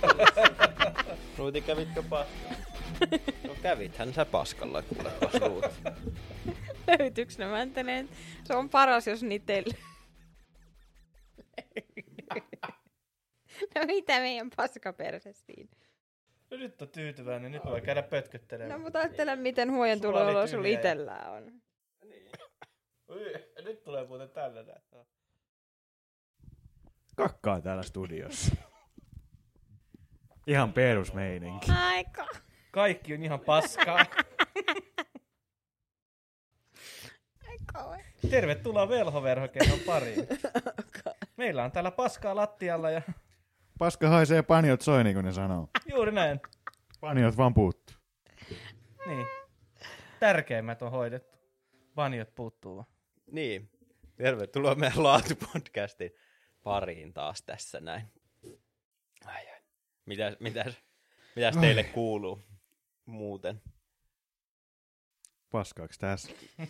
Ruuti, kävitkö paskalla? No kävithän sä paskalla, kuulepas Ruuti. Löytyykö ne mäntäneet? Se on paras, jos niitä ei No mitä meidän paskaperse siinä? No nyt on tyytyväinen, nyt voi käydä pötköttelemään. No mutta ajattele, miten huojan tulo sulla itellään on. Niin. Nyt tulee muuten tällainen. Kakkaa täällä studiossa. Ihan perusmeininki. Aika. Kaikki on ihan paskaa. Tervetuloa Velhoverhokerhon pariin. Meillä on täällä paskaa lattialla ja... Paska haisee, paniot soi, niin kuin ne sanoo. Juuri näin. Paniot vaan puuttuu. Niin. Tärkeimmät on hoidettu. Paniot puuttuu vaan. Niin. Tervetuloa meidän laatupodcastin pariin taas tässä näin. Ai. Mitäs teille kuuluu muuten? Paskaaks tässä?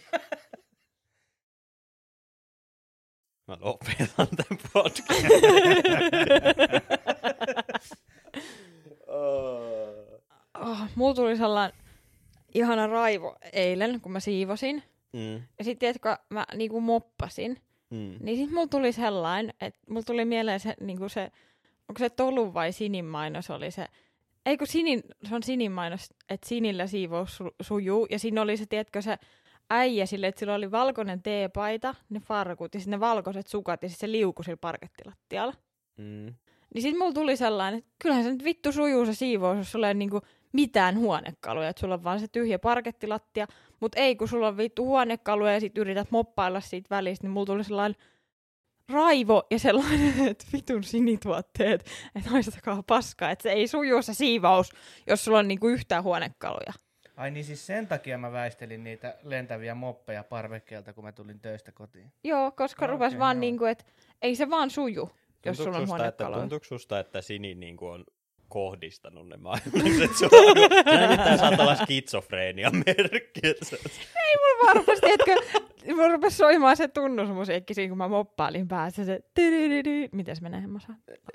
Mä lopetan tämän podcastin. Mulla tuli sellainen ihana raivo eilen, kun mä siivosin. Ja sit tiedätkö, mä niinku moppasin. Niin sit mulla tuli sellainen, että mulla tuli mieleen se, niinku se onko se Tolun vai Sinin mainos oli se. Ei kun se on Sinin mainos, että Sinillä siivous sujuu. Ja siinä oli se, tiedätkö, se äijä sille, että sillä oli valkoinen teepaita, ne farkut ja sitten ne valkoiset sukat ja sitten se liuku sillä parkettilattialla. Niin sit mulla tuli sellainen, että kyllähän se nyt vittu sujuu se siivous, jos sulla ei niinku mitään huonekaluja, että sulla on vaan se tyhjä parkettilattia, mutta ei kun sulla on vittu huonekaluja ja sit yrität moppailla siitä välistä, niin mulla tuli sellainen raivo ja sellainen, että vitun sinituotteet, että haistakaa paskaa, että se ei sujuu se siivous, jos sulla on niinku yhtään huonekaluja. Ai niin siis sen takia mä väistelin niitä lentäviä moppeja parvekkeelta, kun mä tulin töistä kotiin. Joo, koska rupes vaan niinku, että ei se vaan suju, jos sulla on huonekaluja. Tuntuuko susta, että Sini niinku on kohdistanut ne mainokset? Se nimittäin saattaa olla skitsofreenian merkki. Ei, mulla vaan rupes, tiedätkö, mulla rupes soimaan se tunnusmusiikki siinä, kun mä moppailin päässä. Se miten se menee? Mä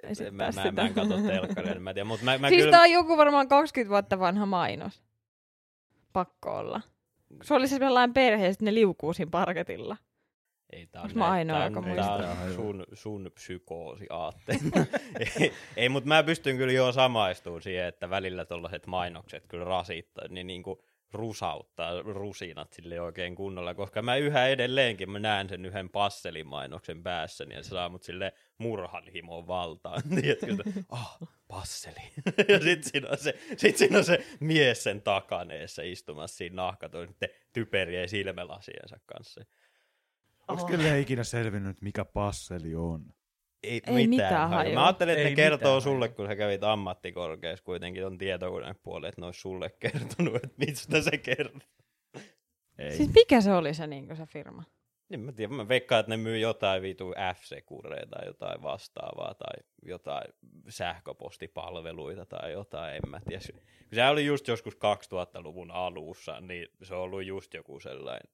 en katso telkkaria, mä tiedän. Mut mä siis kyllä... tää on joku varmaan 20 vuotta vanha mainos. Pakko olla. Se oli se sellainen perhe ja sitten ne liukuu siinä parketilla. Ei, tää on ainoa, joka muistaa. Sun psykoosi aatteet. ei, mutta mä pystyn kyllä jo samaistumaan siihen, että välillä tollaset mainokset kyllä rasittaa, niin niinku rusauttaa rusinat sille oikein kunnolla, koska mä yhä edelleenkin mä näen sen yhden passelimainoksen päässäni ja se saa mut sille murhanhimon valtaan. Tiedätkö, passeli. Ja sit siinä on se mies sen takaneessa istumassa siinä nahkatoon typerien silmälasiensa kanssa. Onko kyllä ikinä selvinnyt, mikä passeli on? Ei mitään hajua. Mä ajattelin, että ne kertoo sulle, kun sä kävit ammattikorkeassa kuitenkin on tietokonepuolelle, että ne olisi sulle kertonut, että mistä se kertoo. Ei. Siis mikä se oli se, niin se firma? Niin mä tiedän, mä veikkaan, että ne myy jotain vitu F-Securea tai jotain vastaavaa tai jotain sähköpostipalveluita tai jotain, en mä tiedä. Kun se oli just joskus 2000-luvun alussa, niin se on ollut just joku sellainen,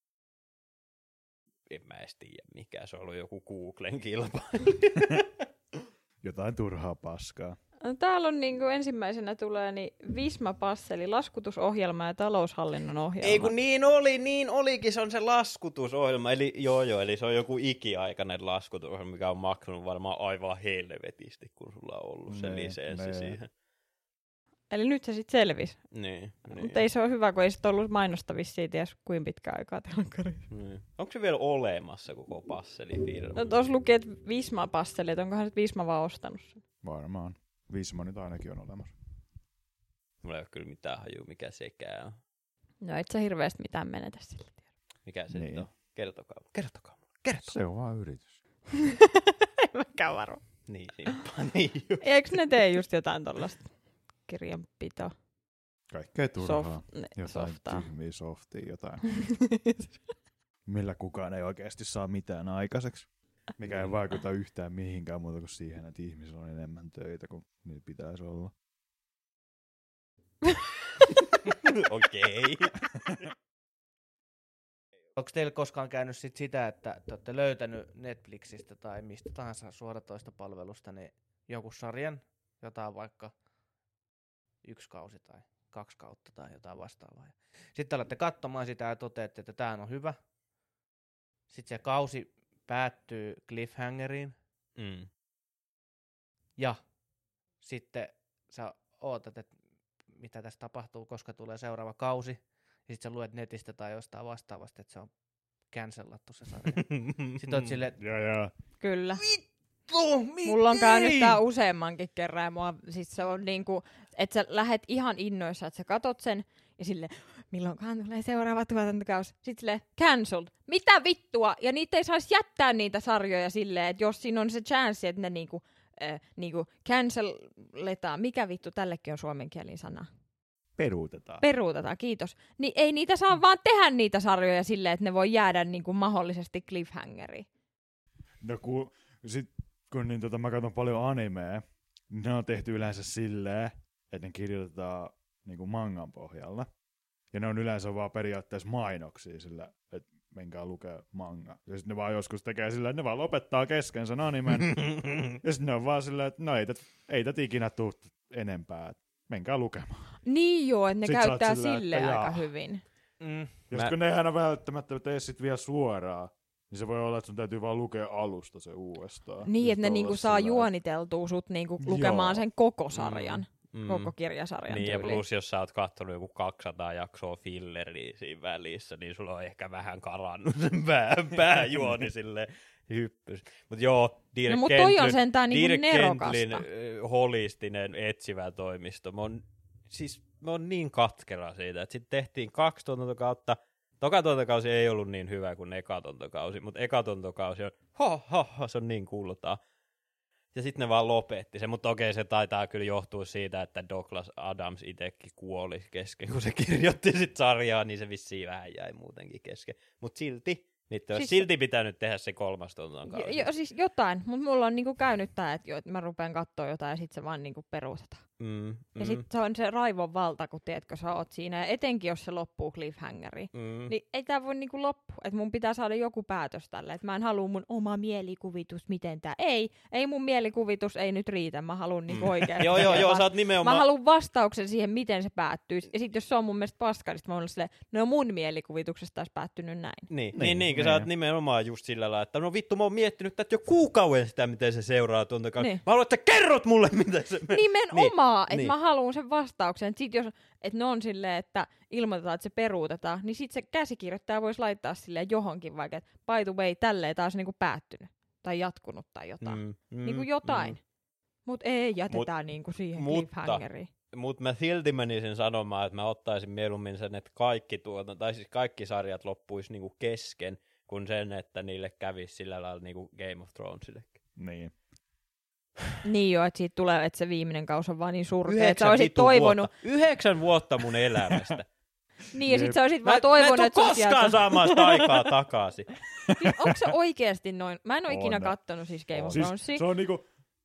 en mä edes tiedä mikä, se on ollut joku Googlen kilpailija. Jotain turhaa paskaa. No, täällä on niinku ensimmäisenä tulee niin Visma-passeli, laskutusohjelma ja taloushallinnon ohjelma. Ei kun niin olikin, se on se laskutusohjelma, eli eli se on joku ikiaikainen laskutusohjelma, mikä on maksanut varmaan aivan helvetisti, kun sulla on ollut se lisenssi siihen. Eli nyt se sitten selvisi. Niin. Mutta ei se ole hyvä, kun ei se ollut mainosta vissiin ties kuin pitkä aikaa telkkarissa. Niin. Onko se vielä olemassa koko passelifirma? No tuossa luki, että Visma-passeli, että onkohan nyt Visma vaan ostanut sen? Varmaan. Visma nyt ainakin on olemassa. Mulla ei ole kyllä mitään hajua, mikä sekään on. No et sä hirveästi mitään menetä sillä tiedä. Mikä se nyt on? Kertokaa. Se on vaan yritys. En mäkään varo. Niin just. Eikö ne tee just jotain tollaista kirjanpitoa? Kaikkea turhaa. Jotain softaa. tyhmiä softia, jotain. Millä kukaan ei oikeasti saa mitään aikaiseksi. Mikä ei vaikuta yhtään mihinkään muuta kuin siihen, että ihmisillä on enemmän töitä kuin niitä pitäisi olla. Okei. Onko teillä koskaan käynyt sitä, että te olette löytänyt Netflixistä tai mistä tahansa suoratoistopalvelusta niin jonkun sarjan, jotain vaikka 1 kausi tai 2 kautta tai jotain vastaavaa. Sitten alatte katsomaan sitä ja toteatte, että tämä on hyvä. Sitten se kausi päättyy cliffhangeriin. Ja sitten sä ootat, että mitä tässä tapahtuu, koska tulee seuraava kausi. Ja sitten sä luet netistä tai jostain vastaavasti, että se on cancelattu se sarja. Sitten oot silleen, Kyllä. miten? Mulla on käynyt tää useammankin kerran ja siis se on niinku, että sä lähet ihan innoissa, että sä katot sen ja sille milloinkaan tulee seuraava tuotantokausi. Sitten silleen, cancelled. Mitä vittua? Ja niitä ei saisi jättää niitä sarjoja silleen, että jos siinä on se chanssi, että ne niinku cancelletaan. Mikä vittu, tällekin on suomenkielinen sana? Peruutetaan, kiitos. Niin ei niitä saa vaan tehdä niitä sarjoja silleen, että ne voi jäädä niinku mahdollisesti cliffhangeriin. No kun mä katson paljon animea, niin ne on tehty yleensä silleen, että ne kirjoitetaan niinku mangan pohjalla. Ja ne on yleensä vaan periaatteessa mainoksia sillä, että menkää lukea manga. Ja sitten ne vaan joskus tekee sillä, että ne vaan lopettaa kesken sen animen. Ja sitten ne on vaan sillä, että no ei tätä ikinä tule enempää. Menkää lukemaan. Niin joo, että ne sit käyttää sillä, silleen aika hyvin. Ja kun nehän on välttämättä tee sit vielä suoraan, niin se voi olla, että sun täytyy vaan lukea alusta se uudestaan. Niin, että ne niinku saa juoniteltua sut niinku lukemaan sen koko sarjan. Koko kirjasarjan niin, tyyliin. ja plus jos sä oot kattonut joku 200 jaksoa filleriä siinä välissä, niin sulla on ehkä vähän karannut sen pääjuoni silleen hyppys. Mut joo, Dirk toi on sentään niinku nerokasta. Holistinen etsivä toimisto. Mä oon niin katkera siitä, että sitten tehtiin 2 tuotantokautta. Toka tuotantokausi ei ollut niin hyvä kuin eka tuotantokausi, mutta eka tuotantokausi on se on niin kultaa. Ja sitten ne vaan lopetti sen, mutta okei, se taitaa kyllä johtua siitä, että Douglas Adams itsekin kuoli kesken, kun se kirjoitti sit sarjaa, niin se vissiin vähän jäi muutenkin kesken. Mutta silti, niitä olisi silti pitänyt tehdä se 3. tuotantokausi. Siis jotain, mutta mulla on niinku käynyt tää, että mä rupean kattoo jotain ja sit se vaan niinku peruutetaan. Ja sit se on se raivon valta, kun tiedätkö, sä oot siinä, ja etenkin jos se loppuu cliffhangeriin, niin ei tää voi niinku loppua, että mun pitää saada joku päätös tälle, että mä en halua mun oma mielikuvitus, miten tää, ei mun mielikuvitus ei nyt riitä, mä haluan niinku oikeasti. Joo, sä oot nimenomaan. Mä haluan vastauksen siihen, miten se päättyy, ja sit jos se on mun mielestä paska, niin mä oon silleen, no mun mielikuvituksesta olisi päättynyt näin. Niin, sä oot nimenomaan just sillä lailla, että no vittu, mä oon miettinyt tätä jo kuukauden sitä, miten se seuraa tuonta kautta. Mä haluan, että sä kerrot mulle, miten se menee. Nimenomaan. Että mä haluan sen vastauksen. Sit jos ne on silleen, että ilmoitetaan, että se peruutetaan, niin sit se käsikirjoittaja voisi laittaa silleen johonkin vaikka, että by the way, tälleen taas niinku päättynyt tai jatkunut tai jotain. Niinku jotain. Mut ei jätetään niinku siihen cliffhangeriin. Mutta mä silti menisin sanomaan, että mä ottaisin mieluummin sen, että kaikki sarjat loppuisi niinku kesken, kuin sen, että niille kävisi sillä lailla niinku Game of Thronesillekin. Niin. Niin joo, että siitä tulee, että se viimeinen kausi on vaan niin surkea, että sä olisit toivonut. 9 vuotta mun elämästä. Niin, ja sit sä olisit vaan toivonut, että mä et koskaan saamaan sitä aikaa takaisin. Siis onko se oikeesti noin? Mä en ole ikinä kattonut siis Game of Thronesia. Se on niinku,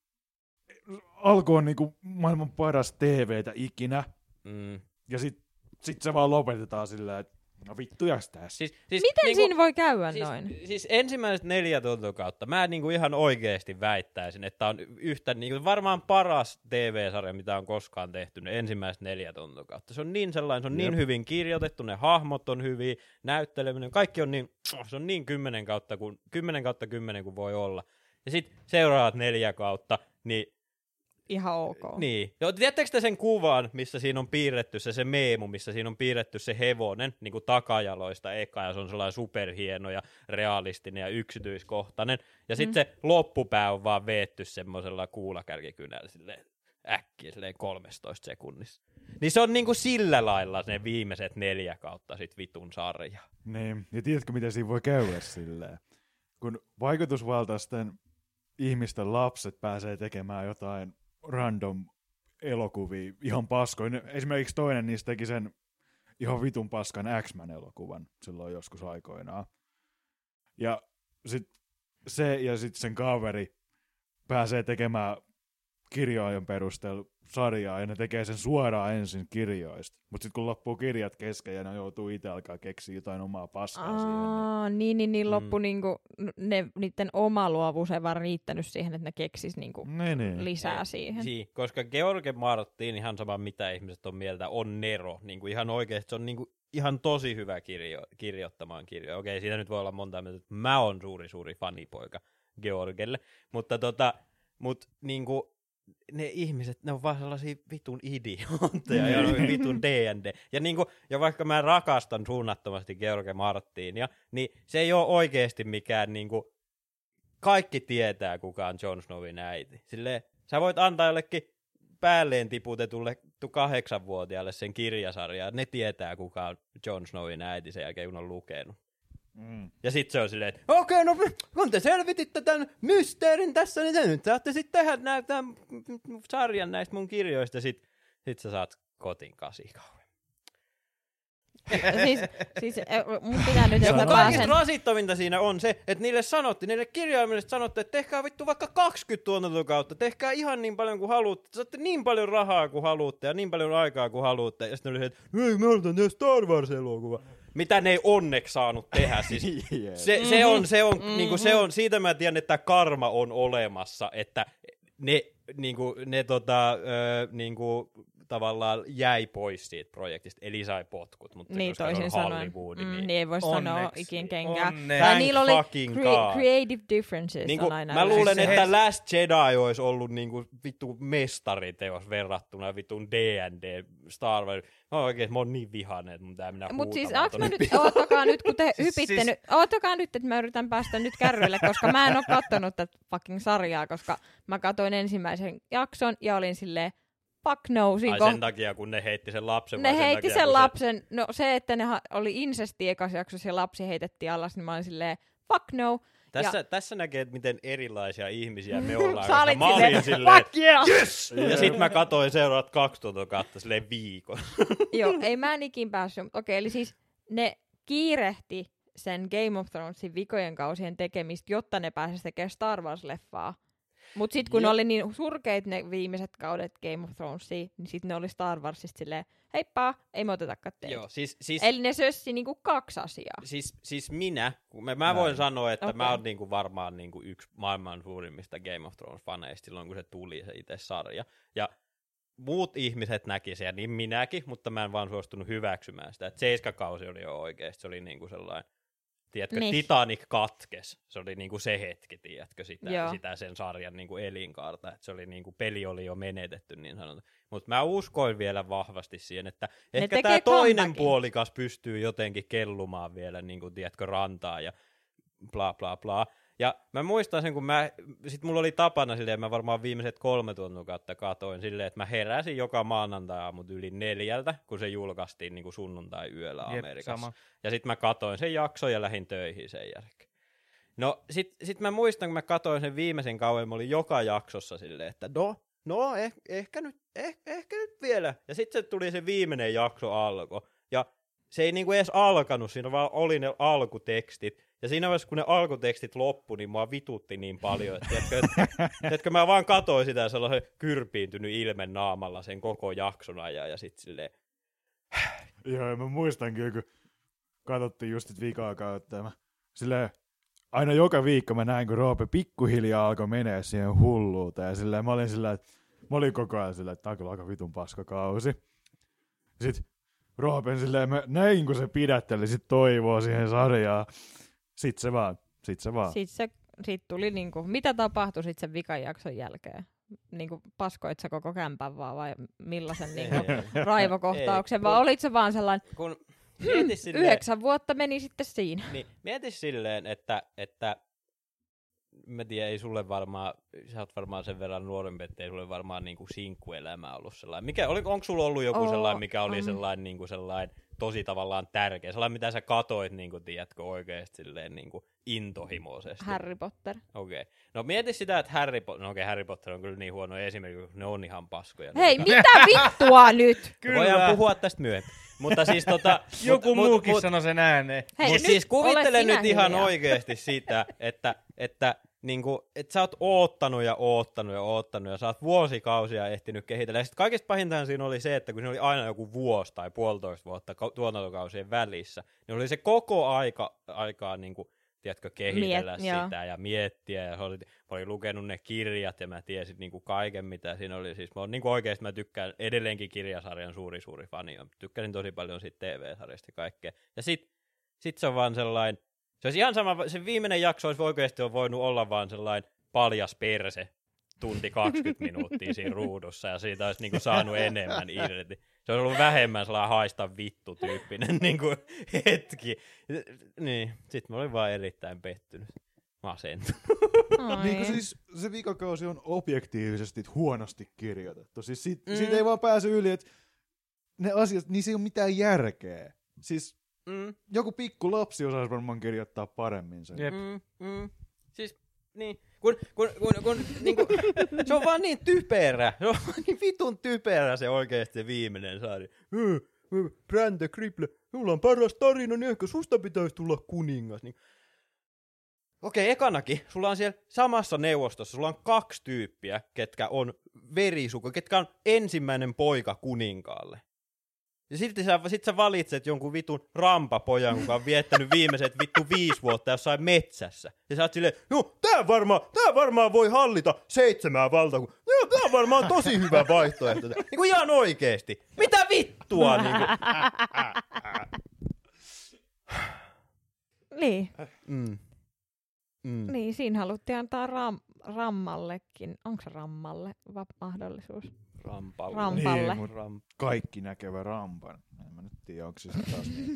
alku on niinku maailman paras TVtä ikinä, ja sit se vaan lopetetaan sillä, että no vittujas tässä. Siis miten niinku, siinä voi käydä noin? Siis ensimmäiset 4 tuotantokautta mä niinku ihan oikeesti väittäisin, että on yhtä niinku varmaan paras TV-sarja, mitä on koskaan tehty, ne ensimmäiset 4 tuotantokautta. Se on niin sellainen, se on niin hyvin kirjoitettu, ne hahmot on hyviä, näytteleminen, kaikki on niin, se on niin 10/10 kuin voi olla. Ja sit seuraavat 4 kautta, niin ihan ok. Niin. No, tiedättekö te sen kuvan, missä siinä on piirretty se meemu, missä siinä on piirretty se hevonen niin kuin takajaloista eka, ja se on sellainen superhieno ja realistinen ja yksityiskohtainen. Ja sitten se loppupää on vaan veetty semmoisella kuulakärkikynällä silleen äkkiä silleen 13 sekunnissa. Niin se on niinku sillä lailla ne viimeiset 4 kautta sit vitun sarja. Niin, ja tiedätkö miten siinä voi käydä silleen? Kun vaikutusvaltaisten ihmisten lapset pääsee tekemään jotain random elokuvia ihan paskoin. Esimerkiksi toinen niistä teki sen ihan vitun paskan X-Men-elokuvan silloin joskus aikoinaan. Ja sitten se ja sitten sen kaveri pääsee tekemään kirjojen perusteella sarjaa ja ne tekee sen suoraan ensin kirjoista. Mutta sitten kun loppuu kirjat kesken ja ne joutuu itse alkaa keksiä jotain omaa paskaa siihen. Niin loppu niinku, niiden oma luovuus ei vaan riittänyt siihen, että ne keksis niinku lisää siihen. Koska George Martin, ihan sama mitä ihmiset on mieltä, on Nero. Niinku ihan oikeesti se on niinku ihan tosi hyvä kirjoittamaan kirjoja. Okei, siitä nyt voi olla monta mieltä, että mä oon suuri fanipoika Georgelle. Mutta niinku ne ihmiset, ne on vaan sellaisia vitun idiootteja ja vitun D&D. Ja vaikka mä rakastan suunnattomasti George Martinia, niin se ei ole oikeesti mikään niinku, kaikki tietää kuka on Jon Snowin äiti. Silleen, sä voit antaa jollekin päälleen tiputetulle 8-vuotiaalle sen kirjasarjaa, ne tietää kuka on Jon Snowin äiti sen jälkeen kun on lukenut. Ja sit se on silleen, että okei, no kun te selvititte tämän mysteerin tässä, niin te nyt saatte sit tehdä tämän sarjan näistä mun kirjoista, sit sä saat kotiin 8 kauan. siis mun pitää nyt, että mä pääsen. Kaikista rasittavinta siinä on se, että niille kirjaimellisesti sanottiin, että tehkää vittu vaikka 20 tuotantokautta, tehkää ihan niin paljon kuin haluatte, saatte niin paljon rahaa kuin haluatte ja niin paljon aikaa kuin haluatte. Ja sitten oli se, että ei, mä odotan tehdä Star Wars-elokuva. Mitä ne ei onneksi saanut tehdä. Siis niinku se on, siitä mä tiedän, että karma on olemassa, että ne tavallaan jäi pois siitä projektista, eli sai potkut, mutta niin, toisin sanoen, niin ei voi sanoa ikin kenkään. Niillä oli creative differences niinku, on aina. mä luulen, että Last Jedi olisi ollut niinku vittu mestariteos verrattuna vittun D&D Star Wars. Mä oon niin vihainen, että mun tää mennä huutamaan. Mut siis oottakaa nyt, kun te hypitte nyt, oottakaa nyt, että mä yritän päästä nyt kärryille, koska mä en oo kattonut tätä fucking sarjaa, koska mä katsoin ensimmäisen jakson ja olin silleen, fuck no. Sen takia, kun ne heitti sen lapsen. Ne heitti sen lapsen. No se, että ne oli insesti ekas jaksossa ja lapsi heitettiin alas, niin mä olin silleen, fuck no. Tässä näkee, että miten erilaisia ihmisiä me ollaan. Sä olit mä olin silleen, fuck yeah! Yes! Ja sit mä katsoin seuraavat 2 tuotantokautta silleen viikon. Joo, ei mä en ikin päässyt. Okei, eli siis ne kiirehti sen Game of Thronesin vikojen kausien tekemistä, jotta ne pääsisi tekemään Star Wars-leffaa. Mut sit kun ne oli niin surkeit ne viimeiset kaudet Game of Thronesia, niin sit ne oli Star Warsista silleen, heippa, ei me otetakaan teitä. Joo, siis, eli ne sössi niinku 2 asiaa. Siis mä voin sanoa, että mä oon niinku varmaan niinku yksi maailman suurimmista Game of Thrones-faneista silloin, kun se tuli se itse sarja. Ja muut ihmiset näki sen, ja niin minäkin, mutta mä en vaan suostunut hyväksymään sitä. Et 7 kausi oli jo oikeesti, se oli niinku sellainen, tiedätkö, niin. Titanic katkes. Se oli niinku se hetki, tiedätkö, sitä sen sarjan niinku elinkaarta. Et se oli niinku, peli oli jo menetetty, niin sanotaan. Mutta mä uskoin vielä vahvasti siihen, että ehkä tämä toinen puolikas pystyy jotenkin kellumaan vielä, niinku, tiedätkö, rantaa ja bla bla bla. Ja mä muistan sen, kun sit mulla oli tapana silleen, mä varmaan viimeiset 3 tuotantokautta katoin silleen, että mä heräsin joka maanantai-aamut yli 4, kun se julkaistiin niin kuin sunnuntai-yöllä Amerikassa. Sama. Ja sit mä katoin sen jakson ja lähdin töihin sen jälkeen. No sit mä muistan, kun mä katoin sen viimeisen kauan, mä olin joka jaksossa silleen, että ehkä nyt vielä. Ja sitten se tuli se viimeinen jakso alkoi. Ja se ei niinku edes alkanut, siinä vaan oli ne alkutekstit. Ja siinä vaiheessa, kun ne alkutekstit loppui, niin mua vitutti niin paljon, että mä vaan katoin sitä sellaisen kyrpiintynyt ilmen naamalla sen koko jakson ajan ja sit silleen. Joo, ja mä muistan kyllä, kun katsottiin just vikaa kautta, ja silleen, aina joka viikko mä näin, kun Roope pikkuhiljaa alkoi menee siihen hulluuteen, ja silleen, mä olin koko ajan silleen, että tää on kyllä aika vitun paskakausi. Sitten Roopen silleen, mä näin, kun se pidätteli sit toivoa siihen sarjaan. Sit se vaan. Sit tuli niinku, mitä tapahtui sit sen vikan jakson jälkeen? Niinku, paskoit sä koko kämpän vaan vai millaisen niinku raivokohtauksen? Vai olit se vaan sellainen, 9 vuotta meni sitten siinä. Niin, mieti silleen, että mä tiedän, ei sulle varmaan, sä oot varmaan sen verran nuorempi, ettei sulle varmaan niinku sinkkuelämä ollut sellainen. Onko sulla ollut joku sellainen, mikä oli sellainen, niinku sellainen tosi tavallaan tärkeä? Sellainen, mitä sä katoit, niinku, tiedätkö, oikeesti silleen niinku intohimoisesti? Harry Potter. Okei. No mieti sitä, että Harry Potter on kyllä niin huono esimerkiksi, kun ne on ihan paskoja. Hei, mitä vittua nyt? Voidaan puhua tästä myöhemmin. Mutta siis joku muukin sanoi sen ääneen. Mutta siis kuvittele nyt ihan oikeesti sitä, että niinku, että sä oot oottanut ja sä oot vuosikausia ehtinyt kehitellä. Ja sitten kaikista pahintahan siinä oli se, että kun se oli aina joku vuosi tai 1,5 vuotta tuotantokausien välissä, niin oli se koko aikaa niinku, tiedätkö, kehitellä sitä ja miettiä. Ja mä olin lukenut ne kirjat ja mä tiesin niinku kaiken, mitä siinä oli. Siis oikeasti mä tykkään edelleenkin kirjasarjan suuri fani. Tykkäsin tosi paljon siitä TV-sarjasta ja kaikkea. Ja sit se on vaan sellainen, se olisi ihan sama, se viimeinen jakso olisi oikeasti voinut olla vaan sellainen paljas perse, tunti 20 minuuttia siinä ruudussa, ja siitä olisi niinku saanut enemmän irti. Se olisi ollut vähemmän sellainen haista vittu -tyyppinen niinku hetki. Niin, sit mä olin vaan erittäin pettynyt. Masentunut. Niin siis se vikakausi on objektiivisesti huonosti kirjoitettu. Siis siitä ei vaan pääse yli, että ne asiat, niin se ei ole mitään järkeä. Siis joku pikku lapsi osaisi varmaan kirjoittaa paremmin sen. Siis, niin, kun niinku, se on vaan niin typerä. Se on vaan niin vitun typerä se oikeesti se viimeinen sarja. Brände Kriple, sulla on paras tarina, niin ehkä susta pitäisi tulla kuningas. Niin. Okei, ekanakin, sulla on siellä samassa neuvostossa, sulla on 2 tyyppiä, ketkä on verisuku, ketkä on ensimmäinen poika kuninkaalle. Ja sit sä valitset jonkun vitun rampapojan, joka on viettänyt viimeiset vittu 5 vuotta jossain metsässä. Ja sä oot silleen, no tää varmaan voi hallita 7 valtakuntaa. No tää on varmaan tosi hyvä vaihtoehto. Niinku ihan oikeesti. Mitä vittua niinku? Niin. Niin, siinä haluttiin antaa Rammallekin. Onko se Rammalle mahdollisuus? Rampalle. Niin, kaikki näkevä rampan. En mä nyt tiedä, onko se taas niin.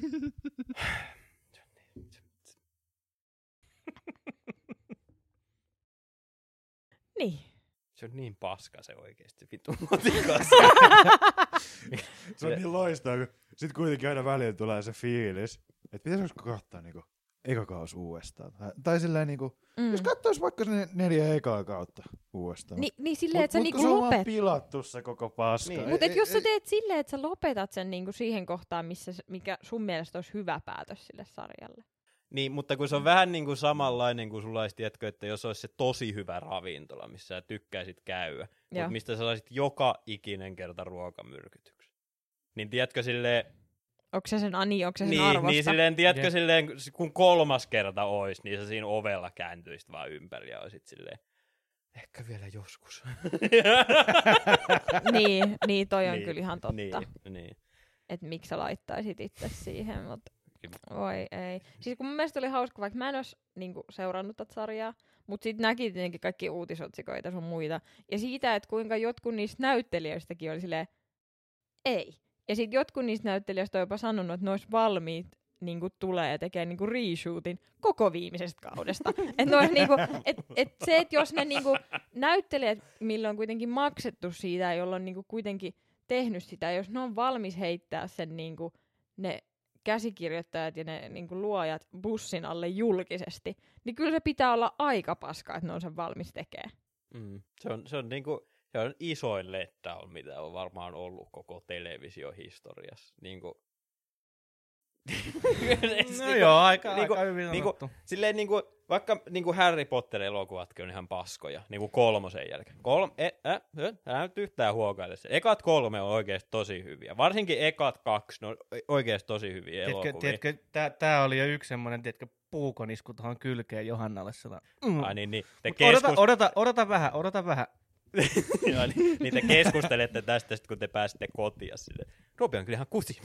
Niin. Se on niin paska se oikeesti, vittu motikas. Se on niin loistaa, kun sit kuitenkin aina välillä tulee se fiilis, että pitäisikö katsoa niinku eka kaus uudestaan. Tai silleen niinku, jos katsois vaikka ne 4 ekaa kautta uudestaan. Niin silleen, että sä niinku lopet. lopet. Mut pilattu se koko paska. Niin. Mutta jos sä teet silleen, että sä lopetat sen niinku siihen kohtaan, mikä sun mielestä olisi hyvä päätös sille sarjalle. Niin, mutta kun se on vähän niin kuin samanlainen kuin sulla olisi, tiedätkö, että jos olisi se tosi hyvä ravintola, missä sä tykkäisit käydä, mutta mistä sä saisit joka ikinen kerta ruokamyrkytyksen. Niin tiedätkö silleen... Onko se sen arvosta? Niin silleen, tiedätkö silleen, kun 3. kerta olisi, niin sä siinä ovella kääntyisit vaan ympäri ja olisit silleen, ehkä vielä joskus. niin, toi on kyllä ihan totta. Niin. Että miksi sä laittaisit itse siihen, mutta... Voi ei. Siis kun mun mielestä oli hauska, vaikka mä en olisi niinku seurannut tätä sarjaa, mutta sit näki tietenkin kaikki uutisotsikoita sun muita. Ja siitä, että kuinka jotkut niistä näyttelijöistäkin oli silleen, ei. Ja sit jotkut niistä näyttelijöistä on jopa sanonut, että ne olisi valmiit niinku tulee ja tekee niinku reshootin koko viimeisestä kaudesta. Että se, että jos ne niinku näyttelijät, millä on kuitenkin maksettu siitä, jolla on niinku kuitenkin tehnyt sitä, jos ne on valmis heittää sen niinku ne käsikirjoittajat ja ne niinku luojat bussin alle julkisesti, niin kyllä se pitää olla aika paska, että ne on sen valmis tekemään. Se on niinku, se on isoin letdown, mitä on varmaan ollut koko televisiohistoriassa. Niinku... No joo, aika hyvin sanottu. Silleen niinku, vaikka niinku Harry Potter-elokuvatkin on ihan paskoja, niinku 3 jälkeen. Älä nyt yhtään huokaile se. Ekat 3 on oikeesti tosi hyviä. Varsinkin ekat 2 on oikeesti tosi hyviä elokuvia. Tiedätkö, tää oli jo yksi semmonen, tiedätkö, puukonisku tuohon kylkeen Johannalle sellainen. Ai niin. Odota vähän. Niin te keskustelette tästä, kun te pääsitte kotiin. Robi on kyllä ihan kusi.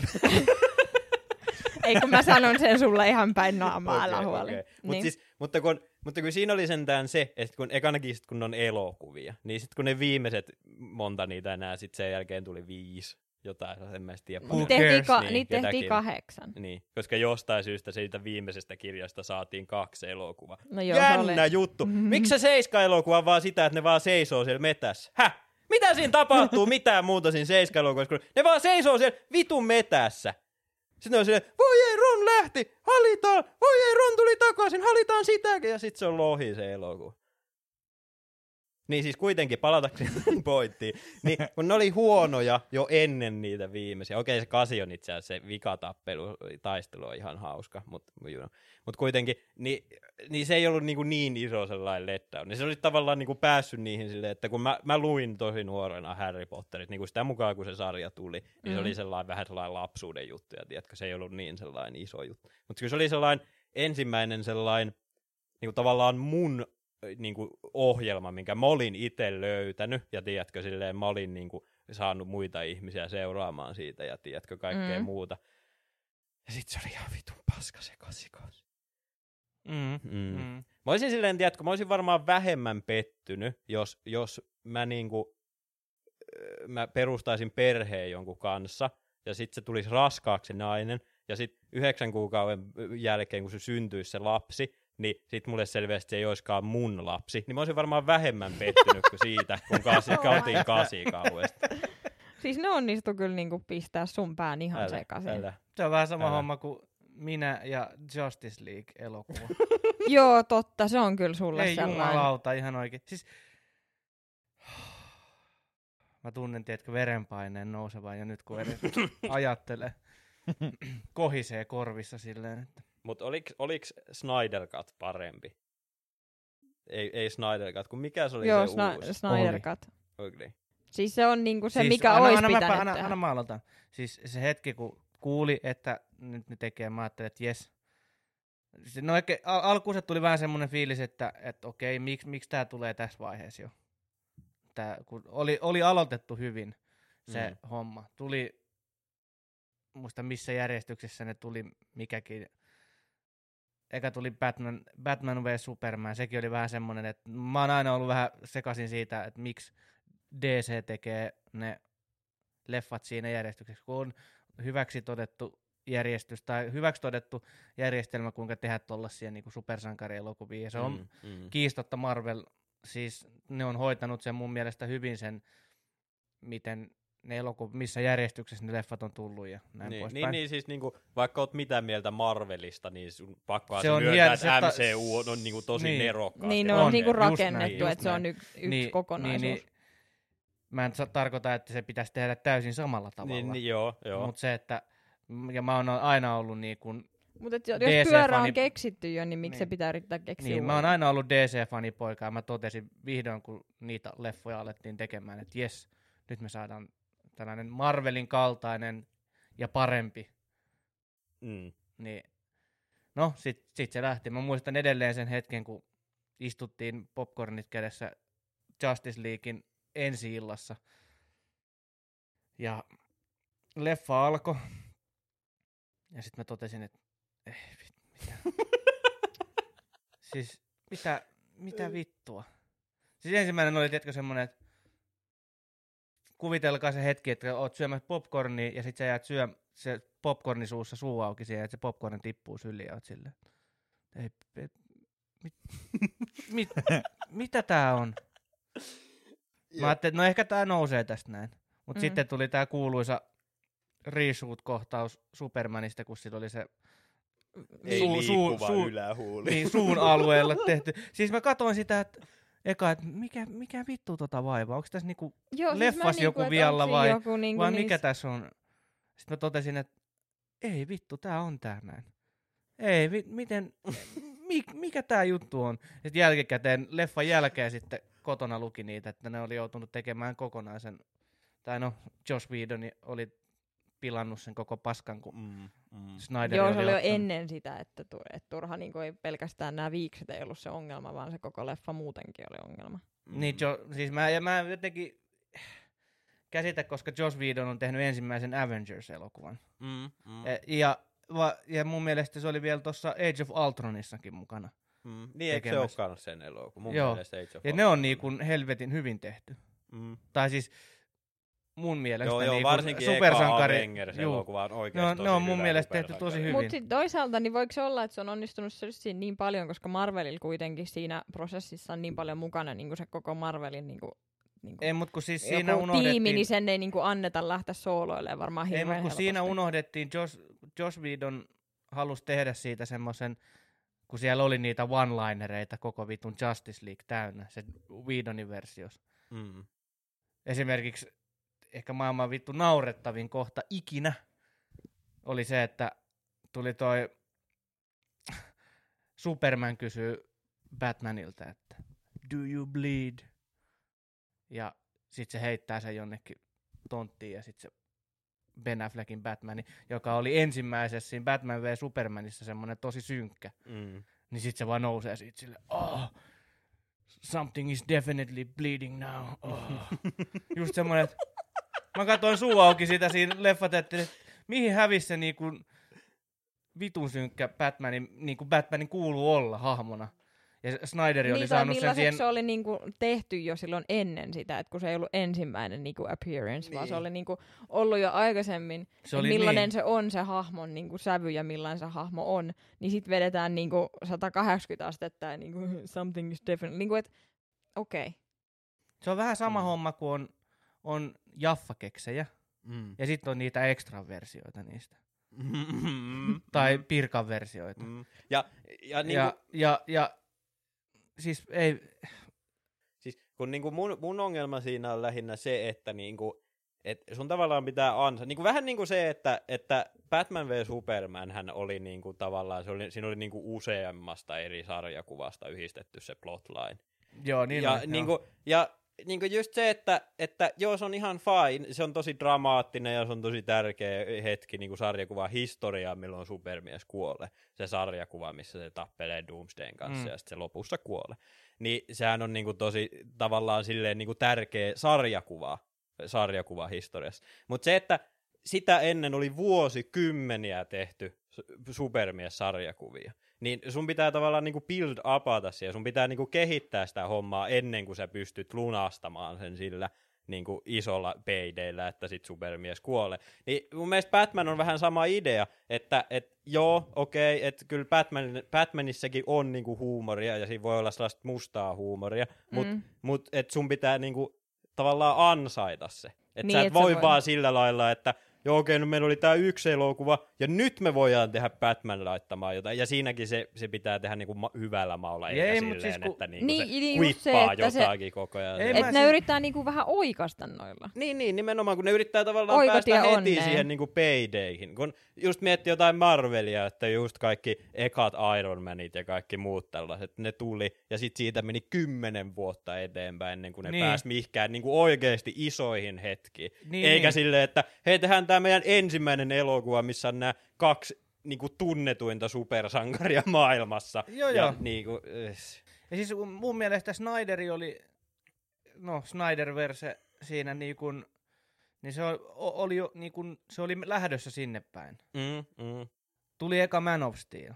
Ei kun mä sanon sen sulle ihan päin naamaa, älä huoli. Okay. Mutta kun siinä oli sentään se, että kun ekanakin kun ne on elokuvia, niin sitten kun ne viimeiset monta niitä enää, sitten sen jälkeen tuli 5 jotain, en mä tiedä. Niitä tehtiin 8. Niin, koska jostain syystä siitä viimeisestä kirjasta saatiin 2 elokuvaa. No joo, jännä juttu. Miksi se 7 elokuva vaan sitä, että ne vaan seisoo siellä metässä? Häh? Mitä siinä tapahtuu? Mitään muuta siinä 7 elokuvassa, kun ne vaan seisoo siellä vitun metässä. Sitten on silleen, voi ei, Ron lähti, halitaan, voi ei, Ron tuli takaisin, halitaan sitäkin, ja sitten se on lohi se elokuva. Niin siis kuitenkin palatakseni pointtiin, niin kun ne oli huonoja jo ennen niitä viimeisiä. Okei, se 8 on itse asiassa se vikatappelu, taistelu on ihan hauska, mutta kuitenkin, niin se ei ollut niin iso sellainen letdown. Niin se oli tavallaan niin kuin päässyt niihin silleen, että kun mä luin tosi nuorena Harry Potterit, niin kuin sitä mukaan kun se sarja tuli, niin se oli vähän sellainen lapsuuden juttu, ja tiedätkö, se ei ollut niin sellainen iso juttu. Mutta kyllä se oli sellainen ensimmäinen sellainen, niin kuin tavallaan mun niinku ohjelma, minkä mä olin itse löytänyt, ja tiedätkö, silleen mä olin niinku saanut muita ihmisiä seuraamaan siitä, ja tiedätkö, kaikkea muuta. Ja sit se oli ihan vitun paska sekaisin kanssa. Mä olisin silleen, tiedätkö, mä olisin varmaan vähemmän pettynyt, jos mä niinku, mä perustaisin perheen jonkun kanssa, ja sit se tulisi raskaaksi nainen, ja sit 9 kuukauden jälkeen, kun se syntyisi se lapsi, niin sit mulle selvästi se ei olisikaan mun lapsi, niin mä olisin varmaan vähemmän pettynyt kuin siitä, kun käytiin 8 kauesta. Siis ne onnistu kyllä niinku pistää sun pään ihan sekaisin. Se on vähän sama homma kuin minä ja Justice League-elokuva. Joo, totta, se on kyllä sulle ei sellainen. Ei jumalauta, ihan oikein. Siis, mä tunnen, tiedätkö, verenpaineen nousevan, ja nyt kun edes ajattelee, kohisee korvissa silleen, että... Mutta oliks Snyder Cut parempi? Ei Snyder Cut, kun mikä se oli se uusi? Snyder Cut. Okay. Siis se on niinku se, siis mikä olisi pitänyt tehdä. Anna mä aloitan. Siis se hetki, kun kuuli, että nyt ne tekee, mä ajattelin, että jes. No alkuun se tuli vähän semmoinen fiilis, että okei, miksi tää tulee tässä vaiheessa jo? Kun oli aloitettu hyvin se homma. Tuli, muista missä järjestyksessä ne tuli mikäkin. Eka tuli Batman vs Superman, sekin oli vähän semmoinen, että mä oon aina ollut vähän sekaisin siitä, että miksi DC tekee ne leffat siinä järjestyksessä, kun on hyväksi todettu järjestys tai hyväksi todettu järjestelmä, kuinka tehdä tollaisia niin kuin supersankarielokuvia. Ja se on kiistatta Marvel, siis ne on hoitanut sen mun mielestä hyvin sen, miten ne missä järjestyksessä ne leffat on tullut ja näin poispäin. Niin siis niinku, vaikka oot mitä mieltä Marvelista, niin sun pakkoa se se myöntää, että MCU on niinku tosi nerokkaasti. Niin ne on niinku rakennettu, että se on yksi kokonaisuus. Niin, mä en tarkoita, että se pitäisi tehdä täysin samalla tavalla. Niin, joo. Mutta se, että ja mä oon aina ollut niin kuin mutta jos pyörä on keksitty jo, niin miksi se pitää yrittää keksiä niin, mä oon aina ollut DC-fanipoika, ja mä totesin vihdoin, kun niitä leffoja alettiin tekemään, että jes, nyt me saadaan tällainen Marvelin kaltainen ja parempi. Niin, no, sit se lähti. Mä muistan edelleen sen hetken, kun istuttiin popcornit kädessä Justice Leaguein ensi-illassa. Ja leffa alkoi. Ja sit mä totesin, että mitä? Siis mitä vittua? Siis ensimmäinen oli, tiedätkö, semmonen, että kuvitelkaa se hetki, että oot syömässä popcornia ja sit sä jäät se popcorni suussa suu auki siihen, että se popcorn tippuu syliin ja oot silleen. Mitä tää on? Mä ajattelin, että no ehkä tää nousee tästä näin. Mut sitten tuli tää kuuluisa reshoot-kohtaus Supermanista, kun sillä oli se ylähuuli. Niin, suun alueella tehty. Siis mä katsoin sitä, että mikä vittu tota vaivaa? Onko tässä niinku leffas joku niinku, vialla vai niinku mikä tässä on? Sitten mä totesin, että ei vittu, tää on tää näin. Ei, miten, mikä tää juttu on? Sitten jälkikäteen, leffan jälkeen sitten kotona luki niitä, että ne oli joutunut tekemään kokonaisen, tai no, Joss Whedon oli pilannut sen koko paskan, kun Snyder joo, se oli jo ennen sitä, että turha niin ei pelkästään nämä viikset ei ollut se ongelma, vaan se koko leffa muutenkin oli ongelma. Niin, siis mä jotenkin käsitä, koska Joss Whedon on tehnyt ensimmäisen Avengers-elokuvan. Ja mun mielestä se oli vielä tuossa Age of Ultronissakin mukana. Niin, eikö se olekaan sen elokuva? Mun mielestä Age of ja ne on niin kuin helvetin hyvin tehty. Tai siis mun mielestä joo, niin varsinkin supersankari Avengers-elokuva on oikeasti tosi ne on mun mielestä tehty tosi hyvin. Mutta sitten toisaalta niin voiko se olla, että se on onnistunut siinä niin paljon, koska Marvelilla kuitenkin siinä prosessissa on niin paljon mukana niin kuin se koko Marvelin niin kuin ei, mutta kun siis siinä unohdettiin tiimi, niin sen ei niin kuin anneta lähteä sooloille varmaan hirveän helposti. Ei, mutta kun siinä unohdettiin, Joss Whedon halusi tehdä siitä semmoisen, kun siellä oli niitä one-linereita koko vitun Justice League täynnä, se Whedonin versios. Esimerkiksi ehkä maailman vittu naurettavin kohta ikinä oli se, että tuli toi Superman kysyy Batmanilta, että do you bleed? Ja sit se heittää sen jonnekin tonttiin ja sit se Ben Affleckin Batman, joka oli ensimmäisessä siinä Batman v Supermanissa semmonen tosi synkkä. Niin sit se vaan nousee siitä silleen, something is definitely bleeding now. Just semmonen, että mä katsoin suu auki sitä siinä leffateatterissa, että mihin hävisi se niinku vitun synkkä Batmanin, niinku Batmanin kuuluu olla hahmona. Ja Snyderi oli saanut sen siihen... se oli niinku tehty jo silloin ennen sitä, että kun se ei ollut ensimmäinen niinku appearance, vaan se oli niinku ollut jo aikaisemmin, se millainen se on se hahmon niinku sävy ja millainen se hahmo on, niin sit vedetään niinku 180 astetta ja niinku something is different. Niinku et, okei. Se on vähän sama homma kuin on Jaffa-keksejä, ja sitten on niitä extra-versioita niistä. Tai Pirkan versioita. Ja siis ei... Siis kun niinku mun ongelma siinä on lähinnä se, että niinku, et sun tavallaan pitää ansa... Niinku vähän niinku se, että Batman v Superman hän oli niinku tavallaan, siinä oli niinku useammasta eri sarjakuvasta yhdistetty se plotline. Joo, niin ja, on. Niinku, ja niinku just se, että joo, se on ihan fine, se on tosi dramaattinen ja se on tosi tärkeä hetki niinku sarjakuvan historiaa, milloin supermies kuolee. Se sarjakuva, missä se tappelee Doomsdayn kanssa ja sitten se lopussa kuolee. Niin sehän on niinku tosi tavallaan silleen niinku tärkeä sarjakuva historiassa. Mutta se, että sitä ennen oli vuosikymmeniä tehty supermies-sarjakuvia, niin sun pitää tavallaan niinku build upata siihen, sun pitää niinku kehittää sitä hommaa ennen kuin sä pystyt lunastamaan sen sillä niinku isolla paydeillä, että sit supermies kuolee. Niin mun mielestä Batman on vähän sama idea, että joo, okei, että kyllä Batmanissakin on niinku huumoria ja siinä voi olla sellaista mustaa huumoria, mut et sun pitää niinku tavallaan ansaita se. Että niin, sä et voi vaan sillä lailla, että joo, okei, no meillä oli tää yksi elokuva, ja nyt me voidaan tehdä Batman laittamaan jotain. Ja siinäkin se pitää tehdä niinku hyvällä maulla, eikä silleen, siis että niinku se kuippaa jotakin koko ajan. Että ne yrittää niinku vähän oikasta noilla. Niin, nimenomaan, kun ne yrittää tavallaan päästä heti siihen niinku paydayhin. Kun just miettii jotain Marvelia, että just kaikki ekat Iron Manit ja kaikki muut tällaiset, ne tuli, ja sit siitä meni 10 vuotta eteenpäin, ennen kuin ne pääsi mihinkään niinku oikeesti isoihin hetkiin. Eikä silleen, että hei, tehdään tämä meidän ensimmäinen elokuva, missä on nämä 2 niinku tunnetuinta supersankaria maailmassa. Joo. Niinku, ja siis mun mielestä Snyderi oli, Snyderverse siinä niinku, niin se oli jo niinku, se oli lähdössä sinne päin. Tuli eka Man of Steel.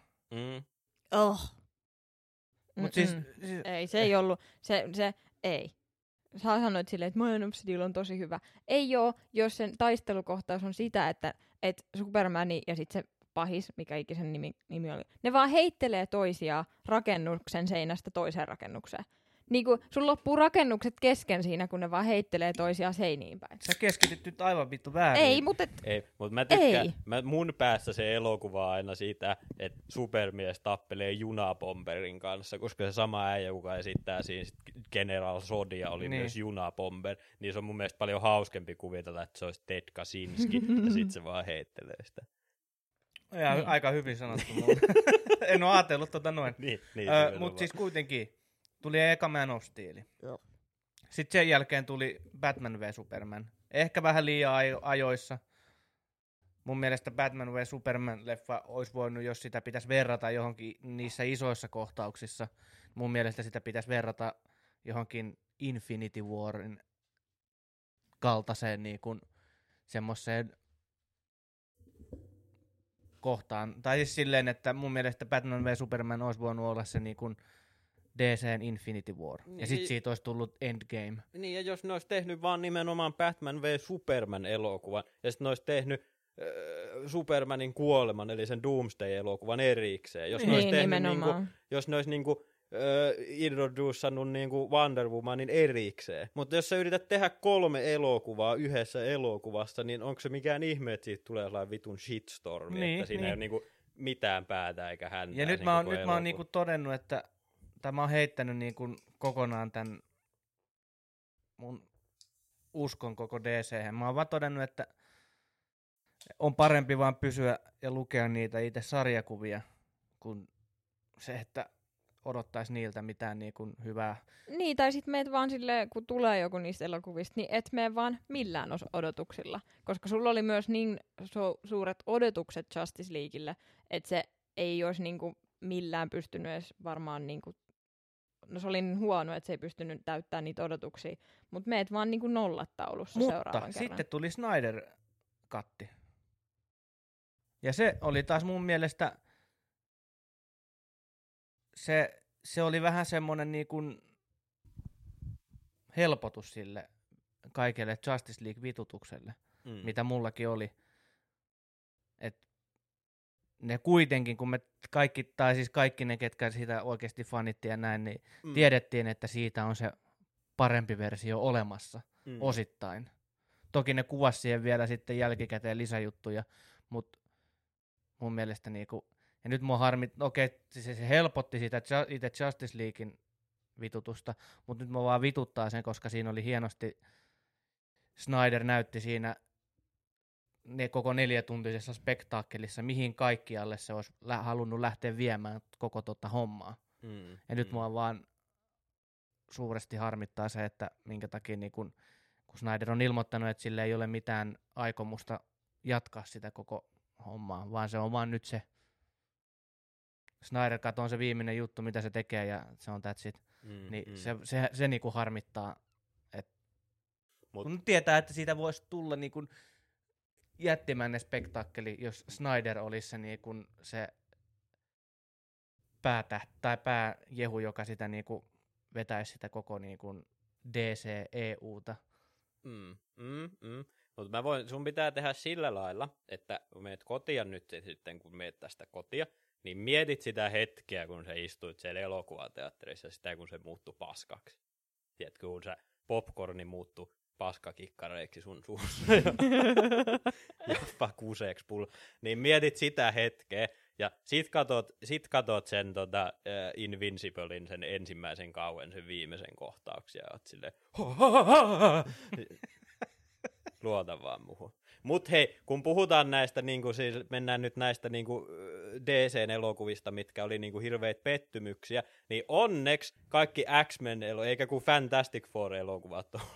Mut siis, ei, se ei ollut, se ei. Sä sanoit silleen, että Man of Steel on tosi hyvä. Ei oo, jos sen taistelukohtaus on sitä, että Superman ja sit se pahis, mikä ikinä nimi oli, ne vaan heittelee toisiaan rakennuksen seinästä toiseen rakennukseen. Niinku, sun loppuu rakennukset kesken siinä, kun ne vaan heittelee toisiaan seiniin päin. Sä keskityt nyt aivan vittu väärin. Ei, mutta mä tykkään. Mun päässä se elokuva aina siitä, että supermies tappelee junapomberin kanssa, koska se sama äijä, joka esittää siinä General Zodia, oli myös junapomber, niin se on mun mielestä paljon hauskempi kuvitella, että se olisi Ted Kaczynski, ja sit se vaan heittelee sitä. Aika hyvin sanottu. En oo ajatellut noin. Niin, mutta siis kuitenkin. Tuli eka Man of Steel. Joo. Sitten sen jälkeen tuli Batman v Superman. Ehkä vähän liian ajoissa. Mun mielestä Batman v Superman-leffa olisi voinut, jos sitä pitäisi verrata johonkin niissä isoissa kohtauksissa. Mun mielestä sitä pitäisi verrata johonkin Infinity Warin kaltaiseen niin kuin semmoiseen kohtaan. Tai siis silleen, että mun mielestä Batman v Superman olisi voinut olla se niin kuin DC:n Infinity War. Ja sit siitä olisi tullut Endgame. Niin, ja jos ne olisi tehnyt vaan nimenomaan Batman v Superman-elokuvan, ja sitten ne olisi tehnyt Supermanin kuoleman, eli sen Doomsday-elokuvan erikseen. Jos ne olisi tehnyt jos ne olisi introducannut Wonder Womanin erikseen. Mutta jos sä yrität tehdä 3 elokuvaa yhdessä elokuvassa, niin onko se mikään ihme, että siitä tulee sellainen vitun shitstormi, että siinä ei ole mitään päätä eikä häntää. Ja nyt mä oon niinku todennut, että mä oon heittänyt niinku kokonaan tän mun uskon koko DC:hen. Mä oon vaan todennut, että on parempi vaan pysyä ja lukea niitä itse sarjakuvia, kuin se, että odottaisi niiltä mitään niinku hyvää. Niin, tai sitten meet vaan silleen, kun tulee joku niistä elokuvista, niin et mene vaan millään odotuksilla. Koska sulla oli myös niin suuret odotukset Justice Leaguelle, että se ei olisi niinku millään pystynyt edes varmaan niinku, no se oli niin huono, että se ei pystynyt täyttämään niitä odotuksia, mutta meet vaan niinku nollataulussa seuraavan kerran. Mutta sitten tuli Snyder-katti. Ja se oli taas mun mielestä, se oli vähän semmonen niinku helpotus sille kaikelle Justice League-vitutukselle, mitä mullakin oli. Et ne kuitenkin, kun me kaikki, tai siis kaikki ne, ketkä sitä oikeasti fanittiin ja näin, niin tiedettiin, että siitä on se parempi versio olemassa osittain. Toki ne kuvasi siihen vielä sitten jälkikäteen lisäjuttuja, mutta mun mielestä niinku, ja nyt mua se helpotti sitä itse Justice Leaguein vitutusta, mutta nyt mua vaan vituttaa sen, koska siinä oli hienosti, Snyder näytti siinä koko 4-tuntisessa spektaakkelissa, mihin kaikkialle se olisi halunnut lähteä viemään koko hommaa. Ja nyt mua vaan suuresti harmittaa se, että minkä takia niin kun Snyder on ilmoittanut, että sille ei ole mitään aikomusta jatkaa sitä koko hommaa, vaan se on vaan nyt se Snyder Cut on se viimeinen juttu, mitä se tekee, ja se on that's it. Se niinku harmittaa, kun tietää, että siitä voisi tulla niinku jättimäinen spektaakkeli, jos Snyder olisi se, niinku se pääjehu, joka sitä niinku vetäisi sitä koko niinku DC-EUta. Mutta sun pitää tehdä sillä lailla, että kun meet kotia nyt sitten, kun meet tästä kotia, niin mietit sitä hetkeä, kun sä istuit siellä elokuvateatterissa, sitä kun se muuttui paskaksi. Tiedätkö, kun se popcorni muuttui paskakikkareiksi sun suussa ja kuseeksi niin mietit sitä hetkeä, ja sit katot sen Invinciblein sen ensimmäisen kauen, sen viimeisen kohtauksia, ja oot silleen, luota vaan muhun. Mut hei, kun puhutaan näistä, niinku, siis mennään nyt näistä niinku, DC:n elokuvista, mitkä oli niinku, hirveitä pettymyksiä, niin onneksi kaikki X-Men, eikä kuin Fantastic Four-elokuvat on.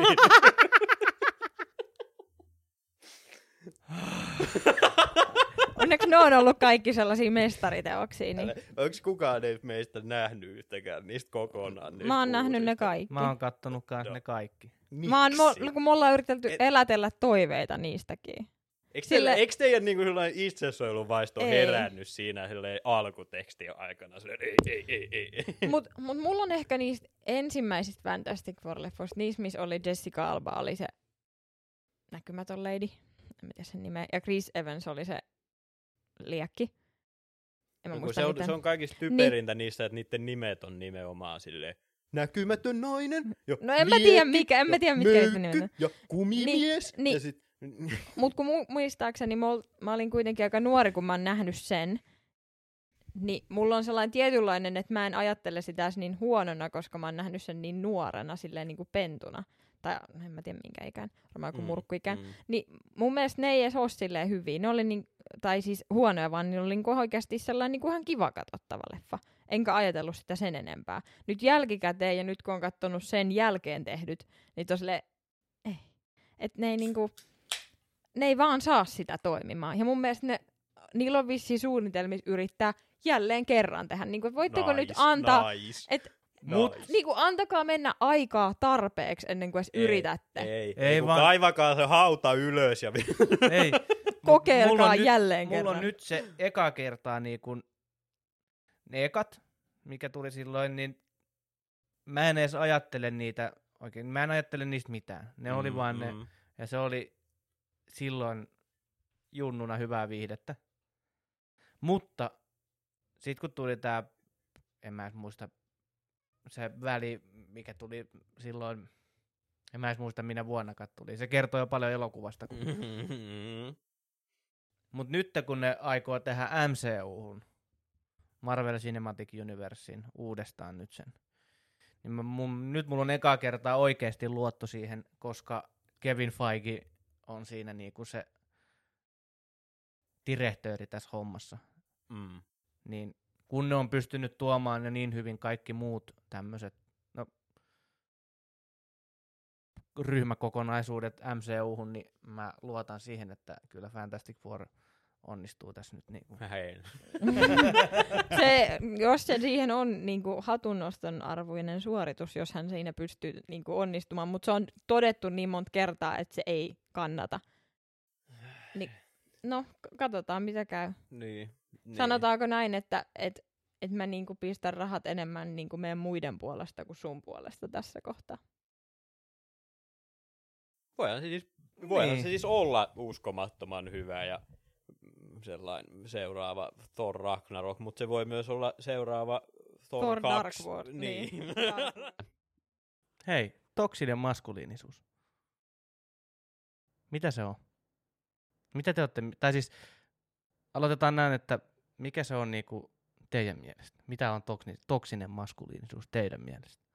Onneksi ne on ollut kaikki sellaisia mestariteoksia. Niin. Onko kukaan meistä nähnyt yhtäkään niistä kokonaan? Mä oon nähnyt ne kaikki. Mä oon kattonut ne kaikki. Kun me ollaan yritelty elätellä toiveita niistäkin. Eikö teidän niinku itsesuojeluvaisto herännyt siinä alkutekstin aikana? Ei. Mut mulla on ehkä niistä ensimmäisistä Fantastic Four-leffoista, niistä missä oli Jessica Alba, oli se näkymätön lady, en tiedä sen nimeä, ja Chris Evans oli se liekki. Se on kaikista typerintä niistä, että niiden nimet on nimenomaan silleen näkymätön nainen, ja no en mä tiedä mitkä nimet. Ja kumimies. Niin. Ja sit mut kun muistaakseni mä olin kuitenkin aika nuori, kun mä oon nähnyt sen, niin mulla on sellainen tietynlainen, että mä en ajattele sitä niin huonona, koska mä oon nähnyt sen niin nuorena, silleen niin kuin pentuna. Tai en mä tiedä minkä ikään, varmaan joku murkkuikään. Niin mun mielestä ne ei edes ole silleen hyviä. Ne oli niin, tai siis huonoja, vaan ne oli niin oikeasti sellainen niin ihan kiva katsottava leffa. Enkä ajatellut sitä sen enempää. Nyt jälkikäteen ja nyt kun on katsonut sen jälkeen tehdyt, niin tosille ei. Että ne ei vaan saa sitä toimimaan. Ja mun mielestä niillä on vissiin suunnitelmia yrittää jälleen kerran tehdä. Niin kuin, voitteko nyt antaa, antakaa mennä aikaa tarpeeksi ennen kuin edes yritätte. Ei vaan kaivakaa se hauta ylös. Ja ei. Kokeilkaa jälleen kerran. Mulla on nyt se eka kertaa niin kun ne ekat, mikä tuli silloin, niin mä en edes ajattele niitä oikein. Mä en ajattele niistä mitään. Ne oli vaan ne. Ja se oli silloin junnuna hyvää viihdettä. Mutta sit kun tuli tää, en mä edes muista, se väli, mikä tuli silloin, en mä edes muista minä vuonnakaan tuli. Se kertoo jo paljon elokuvasta. Mut nyt kun ne aikoo tehdä MCU:hun, Marvel Cinematic Universein uudestaan nyt sen, niin nyt mulla on ekaa kertaa oikeasti luotto siihen, koska Kevin Feige on siinä niinku se direktööri tässä hommassa. Niin kun ne on pystynyt tuomaan ne niin hyvin kaikki muut tämmöiset ryhmäkokonaisuudet MCU:hun, niin mä luotan siihen, että kyllä Fantastic Four onnistuu tässä nyt. Niinku. Jos se siihen on niinku hatunnoston arvoinen suoritus, jos hän siinä pystyy niinku onnistumaan, mutta se on todettu niin monta kertaa, että se ei kannata. No, katsotaan mitä käy. Niin. Sanotaanko näin, että mä niinku pistän rahat enemmän niinku meidän muiden puolesta kuin sun puolesta tässä kohtaa. Voihan se siis olla uskomattoman hyvä ja sellainen seuraava Thor Ragnarok, mutta se voi myös olla seuraava Thor 2. Dark World. Niin. Hei, toksinen maskuliinisuus. Mitä se on? Mitä te olette, tai siis aloitetaan näin, että mikä se on niinku teidän mielestä? Mitä on toksinen maskuliinisuus teidän mielestä?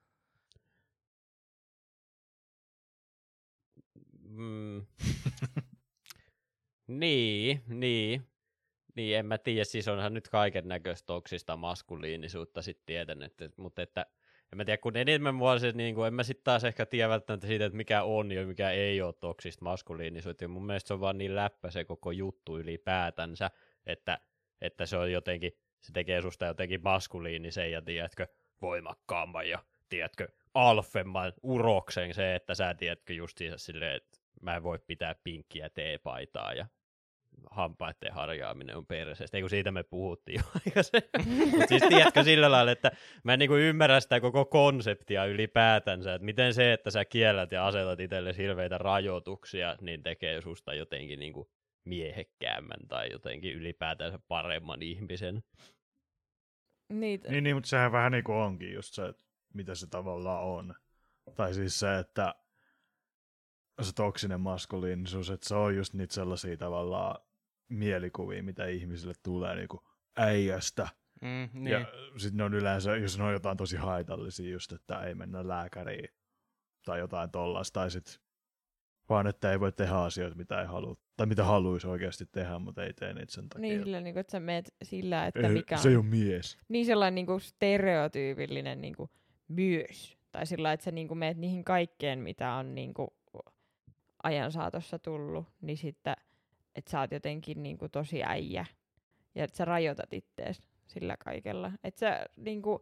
Niin, en mä tiedä, siis onhan nyt kaiken näköistä toksista maskuliinisuutta sit tiedän, mutta en mä tiedä, kun enemmän mua se, niin en mä sit taas ehkä tiedä välttämättä siitä, että mikä on ja mikä ei ole toksista maskuliinisuutta, ja mun mielestä se on vaan niin läppä se koko juttu ylipäätänsä, että se on jotenkin, se tekee susta jotenkin maskuliinisen ja tiedätkö, voimakkaamman ja tiedätkö, alfemman uroksen se, että sä tiedätkö justiinsa silleen, että mä en voi pitää pinkkiä teepaitaa ja hampaiden harjaaminen on perseestä. Ei kun siitä me puhuttiin jo aikaisemmin. Mutta siis tiedätkö sillä lailla, että mä en niinku ymmärrä sitä koko konseptia ylipäätänsä, että miten se, että sä kiellät ja asetat itsellesi hirveitä rajoituksia, niin tekee susta jotenkin niinku miehekkäämmän tai jotenkin ylipäätänsä paremman ihmisen. Niin, mutta sehän vähän niin kuin onkin just se, että mitä se tavallaan on. Tai siis se, että se toksinen maskuliinisuus, että se on just niitä sellaisia tavallaan mielikuvia, mitä ihmisille tulee niinku äijästä. Niin. Ja sitten ne on yleensä, jos ne on jotain tosi haitallisia just, että ei mennä lääkäriin tai jotain tollaista, tai sitten vaan, että ei voi tehdä asioita, mitä ei halua, tai mitä haluaisi oikeasti tehdä, mutta ei tee niitä sen takia. Niin, sillä, niin kuin, että sä meet sillä, että mikä on... Se ei ole mies. Niin sellainen niin kuin stereotyypillinen niin kuin myös. Tai sillä, että sä niin kuin meet niihin kaikkeen, mitä on niin kuin ajan saatossa tullut, niin sitten, että sä oot jotenkin niin kuin tosi äijä. Ja että sä rajoitat ittees sillä kaikella. Että sä niinku...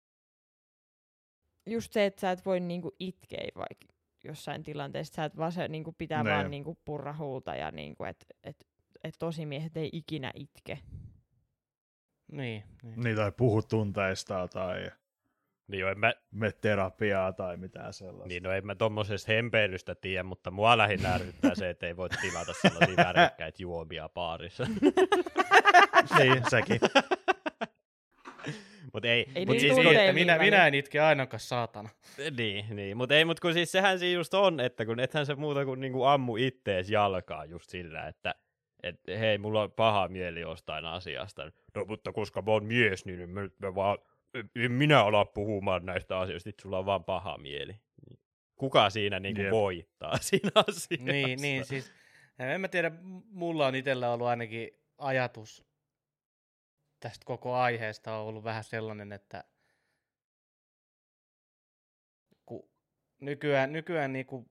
Just se, että sä et voi niinku itkeä vaikka jossain tilanteessa, sä et vaan se niinku pitää vaan niinku purra huulta ja niinku, et tosimiehet ei ikinä itke. Niin. Niin, tai puhu tunteista tai niin mene terapiaa tai mitään sellaista. Niin, no en mä tommosesta hempeilystä tiedä, mutta mua lähinnä ärsyttää se, että ei voi tilata sellaisia värikkäitä juomia baarissa. Niin, sekin. Mut ei mut siis että minä en itke ainakaan saatana. Niin, mutta kun siis sehän siinä just on, että kun ethän se muuta kuin niinku ammu ittees jalkaa just sillä, että hei, mulla on paha mieli jostain asiasta. No, mutta koska mä oon mies, niin en minä ala puhumaan näistä asioista, että sulla on vaan paha mieli. Kuka siinä niinku voittaa siinä asiassa? Niin, siis en mä tiedä, mulla on itsellä ollut ainakin ajatus tästä koko aiheesta on ollut vähän sellainen, että kun nykyään niinku,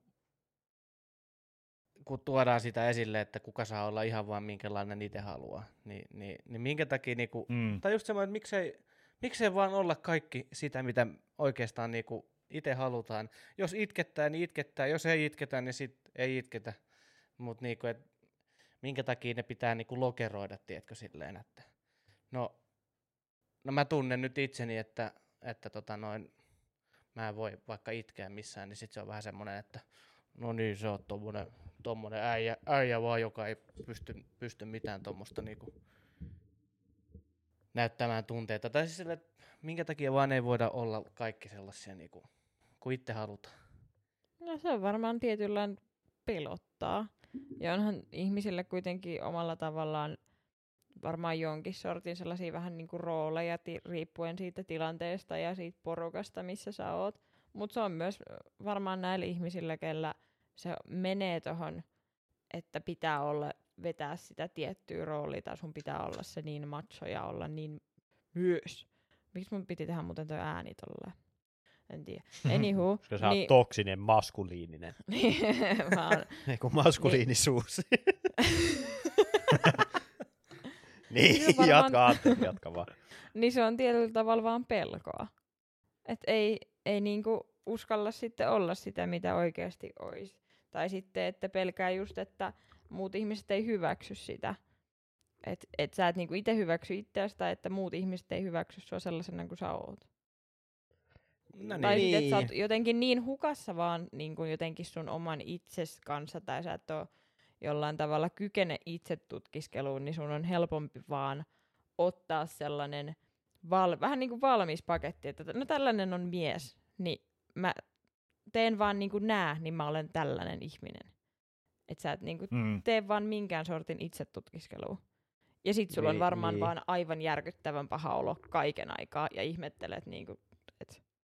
kun tuodaan sitä esille, että kuka saa olla ihan vaan minkälainen itse haluaa, niin minkä takia, niinku, tai just semmoinen, että miksei vaan olla kaikki sitä, mitä oikeastaan niinku itse halutaan. Jos itkettää, niin itkettää. Jos ei itketä, niin sit ei itketä. Mutta niinku, minkä takia ne pitää niinku lokeroida, tiedätkö, silleen, että No mä tunnen nyt itseni, että mä en voi vaikka itkeä missään, niin sit se on vähän semmoinen, että no niin, se on tommonen äijä vaan, joka ei pysty mitään tommosta niinku näyttämään tunteita. Tai siis sille, että minkä takia vaan ei voida olla kaikki sellaisia niinku, kuin itse halutaan. No se on varmaan tietynlainen pelottaa. Ja onhan ihmisille kuitenkin omalla tavallaan varmaan jonkin sortin sellaisia vähän niinku rooleja riippuen siitä tilanteesta ja siitä porukasta, missä sä oot. Mutta se on myös varmaan näillä ihmisillä, kellä se menee tohon, että pitää olla vetää sitä tiettyä roolia, tai sun pitää olla se niin macho ja olla niin myös. Miksi mun piti tehdä muuten toi ääni tolleen? En tiedä. Anywho. Koska sä oot toksinen maskuliininen. Eiku maskuliinisuus. Niin, jatka vaan. Niin se on tietyllä tavalla vaan pelkoa. Et ei niinku uskalla sitten olla sitä, mitä oikeasti olisi. Tai sitten, että pelkää just, että muut ihmiset ei hyväksy sitä. Et sä et niinku itse hyväksy itseäsi, tai että muut ihmiset ei hyväksy sua sellaisena kuin sä oot. No tai niin. sitten, että sä oot jotenkin niin hukassa vaan niinku jotenkin sun oman itses kanssa, tai sä et oo jollain tavalla kykene itse tutkiskeluun, niin sun on helpompi vaan ottaa sellainen vähän niin kuin valmis paketti, että no tällainen on mies, niin mä teen vaan niin kuin niin mä olen tällainen ihminen. Että sä et niin kuin tee vaan minkään sortin itsetutkiskelua. Ja sit sulla on varmaan vaan aivan järkyttävän paha olo kaiken aikaa ja ihmettelet, niin kuin, että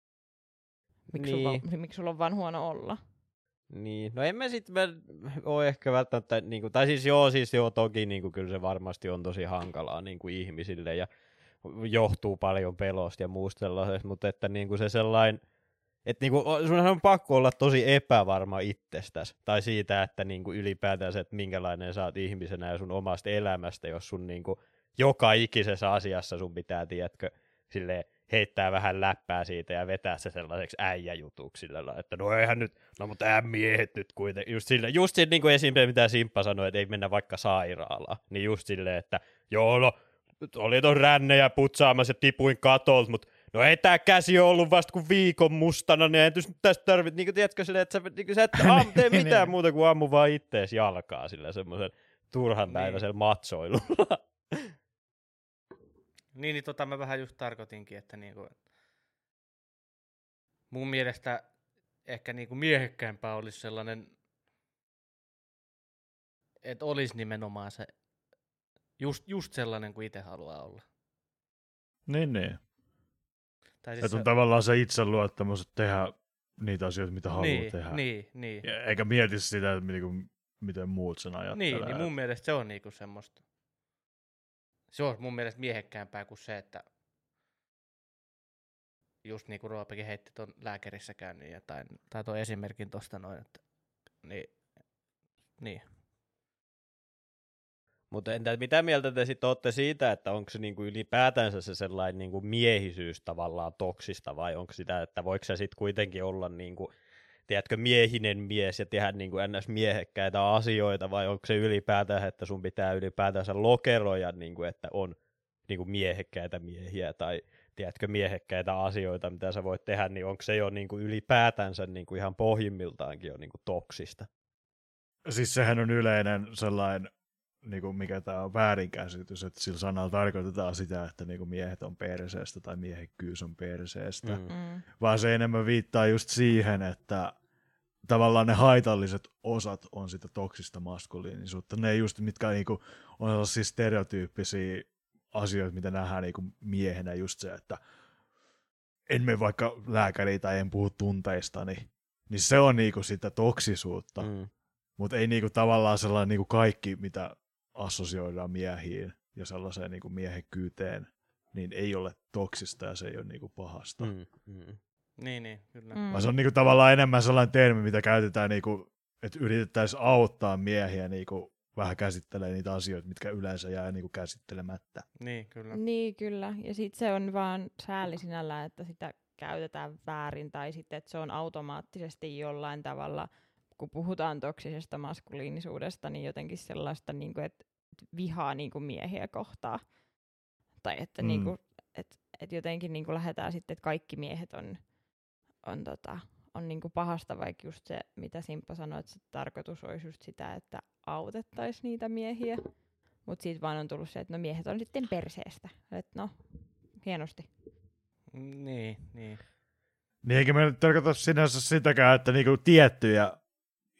miksi sulla on vaan huono olla. Niin, no en mä sit ole ehkä välttämättä, niinku, tai siis joo toki niinku, kyllä se varmasti on tosi hankalaa niinku, ihmisille ja johtuu paljon pelosta ja muusta sellaisesta, mutta että niinku, se sellainen, että niinku, sunhan on pakko olla tosi epävarma itsestäsi, tai siitä, että niinku, ylipäätään se, että minkälainen sä oot ihmisenä ja sun omasta elämästä, jos sun niinku, joka ikisessä asiassa sun pitää, tiedätkö, silleen, heittää vähän läppää siitä ja vetää se sellaiseksi äijäjutuksi sillä lailla, että no eihän nyt, no mutta miehet nyt kuitenkin, just silleen niin kuin esimerkiksi mitä Simppa sanoi, että ei mennä vaikka sairaalaan, niin just silleen, että joo no, oli ton rännejä putsaamassa ja tipuin katolta, mutta no ei tää käsi ole ollut vasta kuin viikon mustana, niin ei tästä tarvitse, niin kuin tiedätkö silleen, että sä et tee mitään muuta kuin ammu vaan ittees jalkaa sillä semmoisen turhan päiväisellä matsoilulla. Niin mä vähän just tarkoitinkin, että niinku, mun mielestä ehkä niinku miehekkäämpää olisi sellainen, että olisi nimenomaan se just sellainen kuin itse haluaa olla. Niin. Tai siis että on tavallaan se itseluottamus, että tehdä niitä asioita, mitä haluaa tehdä. Niin. Eikä mieti sitä, että miten muut sen ajattelee. Niin mun mielestä se on niinku semmoista. Se on mun mielestä miehekkäämpää kuin se, että just niin kuin Roopekin heitti ton lääkärissä käynnin tai tuon esimerkin tosta noin, että niin. Mutta entä mitä mieltä te sitten olette siitä, että onko se niinku ylipäätänsä se sellainen niinku miehisyys tavallaan toksista, vai onko sitä, että voiko se sitten kuitenkin olla niinku, tiedätkö, miehinen mies ja tehdä niinku ns. Miehekkäitä asioita, vai onko se ylipäätään, että sun pitää ylipäätänsä lokeroida, niinku, että on niinku miehekkäitä miehiä tai tiedätkö, miehekkäitä asioita, mitä sä voit tehdä, niin onko se jo niinku ylipäätänsä niinku ihan pohjimmiltaankin jo niinku toksista? Siis sehän on yleinen sellainen, niinku mikä tämä on väärinkäsitys, että sillä sanalla tarkoitetaan sitä, että niinku miehet on perseestä tai miehekkyys on perseestä, vaan se enemmän viittaa just siihen, että tavallaan ne haitalliset osat on sitä toksista maskuliinisuutta. Ne just, mitkä niinku on sellaisia stereotyyppisiä asioita, mitä nähdään niinku miehenä, just se, että en mene vaikka lääkäriin tai en puhu tunteistani, niin se on niinku sitä toksisuutta, mutta ei niinku tavallaan sellainen niinku kaikki, mitä assosioidaan miehiin ja sellaiseen niinku miehekkyyteen, niin ei ole toksista ja se ei ole niinku pahasta. Niin, kyllä. Vaan se on niinku tavallaan enemmän sellainen termi, mitä käytetään, niinku, että yritettäisiin auttaa miehiä niinku vähän käsittelemään niitä asioita, mitkä yleensä jää niinku käsittelemättä. Niin, kyllä. Ja sitten se on vaan sääli sinällään, että sitä käytetään väärin, tai sitten, että se on automaattisesti jollain tavalla, kun puhutaan toksisesta maskuliinisuudesta, niin jotenkin sellaista, niin kuin, että vihaa niin kuin miehiä kohtaan. Tai että niin kuin, että jotenkin niin kuin lähdetään sitten, että kaikki miehet on niin kuin pahasta, vaikka just se, mitä Simppa sanoi, että se tarkoitus olisi just sitä, että autettaisiin niitä miehiä. Mutta siitä vaan on tullut se, että no miehet on sitten perseestä. Että no, hienosti. Niin. Niin eikä me tarkoita sinänsä sitäkään, että niinku tiettyjä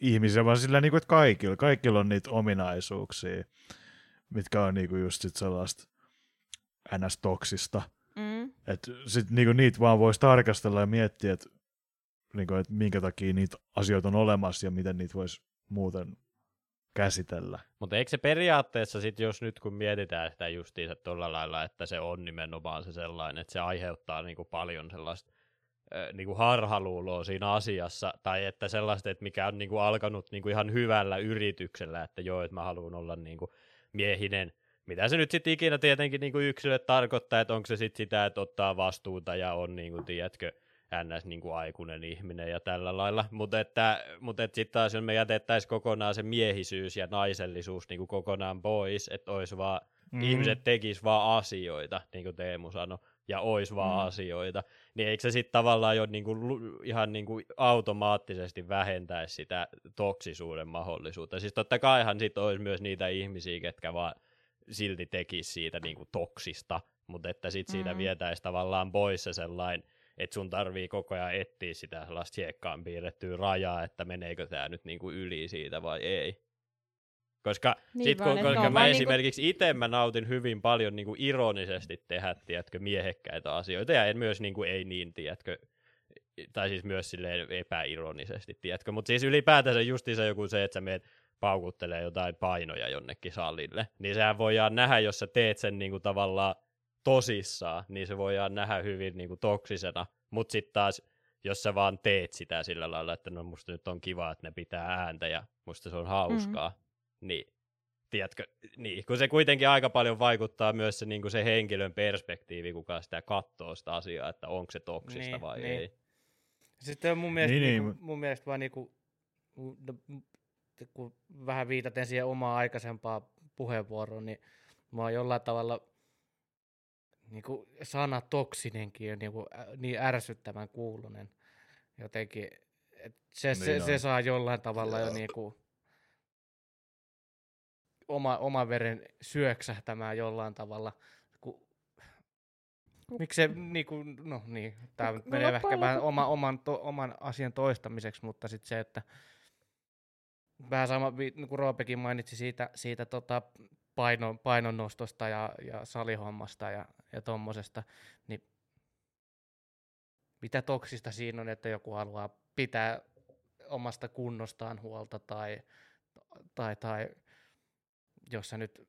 ihmisiä, vaan sillä niinku, että kaikilla on niitä ominaisuuksia, mitkä on niinku just sit sellaista NS-toksista. Että sit niinku niitä vaan voisi tarkastella ja miettiä, että niinku, et minkä takia niitä asioita on olemassa ja miten niitä voisi muuten käsitellä. Mutta eikö se periaatteessa sit, jos nyt kun mietitään sitä justiinsa tuolla lailla, että se on nimenomaan se sellainen, että se aiheuttaa niinku paljon sellaista niinku harhaluuloa siinä asiassa, tai että sellaista, että mikä on niinku alkanut niinku ihan hyvällä yrityksellä, että joo, että mä haluan olla niinku miehinen. Mitä se nyt sitten ikinä tietenkin niinku yksilölle tarkoittaa, että onko se sitten sitä, että ottaa vastuuta ja on niinku, tiedätkö, ns. Niinku aikuinen ihminen ja tällä lailla, mutta sitten taas jos me jätettäisiin kokonaan se miehisyys ja naisellisuus niinku kokonaan pois, että olisi vaan, ihmiset tekis vaan asioita, niin kuin Teemu sanoi, ja ois vaan asioita, niin eikö se sitten tavallaan jo niinku, ihan niinku automaattisesti vähentäisi sitä toksisuuden mahdollisuutta. Siis totta kaihan sitten olisi myös niitä ihmisiä, ketkä vaan silti tekisi siitä niinku toksista, mutta että sitten siitä vietäisi tavallaan pois se sellainen, että sun tarvii koko ajan etsiä sitä sellaista hiekkaan piirrettyä rajaa, että meneekö tämä nyt niinku yli siitä vai ei. Koska niin sit, vaan, koska mä niinku esimerkiksi itse mä nautin hyvin paljon niinku ironisesti tehdä, tiedätkö, miehekkäitä asioita, ja en myös niinku ei niin, tiedätkö, tai siis myös silleen epäironisesti, tiedätkö, mutta siis ylipäätänsä justiinsa joku se, että sä meet paukuttelee jotain painoja jonnekin salille, niin sehän voidaan nähdä, jos sä teet sen niinku tavallaan tosissaan, niin se voidaan nähdä hyvin niinku toksisena, mutta sitten taas, jos sä vaan teet sitä sillä lailla, että no musta nyt on kiva, että ne pitää ääntä ja musta se on hauskaa, niin tiedätkö, niin, kun se kuitenkin aika paljon vaikuttaa myös se, niinku se henkilön perspektiivi, kuka sitä katsoo sitä asiaa, että onko se toksista vai ei. Sitten mun mielestä, mun mielestä vaan niinku, kun vähän viitaten siihen omaan aikaisempaan puheenvuoroon, niin mä oon jollain tavalla niinku sana toksinenkin on niinku niin ärsyttävän kuulunen jotenkin, että se saa jollain tavalla jo niinku oma veren syöksähtämään jollain tavalla. Miksi se niinku, no niin, tää menee ehkä vähän oman asian toistamiseksi, mutta sitten se, että vähän sama, niin kuin Roopekin mainitsi siitä painonnostosta ja salihommasta ja tommosesta, niin mitä toksista siinä on, että joku haluaa pitää omasta kunnostaan huolta tai jos sä nyt,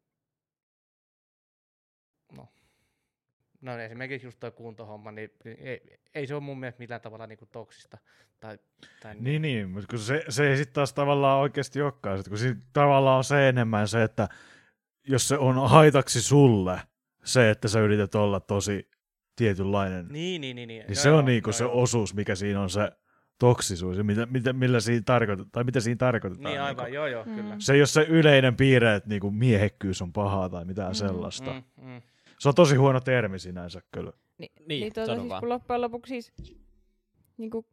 no esimerkiksi just toi kuntohomma, niin ei se ole mun mielestä millään tavalla niinku toksista. Niin, mutta kun se ei sitten taas tavallaan oikeasti olekaan, kun siinä tavallaan on se enemmän se, että jos se on haitaksi sulle, se, että sä yrität olla tosi tietynlainen, niin se on niinku se osuus, mikä siinä on se toksisuus, ja millä siinä tarkoitetaan, tai mitä siinä tarkoitetaan. Niin aivan, niin joo, kyllä. Se ei ole se yleinen piirre, että niinku miehekkyys on pahaa tai mitään sellaista. Se on tosi huono termi sinänsä kyllä. Niin siis kun loppujen lopuksi siis niinku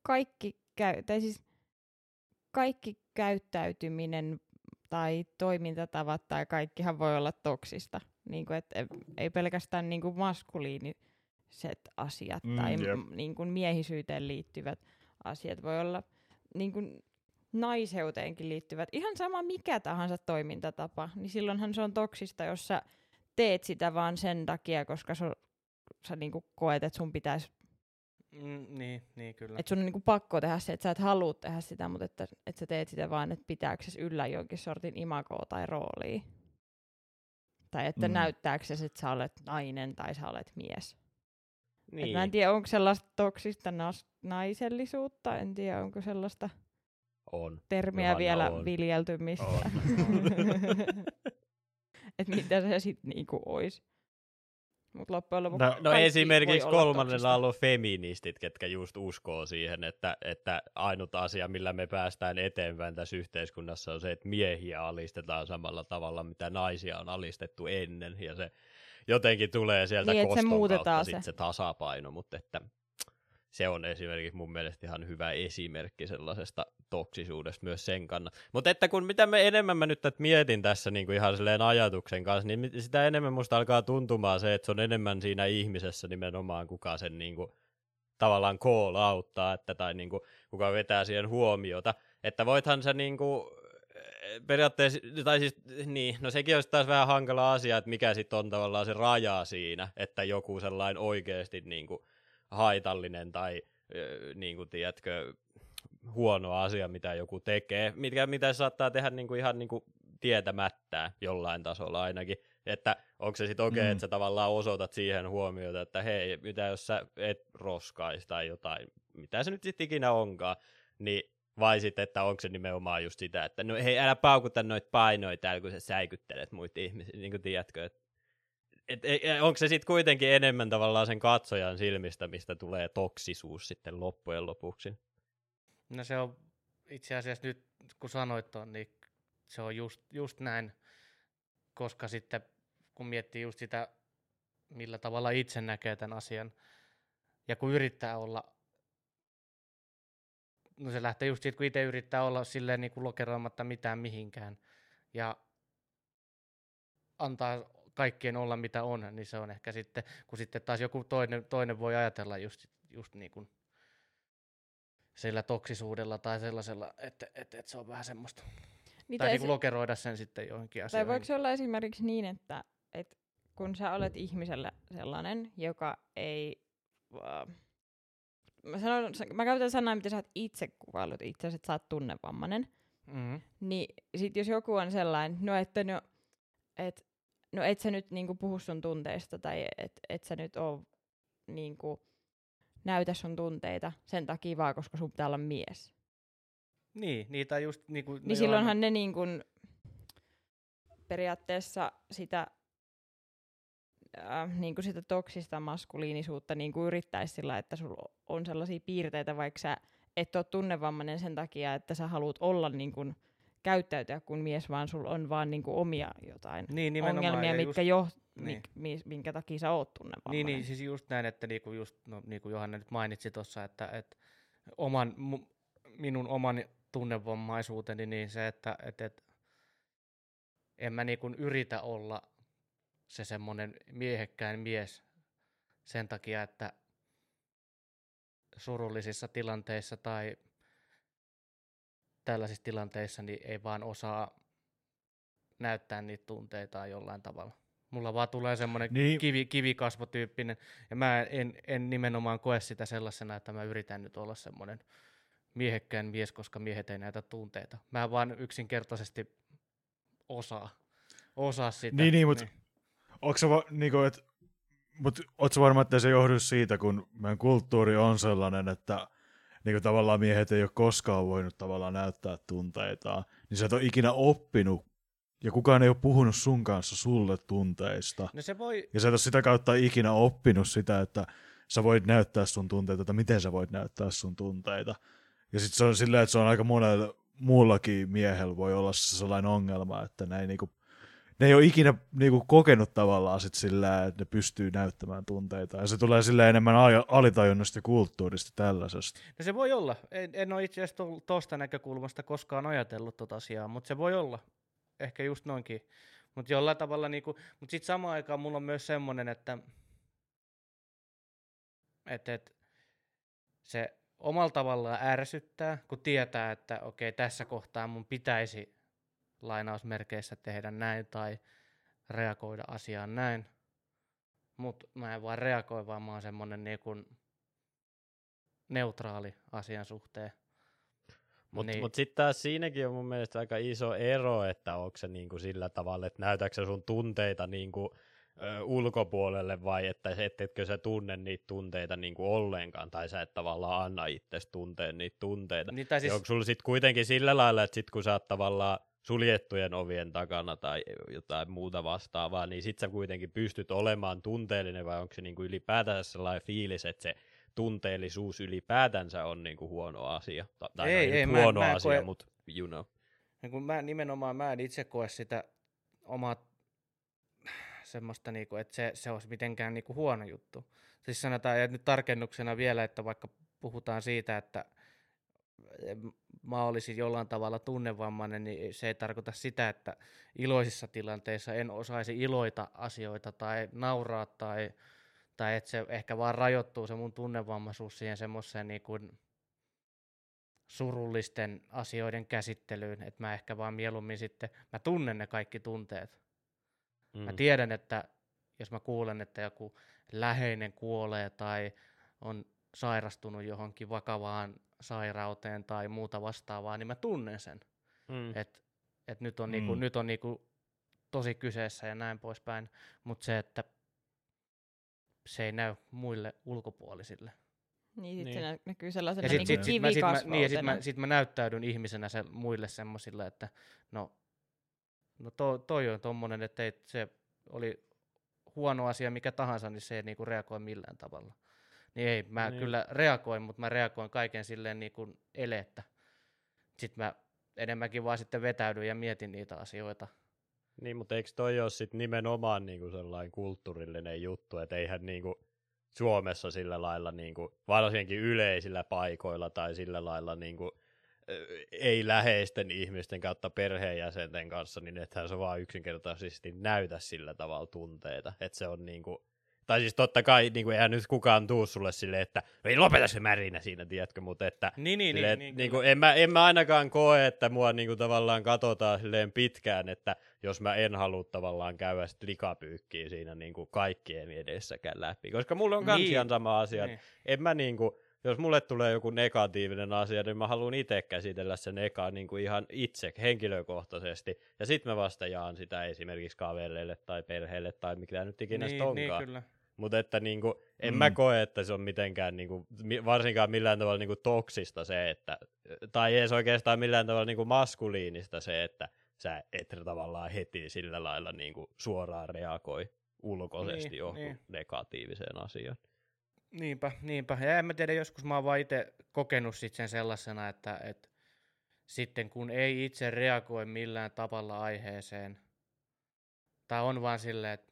kaikki käyttäytyminen tai toimintatavat tai kaikkihan voi olla toksista. Niinku, ei pelkästään niinku maskuliiniset asiat tai niinku miehisyyteen liittyvät asiat. Voi olla niinku naiseuteenkin liittyvät. Ihan sama mikä tahansa toimintatapa, niin silloinhan se on toksista, jos sä teet sitä vaan sen takia, koska sä niinku koet, että sun pitäisi niin kyllä. Että sun on niinku pakko tehdä se, että sä et halua tehdä sitä, mutta että sä teet sitä vaan, että pitääksesi yllä jonkin sortin imagoa tai roolia. Tai että näyttääksesi, että sä olet nainen tai sä olet mies. Niin. Mä en tiedä, onko sellaista toksista naisellisuutta, en tiedä, onko sellaista termiä Johanna vielä viljelty missään. Että mitä se sitten niinku ois. Mut loppujen lopuksi no esimerkiksi kolmannella on feministit, ketkä just uskoo siihen, että ainut asia, millä me päästään eteenpäin tässä yhteiskunnassa on se, että miehiä alistetaan samalla tavalla, mitä naisia on alistettu ennen, ja se jotenkin tulee sieltä niin, koston kautta se tasapaino, mutta että se on esimerkiksi mun mielestä ihan hyvä esimerkki sellaisesta toksisuudesta myös sen kannalta. Mutta että mitä enemmän mä nyt mietin tässä niin kuin ihan silleen ajatuksen kanssa, niin sitä enemmän musta alkaa tuntumaan se, että se on enemmän siinä ihmisessä nimenomaan, kuka sen niin kuin tavallaan call auttaa, tai niin kuin, kuka vetää siihen huomiota. Että voithan sä niinku periaatteessa, tai siis niin, no sekin olisi taas vähän hankala asia, että mikä sitten on tavallaan se raja siinä, että joku sellainen oikeasti niinku haitallinen tai niinku, tiedätkö, huono asia, mitä joku tekee, mitä saattaa tehdä niinku ihan niinku tietämättään jollain tasolla ainakin, että onko se sitten okei, että sä tavallaan osoitat siihen huomiota, että hei, mitä jos sä et roskaisi tai jotain, mitä se nyt sitten ikinä onkaan, niin vai sitten, että onko se nimenomaan just sitä, että no hei, älä paukuta noita painoja täällä, kun sä säikyttelet muita ihmisiä, niin kuin tiedätkö, että onko se sitten kuitenkin enemmän tavallaan sen katsojan silmistä, mistä tulee toksisuus sitten loppujen lopuksi? No se on itse asiassa nyt, kun sanoit ton, niin se on just näin, koska sitten kun miettii just sitä, millä tavalla itse näkee tämän asian, ja kun yrittää olla, no se lähtee just siitä, kun itse yrittää olla silleen niin kuin lokeroimatta mitään mihinkään, ja antaa kaikkien olla mitä on, niin se on ehkä sitten, kun sitten taas joku toinen voi ajatella just niin kuin sillä toksisuudella tai sellaisella, että se on vähän semmoista. Tai niin kuin lokeroida sen sitten johonkin asioihin. Tai voiko se olla esimerkiksi niin, että kun sä olet ihmiselle sellainen, joka ei... mä käytän sanaa, mitä sä oot itse kuvailut itse, että sä oot tunnevammainen. Mm-hmm. Niin sit jos joku on sellainen, no et sä nyt niinku puhu sun tunteista tai et sä nyt oo niinku näytä sun tunteita sen takia vaan, koska sun pitää olla mies. Niin, niitä just niinku... Niin silloinhan ne niinku periaatteessa sitä niinku sitä toksista maskuliinisuutta niinku yrittäisi sillä, että sulla on sellaisia piirteitä, vaikka sä et ole tunnevammainen sen takia, että sä haluat olla niinku käyttäytyä kuin mies, vaan sulla on vaan niinku omia jotain ongelmia, mitkä minkä takia sä oot tunnevammainen. Niin, siis just näin, että niinku Johanna nyt mainitsi tuossa, että minun oman tunnevammaisuuteni, niin se, että en mä niinku yritä olla se semmoinen miehekkään mies sen takia, että surullisissa tilanteissa tai tällaisissa tilanteissa niin ei vaan osaa näyttää niitä tunteitaan jollain tavalla. Mulla vaan tulee semmoinen kivikasvotyyppinen, ja mä en nimenomaan koe sitä sellaisena, että mä yritän nyt olla semmoinen miehekkään mies, koska miehet ei näytä tunteita. Mä vaan yksinkertaisesti osaa sitä. Mutta ootko varma, että se johdu siitä, kun meidän kulttuuri on sellainen, että niin tavallaan miehet ei ole koskaan voinut tavallaan näyttää tunteitaan, niin sä et ole ikinä oppinut, ja kukaan ei ole puhunut sun kanssa sulle tunteista. No se voi... Ja sä et ole sitä kautta ikinä oppinut sitä, että sä voit näyttää sun tunteita, että miten sä voit näyttää sun tunteita. Ja sitten se on silleen, että se on aika monella muullakin miehellä voi olla sellainen ongelma, että ne ei ole ikinä niinku kokenut tavallaan sit sillä, että ne pystyy näyttämään tunteita. Ja se tulee silleen enemmän alitajunnasta ja kulttuurista tällaisesta. No se voi olla. En ole itse asiassa tuosta näkökulmasta koskaan ajatellut tota asiaa, mutta se voi olla. Ehkä just noinkin. Mutta jollain tavalla, mutta sitten samaan aikaan mulla on myös semmoinen, että se omalla tavallaan ärsyttää, kun tietää, että okei, tässä kohtaa mun pitäisi lainausmerkeissä tehdä näin tai reagoida asiaan näin. Mutta mä en vaan reagoi, vaan mä oon semmonen neutraali asian suhteen. Mutta sitten taas siinäkin on mun mielestä aika iso ero, että onko se niinku sillä tavalla, että näytätkö sun tunteita niinku, ulkopuolelle vai että etkö sä tunne niitä tunteita niinku ollenkaan tai sä et tavallaan anna itsesi tunteen niitä tunteita. Niin, siis... onko sulla sitten kuitenkin sillä lailla, että sit kun sä oot tavallaan suljettujen ovien takana tai jotain muuta vastaavaa, niin sit sä kuitenkin pystyt olemaan tunteellinen vai onko se niinku ylipäätänsä sellainen fiilis, että se tunteellisuus ylipäätänsä on niinku huono asia. Tai ei huono asia, mutta you know. Mä en itse koe sitä omaa semmoista, että se olisi mitenkään huono juttu. Siis sanotaan, ja nyt tarkennuksena vielä, että vaikka puhutaan siitä, että mä olisin jollain tavalla tunnevammainen, niin se ei tarkoita sitä, että iloisissa tilanteissa en osaisi iloita asioita tai nauraa tai että se ehkä vaan rajoittuu se mun tunnevammaisuus siihen semmoiseen surullisten asioiden käsittelyyn, että mä ehkä vaan mieluummin sitten, mä tunnen ne kaikki tunteet. Mä tiedän, että jos mä kuulen, että joku läheinen kuolee tai on sairastunut johonkin vakavaan sairauteen tai muuta vastaavaa, niin mä tunnen sen. Että nyt on, nyt on niinku tosi kyseessä ja näin poispäin, mutta se, että se ei näy muille ulkopuolisille. Niin, sit se näkyy sellaisena ja niinku kivikasvautena. Sit mä näyttäydyn ihmisenä muille semmosille, että no toi on tommonen, että se oli huono asia mikä tahansa, niin se ei niinku reagoi millään tavalla. Niin ei, mä kyllä reagoin, mutta mä reagoin kaiken silleen niinku eleettä. Sitten mä enemmänkin vaan sitten vetäydyin ja mietin niitä asioita. Niin, mutta eikö toi ole sitten nimenomaan niinku sellainen kulttuurillinen juttu, että eihän niinku Suomessa sillä lailla, niinku, varsinkin yleisillä paikoilla tai sillä lailla niinku, ei läheisten ihmisten kautta perheenjäsenten kanssa, niin ethän se vaan yksinkertaisesti näytä sillä tavalla tunteita, että se on niinku, tai siis totta kai niinku, eihän nyt kukaan tuu sulle silleen, että ei lopeta se märinä siinä, tiedätkö, mutta että niinku, en mä ainakaan koe, että mua niinku tavallaan katsotaan silleen pitkään, että jos mä en halua tavallaan käydä sit likapyykkiä siinä niinku kaikkien edessäkään läpi, koska mulla on kans ihan sama asia, en mä niinku, jos mulle tulee joku negatiivinen asia, niin mä haluan itse käsitellä sen niin ihan itse, henkilökohtaisesti, ja sit mä vasta jaan sitä esimerkiksi kavereille tai perheelle tai mikä nyt ikinä sitä onkaan. Mutta että niinku, en mä koe, että se on mitenkään niinku, varsinkaan millään tavalla niinku toksista se, että, tai edes oikeastaan millään tavalla niinku maskuliinista se, että sä et tavallaan heti sillä lailla niinku suoraan reagoi ulkoisesti johonkin negatiiviseen asiaan. Niinpä. Ja en mä tiedä, joskus mä oon vaan itse kokenut sit sen sellaisena, että sitten kun ei itse reagoi millään tavalla aiheeseen, tai on vaan silleen, että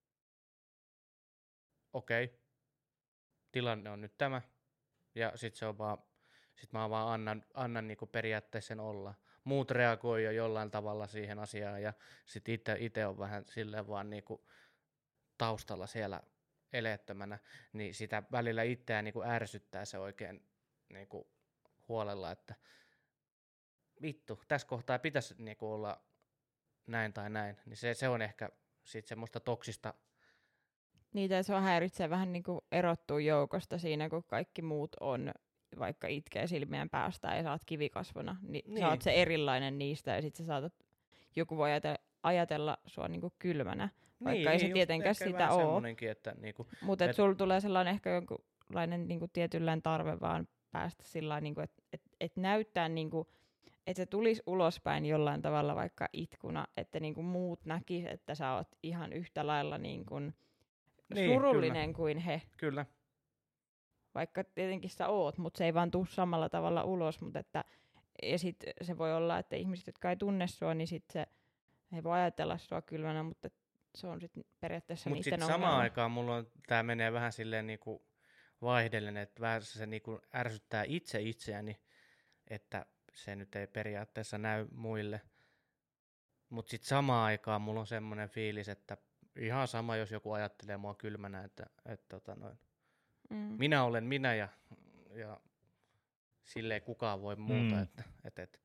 okei, tilanne on nyt tämä, ja sit mä vaan annan niinku periaatteessa sen olla. Muut reagoi jo jollain tavalla siihen asiaan, ja sit itse on vähän silleen vaan niinku taustalla siellä eleettömänä, niin sitä välillä itseään niinku ärsyttää se oikein niinku huolella, että vittu, tässä kohtaa pitäisi niinku olla näin tai näin, niin se on ehkä sit semmoista toksista. Niitä se on häiritsee vähän niinku erottua joukosta siinä, kun kaikki muut on vaikka itkee silmien päästä ja sä oot kivikasvona, niin sä oot se erilainen niistä ja sit sä saatat, joku voi ajatella sua niinku kylmänä. Vaikka ei se tietenkään sitä ole, niinku, mutta sulla tulee sellainen ehkä jonkunlainen niinku tietynlainen tarve vaan päästä sillä niinku, että näyttää, niinku, että se tulisi ulospäin jollain tavalla vaikka itkuna, että niinku muut näkis, että sä oot ihan yhtä lailla niinku surullinen kuin he. Kyllä. Vaikka tietenkin sä oot, mutta se ei vaan tuu samalla tavalla ulos. Ja sit se voi olla, että ihmiset, jotka ei tunne sua, niin sit he voi ajatella sua kylmänä, mutta se on sitten periaatteessa niiden ongelma. Mutta sitten samaan aikaan mulla on, tää menee vähän silleen niinku vaihdellen, että vähän se niinku ärsyttää itseäni, että se nyt ei periaatteessa näy muille. Mutta sitten samaan aikaan mulla on semmoinen fiilis, että ihan sama, jos joku ajattelee mua kylmänä, että minä olen minä ja silleen kukaan voi muuta. Sitten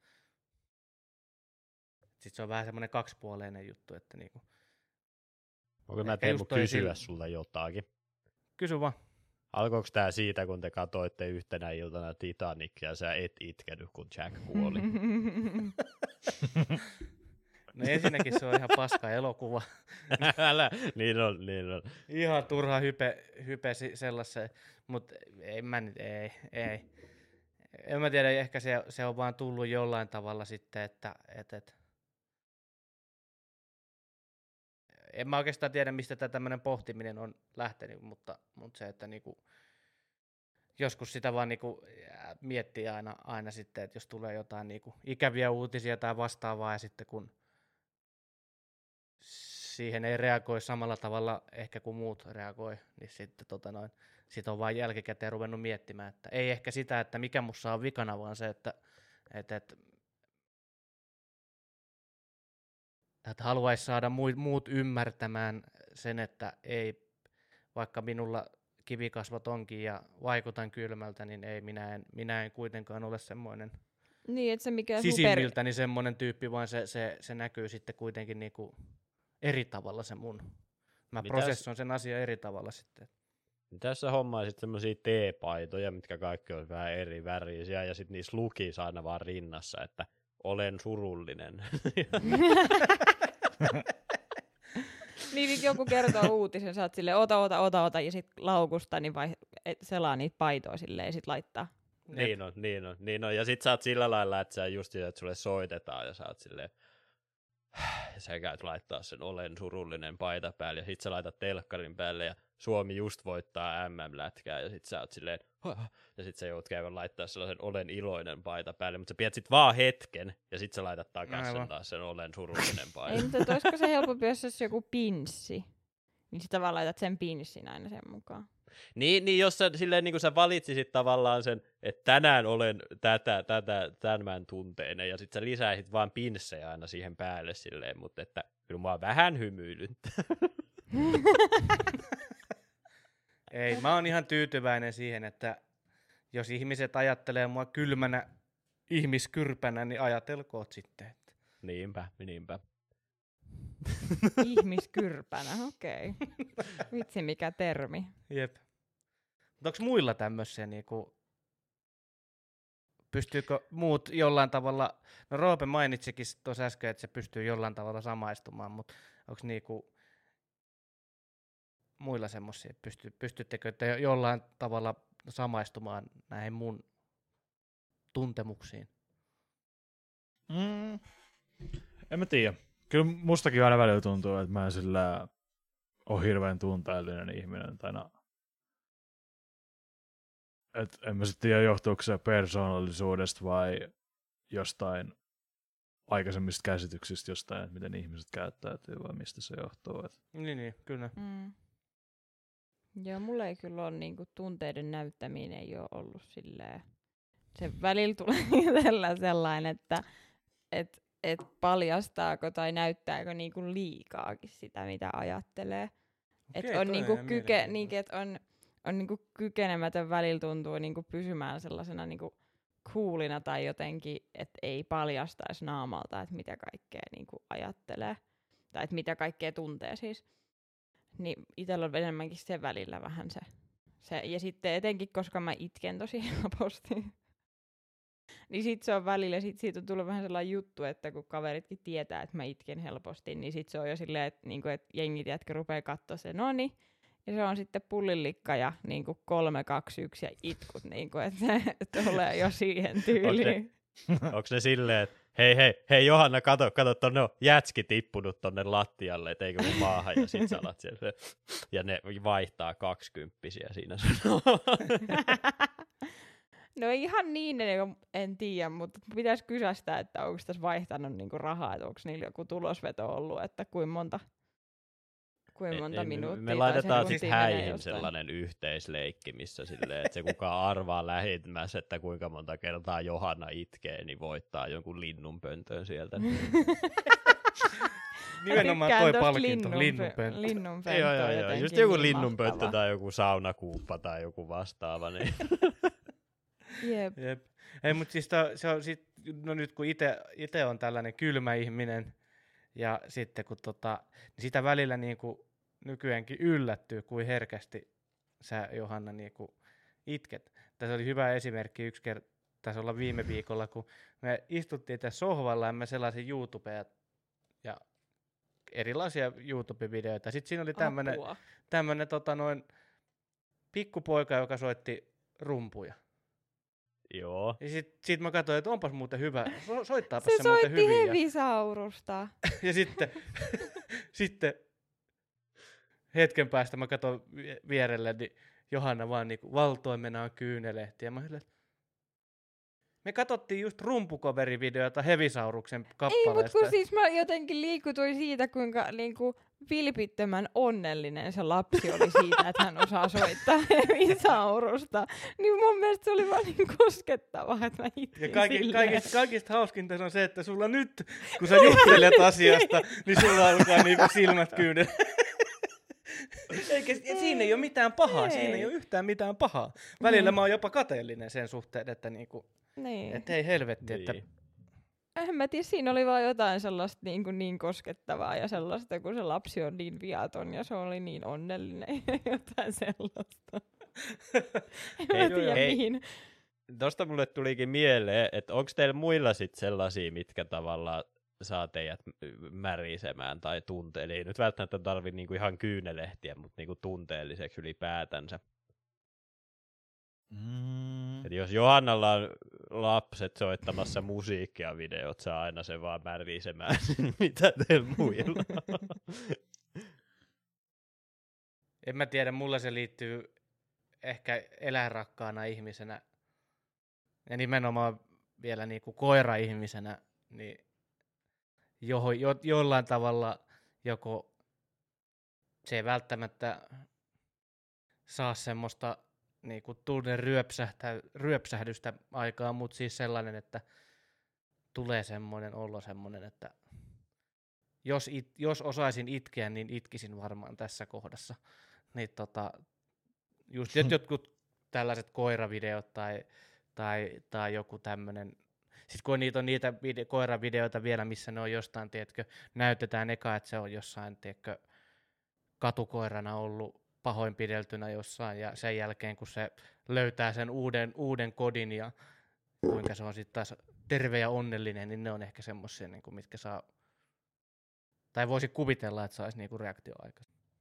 se on vähän semmoinen kaksipuoleinen juttu, että niinku. Onko mä Teemu kysyä sulta jotakin? Kysy vaan. Alkoiko tää siitä, kun te katoitte yhtenä iltana Titanic ja sä et itkenyt, kun Jack kuoli? No ensinnäkin se on ihan paska elokuva. Älä, niin on. Ihan turha hype sellaiseen, mutta ei. En mä tiedä, ehkä se on vaan tullut jollain tavalla sitten, että en mä oikeastaan tiedä, mistä tämä tämmöinen pohtiminen on lähtenyt, mutta se, että niinku, joskus sitä vaan niinku miettii aina sitten, että jos tulee jotain niinku ikäviä uutisia tai vastaavaa, ja sitten kun siihen ei reagoi samalla tavalla ehkä kuin muut reagoi, niin sitten sit on vaan jälkikäteen ruvennut miettimään, että ei ehkä sitä, että mikä mussa on vikana, vaan se, että haluaisi saada muut ymmärtämään sen, että ei, vaikka minulla kivikasvot onkin ja vaikutan kylmältä, niin ei, minä en kuitenkaan ole semmoinen Niin, että se mikä sisimmiltäni semmoinen tyyppi, vaan se näkyy sitten kuitenkin niinku eri tavalla se mun. Mä prosessoin sen asian eri tavalla sitten. Tässä hommaisit semmosia teepaitoja, mitkä kaikki on vähän eri värisiä, ja sitten niissä lukisi aina vaan rinnassa, että olen surullinen. Niin joku kertoo uutisen, sä oot silleen, ota, ja sit laukusta, niin selaa niitä paitoja silleen, ja sit laittaa. Niin on. Ja sit sä oot sillä lailla, että sä just että sulle soitetaan, ja sä oot silleen, ja sä käyt laittaa sen olen surullinen paita päälle, ja sit sä laitat telkkarin päälle, ja Suomi just voittaa MM-lätkää, ja sit sä oot silleen, ja sit sä joudut käydä laittaa sellaisen olen iloinen paita päälle, mutta sä pidät sit vaan hetken, ja sit sä laitat takaisin taas sen olen surullinen paita. Ei, mutta olisiko se helpompi, jos olisi joku pinssi, niin sit vaan laitat sen pinssin aina sen mukaan. Niin jos sä, silleen, niin kun sä valitsisit tavallaan sen, että tänään olen tämän tunteinen, ja sit sä lisäisit vaan pinssejä aina siihen päälle silleen, mutta että kyllä mua vähän hymyilyttää. Ei, mä oon ihan tyytyväinen siihen, että jos ihmiset ajattelee mua kylmänä ihmiskyrpänä, niin ajatelkoot sitten. Että. Niinpä. Ihmiskyrpänä, okei. Vitsi, mikä termi. Jep. Mutta onko muilla tämmöisiä, niinku, pystyykö muut jollain tavalla, no Roope mainitsikin tuossa äsken, että se pystyy jollain tavalla samaistumaan, mutta onko niinku muilla semmoisia, pystyttekö te jollain tavalla samaistumaan näihin mun tuntemuksiin? En mä tiedä. Kyllä mustakin aina välillä tuntuu, että mä en sillä ole hirveän tunteellinen ihminen. En mä sitten tiedä, johtuuko se persoonallisuudesta vai jostain aikaisemmista käsityksistä jostain, että miten ihmiset käyttäytyy vai mistä se johtuu. Niin, kyllä. Joo, mulla ei kyllä ole niinku tunteiden näyttäminen ei ole ollut silleen. Se välillä tulee itsellä sellainen, että paljastaako tai näyttääkö niinku liikaakin sitä, mitä ajattelee. Että on niinku on niinku kykenemätön välillä tuntuu niinku pysymään sellaisena niinku coolina tai jotenkin, että ei paljastaisi naamalta, että mitä kaikkea niinku ajattelee. Tai että mitä kaikkea tuntee siis. Niin itsellä on enemmänkin se välillä vähän se. Ja sitten etenkin, koska mä itken tosi helposti. Niin sit se on välillä, siitä on tullut vähän sellainen juttu, että kun kaveritkin tietää, että mä itken helposti, niin sit se on jo silleen, että niinku, et jengit jätkä rupeaa katsoa se, noni. Ja se on sitten pullillikka ja niinku 3, 2, 1 ja itkut, niinku, että se tulee jo siihen tyyliin. Onko ne silleen, että hei Johanna, kato, tonne on jätski tippunut tonne lattialle, et eikö mun maahan, ja sit sä alat siellä, ja ne vaihtaa 20-vuotiaita siinä sanoo. No ihan niin, en tiedä, mutta pitäisi kysästä, että onko tässä vaihtanut niinku rahaa, että onko niillä joku tulosveto ollut, että kuinka monta minuuttia. Me laitetaan sitten häihin sellainen yhteisleikki, missä silleen, että se kuka arvaa lähimmässä, että kuinka monta kertaa Johanna itkee, niin voittaa jonkun linnunpöntön sieltä. Nimenomaan toi palkinto, linnunpönttö. Joo, just joku linnunpönttö tai joku saunakuuppa tai joku vastaava. Niin. Jep. Ei, mutta siis no nyt kun itse on tällainen kylmä ihminen, ja sitten kun niin sitä välillä niinku nykyäänkin yllättyy, kuin herkästi sä, Johanna, niinku itket. Tässä oli hyvä esimerkki yksi kerta, taisi olla viime viikolla, kun me istuttiin tässä sohvalla ja me sellaisin YouTubea ja erilaisia YouTube-videoita. Sitten siinä oli tämmönen pikkupoika, joka soitti rumpuja. Joo. Ja sit mä katsoin, että onpas muuten hyvä. Soittaapas se muuten hyvin. Se soitti Hevisaurusta. Ja sitten hetken päästä mä katson vierelle, niin Johanna vaan niinku valtoimenaan kyynelehti. Ja mä sille, me katsottiin just rumpukoverivideota Hevisauruksen kappaleesta. Ei, mutta kun siis mä jotenkin liikutuin siitä, kuinka niinku vilpittömän onnellinen se lapsi oli siitä, että hän osaa soittaa Hevisaurusta. Niin mun mielestä se oli vaan niin koskettavaa, että mä itkin kaikista hauskinta on se, että sulla nyt, kun sä juttelet asiasta, niin sulla alkaa niinku silmät kyynellä. Eikä siinä ei ole mitään pahaa, siinä ei ole yhtään mitään pahaa. Välillä mä oon jopa kateellinen sen suhteen, että niinku, et ei helvetti, että en mä tiedä, siinä oli vaan jotain sellaista niin koskettavaa ja sellaista, kun se lapsi on niin viaton ja se oli niin onnellinen ja jotain sellaista. En mä tiedä mihin. Tosta mulle tulikin mieleen, että onko teillä muilla sit sellaisia, mitkä tavallaan saa teidät märisemään tai tunteelliseksi. Ei nyt välttämättä tarvitse niinku ihan kyynelehtiä, mutta niinku tunteelliseksi ylipäätänsä. Eli jos Johannalla on lapset soittamassa musiikkia videot, saa aina se vaan märisemään, mitä teillä muilla. En mä tiedä, mulla se liittyy ehkä eläinrakkaana ihmisenä ja nimenomaan vielä niinku koira-ihmisenä, niin jollain tavalla joko se ei välttämättä saa semmoista niinku tunne ryöpsähdystä aikaan, mutta siis sellainen, että tulee semmoinen olo semmoinen, että jos osaisin itkeä, niin itkisin varmaan tässä kohdassa. Niin just jotkut tällaiset koiravideot tai joku tämmöinen. Siis kun niitä on niitä koiravideoita vielä, missä ne on jostain, tiedätkö, näytetään eka, että se on jossain, tiedätkö, katukoirana ollut pahoinpideltynä jossain, ja sen jälkeen, kun se löytää sen uuden kodin, ja kuinka se on sitten taas terve ja onnellinen, niin ne on ehkä semmoisia, niin kuin, mitkä saa, tai voisi kuvitella, että saisi niinku reaktioaika.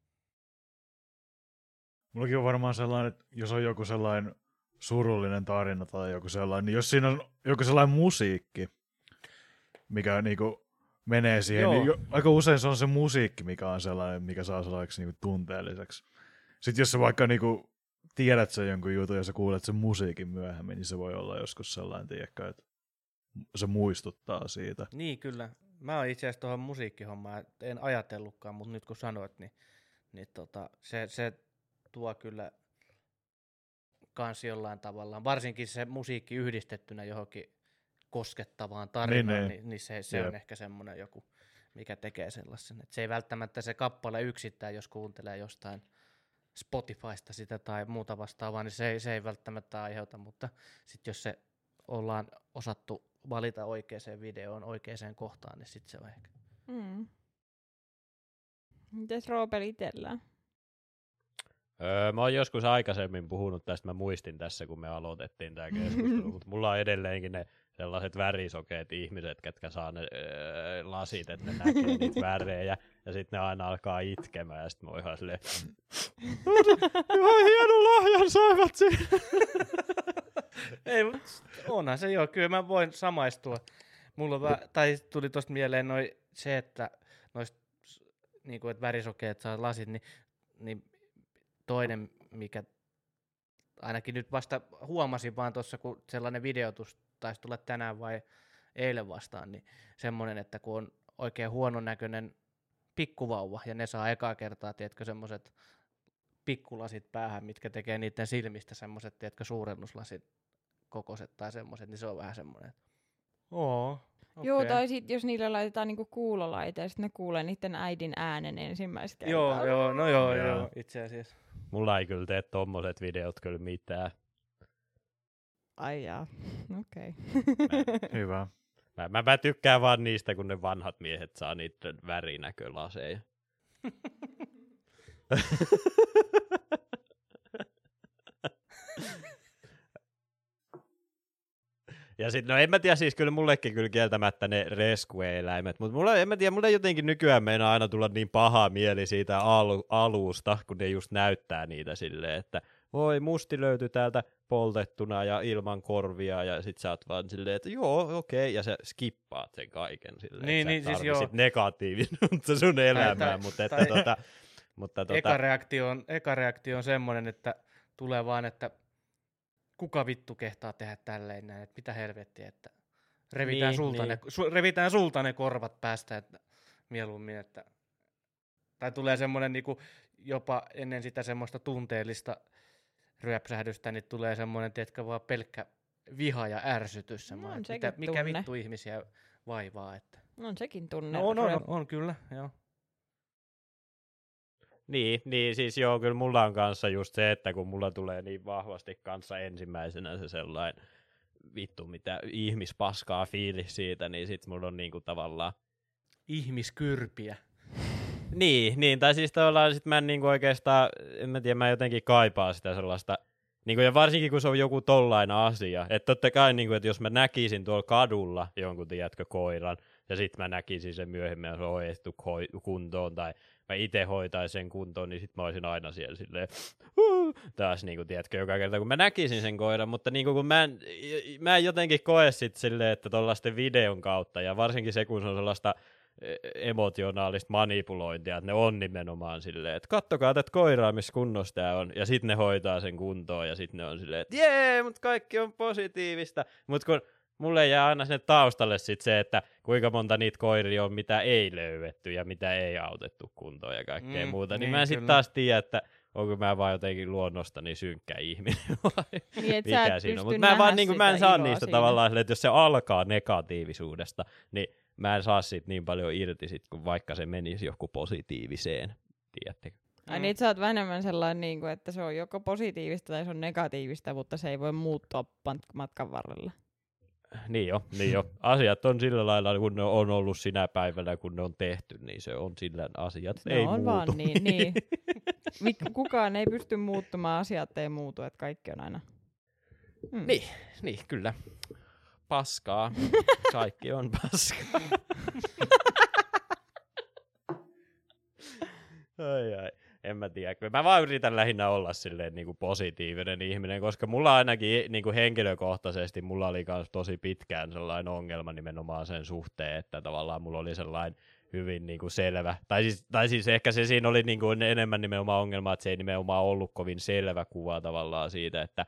Mullakin on varmaan sellainen, että jos on joku sellainen surullinen tarina tai joku sellainen, niin jos siinä on joku sellainen musiikki, mikä niinku menee siihen, niin aika usein se on se musiikki, mikä on sellainen, mikä saa sellaiseksi niinku tunteelliseksi. Sitten jos sä vaikka niinku tiedät sen jonkun jutun ja sä kuulet sen musiikin myöhemmin, niin se voi olla joskus sellainen, tiedätkö, että se muistuttaa siitä. Niin, kyllä. Mä oon itse asiassa tuohon musiikkihommaan, en ajatellutkaan, mutta nyt kun sanoit, niin se tuo kyllä kans jollain tavalla, varsinkin se musiikki yhdistettynä johonkin koskettavaan tarinaan, niin se on ehkä semmoinen joku, mikä tekee sellaisen. Et se ei välttämättä se kappale yksittäin, jos kuuntelee jostain Spotifysta sitä tai muuta vastaavaa, niin se ei välttämättä aiheuta, mutta sitten jos se ollaan osattu valita oikeaan videoon, oikeaan kohtaan, niin sitten se on ehkä. Mites Roopel itsellään? Mä oon joskus aikaisemmin puhunut tästä, mä muistin tässä, kun me aloitettiin tämä keskustelu, mutta mulla on edelleenkin ne sellaiset värisokeet ihmiset, ketkä saa ne lasit, että ne näkee niitä värejä, ja sitten ne aina alkaa itkemään, ja sitten mä oon ihan silleen, ihan hieno lahjan saivat siinä. Ei, onhan se joo, kyllä mä voin samaistua. Mulla tuli tosta mieleen se, että noista niinku, että värisokeet saa lasit, niin toinen, mikä ainakin nyt vasta huomasin vaan tuossa, kun sellainen videotus taisi tulla tänään vai eilen vastaan, niin semmoinen, että kun on oikein huonon näköinen pikkuvauva ja ne saa ekaa kertaa, tiedätkö, semmoiset pikkulasit päähän, mitkä tekee niiden silmistä semmoiset, tiedätkö, suurennuslasit kokoiset tai semmoiset, niin se on vähän semmoinen, että Okay. Joo, tai sitten jos niille laitetaan niinku kuulolaite ja sitten ne kuulee niiden äidin äänen ensimmäistä kertaa. Joo, itse asiassa. Mulla ei kyllä tee tommoset videot kyllä mitään. Ai jaa, okei. Hyvä. Mä tykkään vaan niistä, kun ne vanhat miehet saa niiden värinäkölaseja. Ja sit, no en mä tiedä, siis kyllä mullekin kyllä kieltämättä ne rescue-eläimet, mutta mulla jotenkin nykyään meinaa aina tulla niin paha mieli siitä alusta, kun ne just näyttää niitä silleen, että voi musti löytyi täältä poltettuna ja ilman korvia, ja sit sä oot vaan silleen, että joo, okei, ja sä skippaat sen kaiken silleen, niin, siis joo. negatiivisuutta sun elämään, mutta Eka reaktio on semmoinen, että tulee vaan, että kuka vittu kehtaa tehdä tälleen näin, että mitä helvettiä, että revitään sulta ne korvat päästä, että mieluummin, että tai tulee semmoinen niinku, jopa ennen sitä semmoista tunteellista ryöpsähdystä, niin tulee semmoinen, tiedätkö, vaan pelkkä viha ja ärsytys, semmoinen, mikä vittu ihmisiä vaivaa. Että. On sekin tunne. On kyllä, joo. Niin, siis joo, kyllä mulla on kanssa just se, että kun mulla tulee niin vahvasti kanssa ensimmäisenä se sellainen vittu mitä ihmispaskaa fiilis siitä, niin sit mulla on niinku tavallaan ihmiskyrpiä. Niin, tai siis tavallaan sit mä en niinku oikeastaan, en mä tiedä, mä jotenkin kaipaan sitä sellaista, niinku, ja varsinkin kun se on joku tollainen asia, että totta kai, niinku, että jos mä näkisin tuolla kadulla jonkun, tiedätkö, koiran, ja sit mä näkisin sen myöhemmin, ja se on hoidettu kuntoon, tai mä itse hoitaisin sen kuntoon, niin sit mä olisin aina siellä silleen, taas niinku, tiedätkö, joka kerta kun mä näkisin sen koiran, mutta niinku, kun mä en jotenkin koe sit silleen, että tollaisten videon kautta, ja varsinkin se, kun se on sellaista emotionaalista manipulointia, että ne on nimenomaan silleen, että kattokaa tätä koiraa, missä kunnossa tää on, ja sitten ne hoitaa sen kuntoon, ja sitten ne on silleen, että jee, mutta kaikki on positiivista, mutta kun mulle jää aina sinne taustalle sit se, että kuinka monta niitä koiria on, mitä ei löydetty, ja mitä ei autettu kuntoon, ja kaikkea muuta, niin mä en sitten taas tiedä, että onko mä vaan jotenkin luonnostani synkkä ihminen vai niin, mikä siinä on. Mutta mä en saa niistä siinä. Tavallaan, että jos se alkaa negatiivisuudesta, niin mä en saa siitä niin paljon irti, sit, kun vaikka se menisi joku positiiviseen, tiedättekö? Ai niin, sä oot vähemmän sellainen, että se on joko positiivista tai se on negatiivista, mutta se ei voi muuttua matkan varrella. Niin jo. Asiat on sillä lailla, kun ne on ollut sinä päivänä, kun ne on tehty, niin se on sillä asiat no ei on muutu. Vaan niin. Kukaan ei pysty muuttumaan, asiat ei muutu, että kaikki on aina. Niin, kyllä. Paskaa. Kaikki on paskaa. ai. En mä tiedä. Mä vaan yritän lähinnä olla silleen niin kuin positiivinen ihminen, koska mulla ainakin niin kuin henkilökohtaisesti mulla oli myös tosi pitkään sellainen ongelma nimenomaan sen suhteen, että tavallaan mulla oli sellainen hyvin niin kuin selvä. Tai siis ehkä se siinä oli niin kuin enemmän nimenomaan ongelma, että se ei nimenomaan ollut kovin selvä kuva tavallaan siitä, että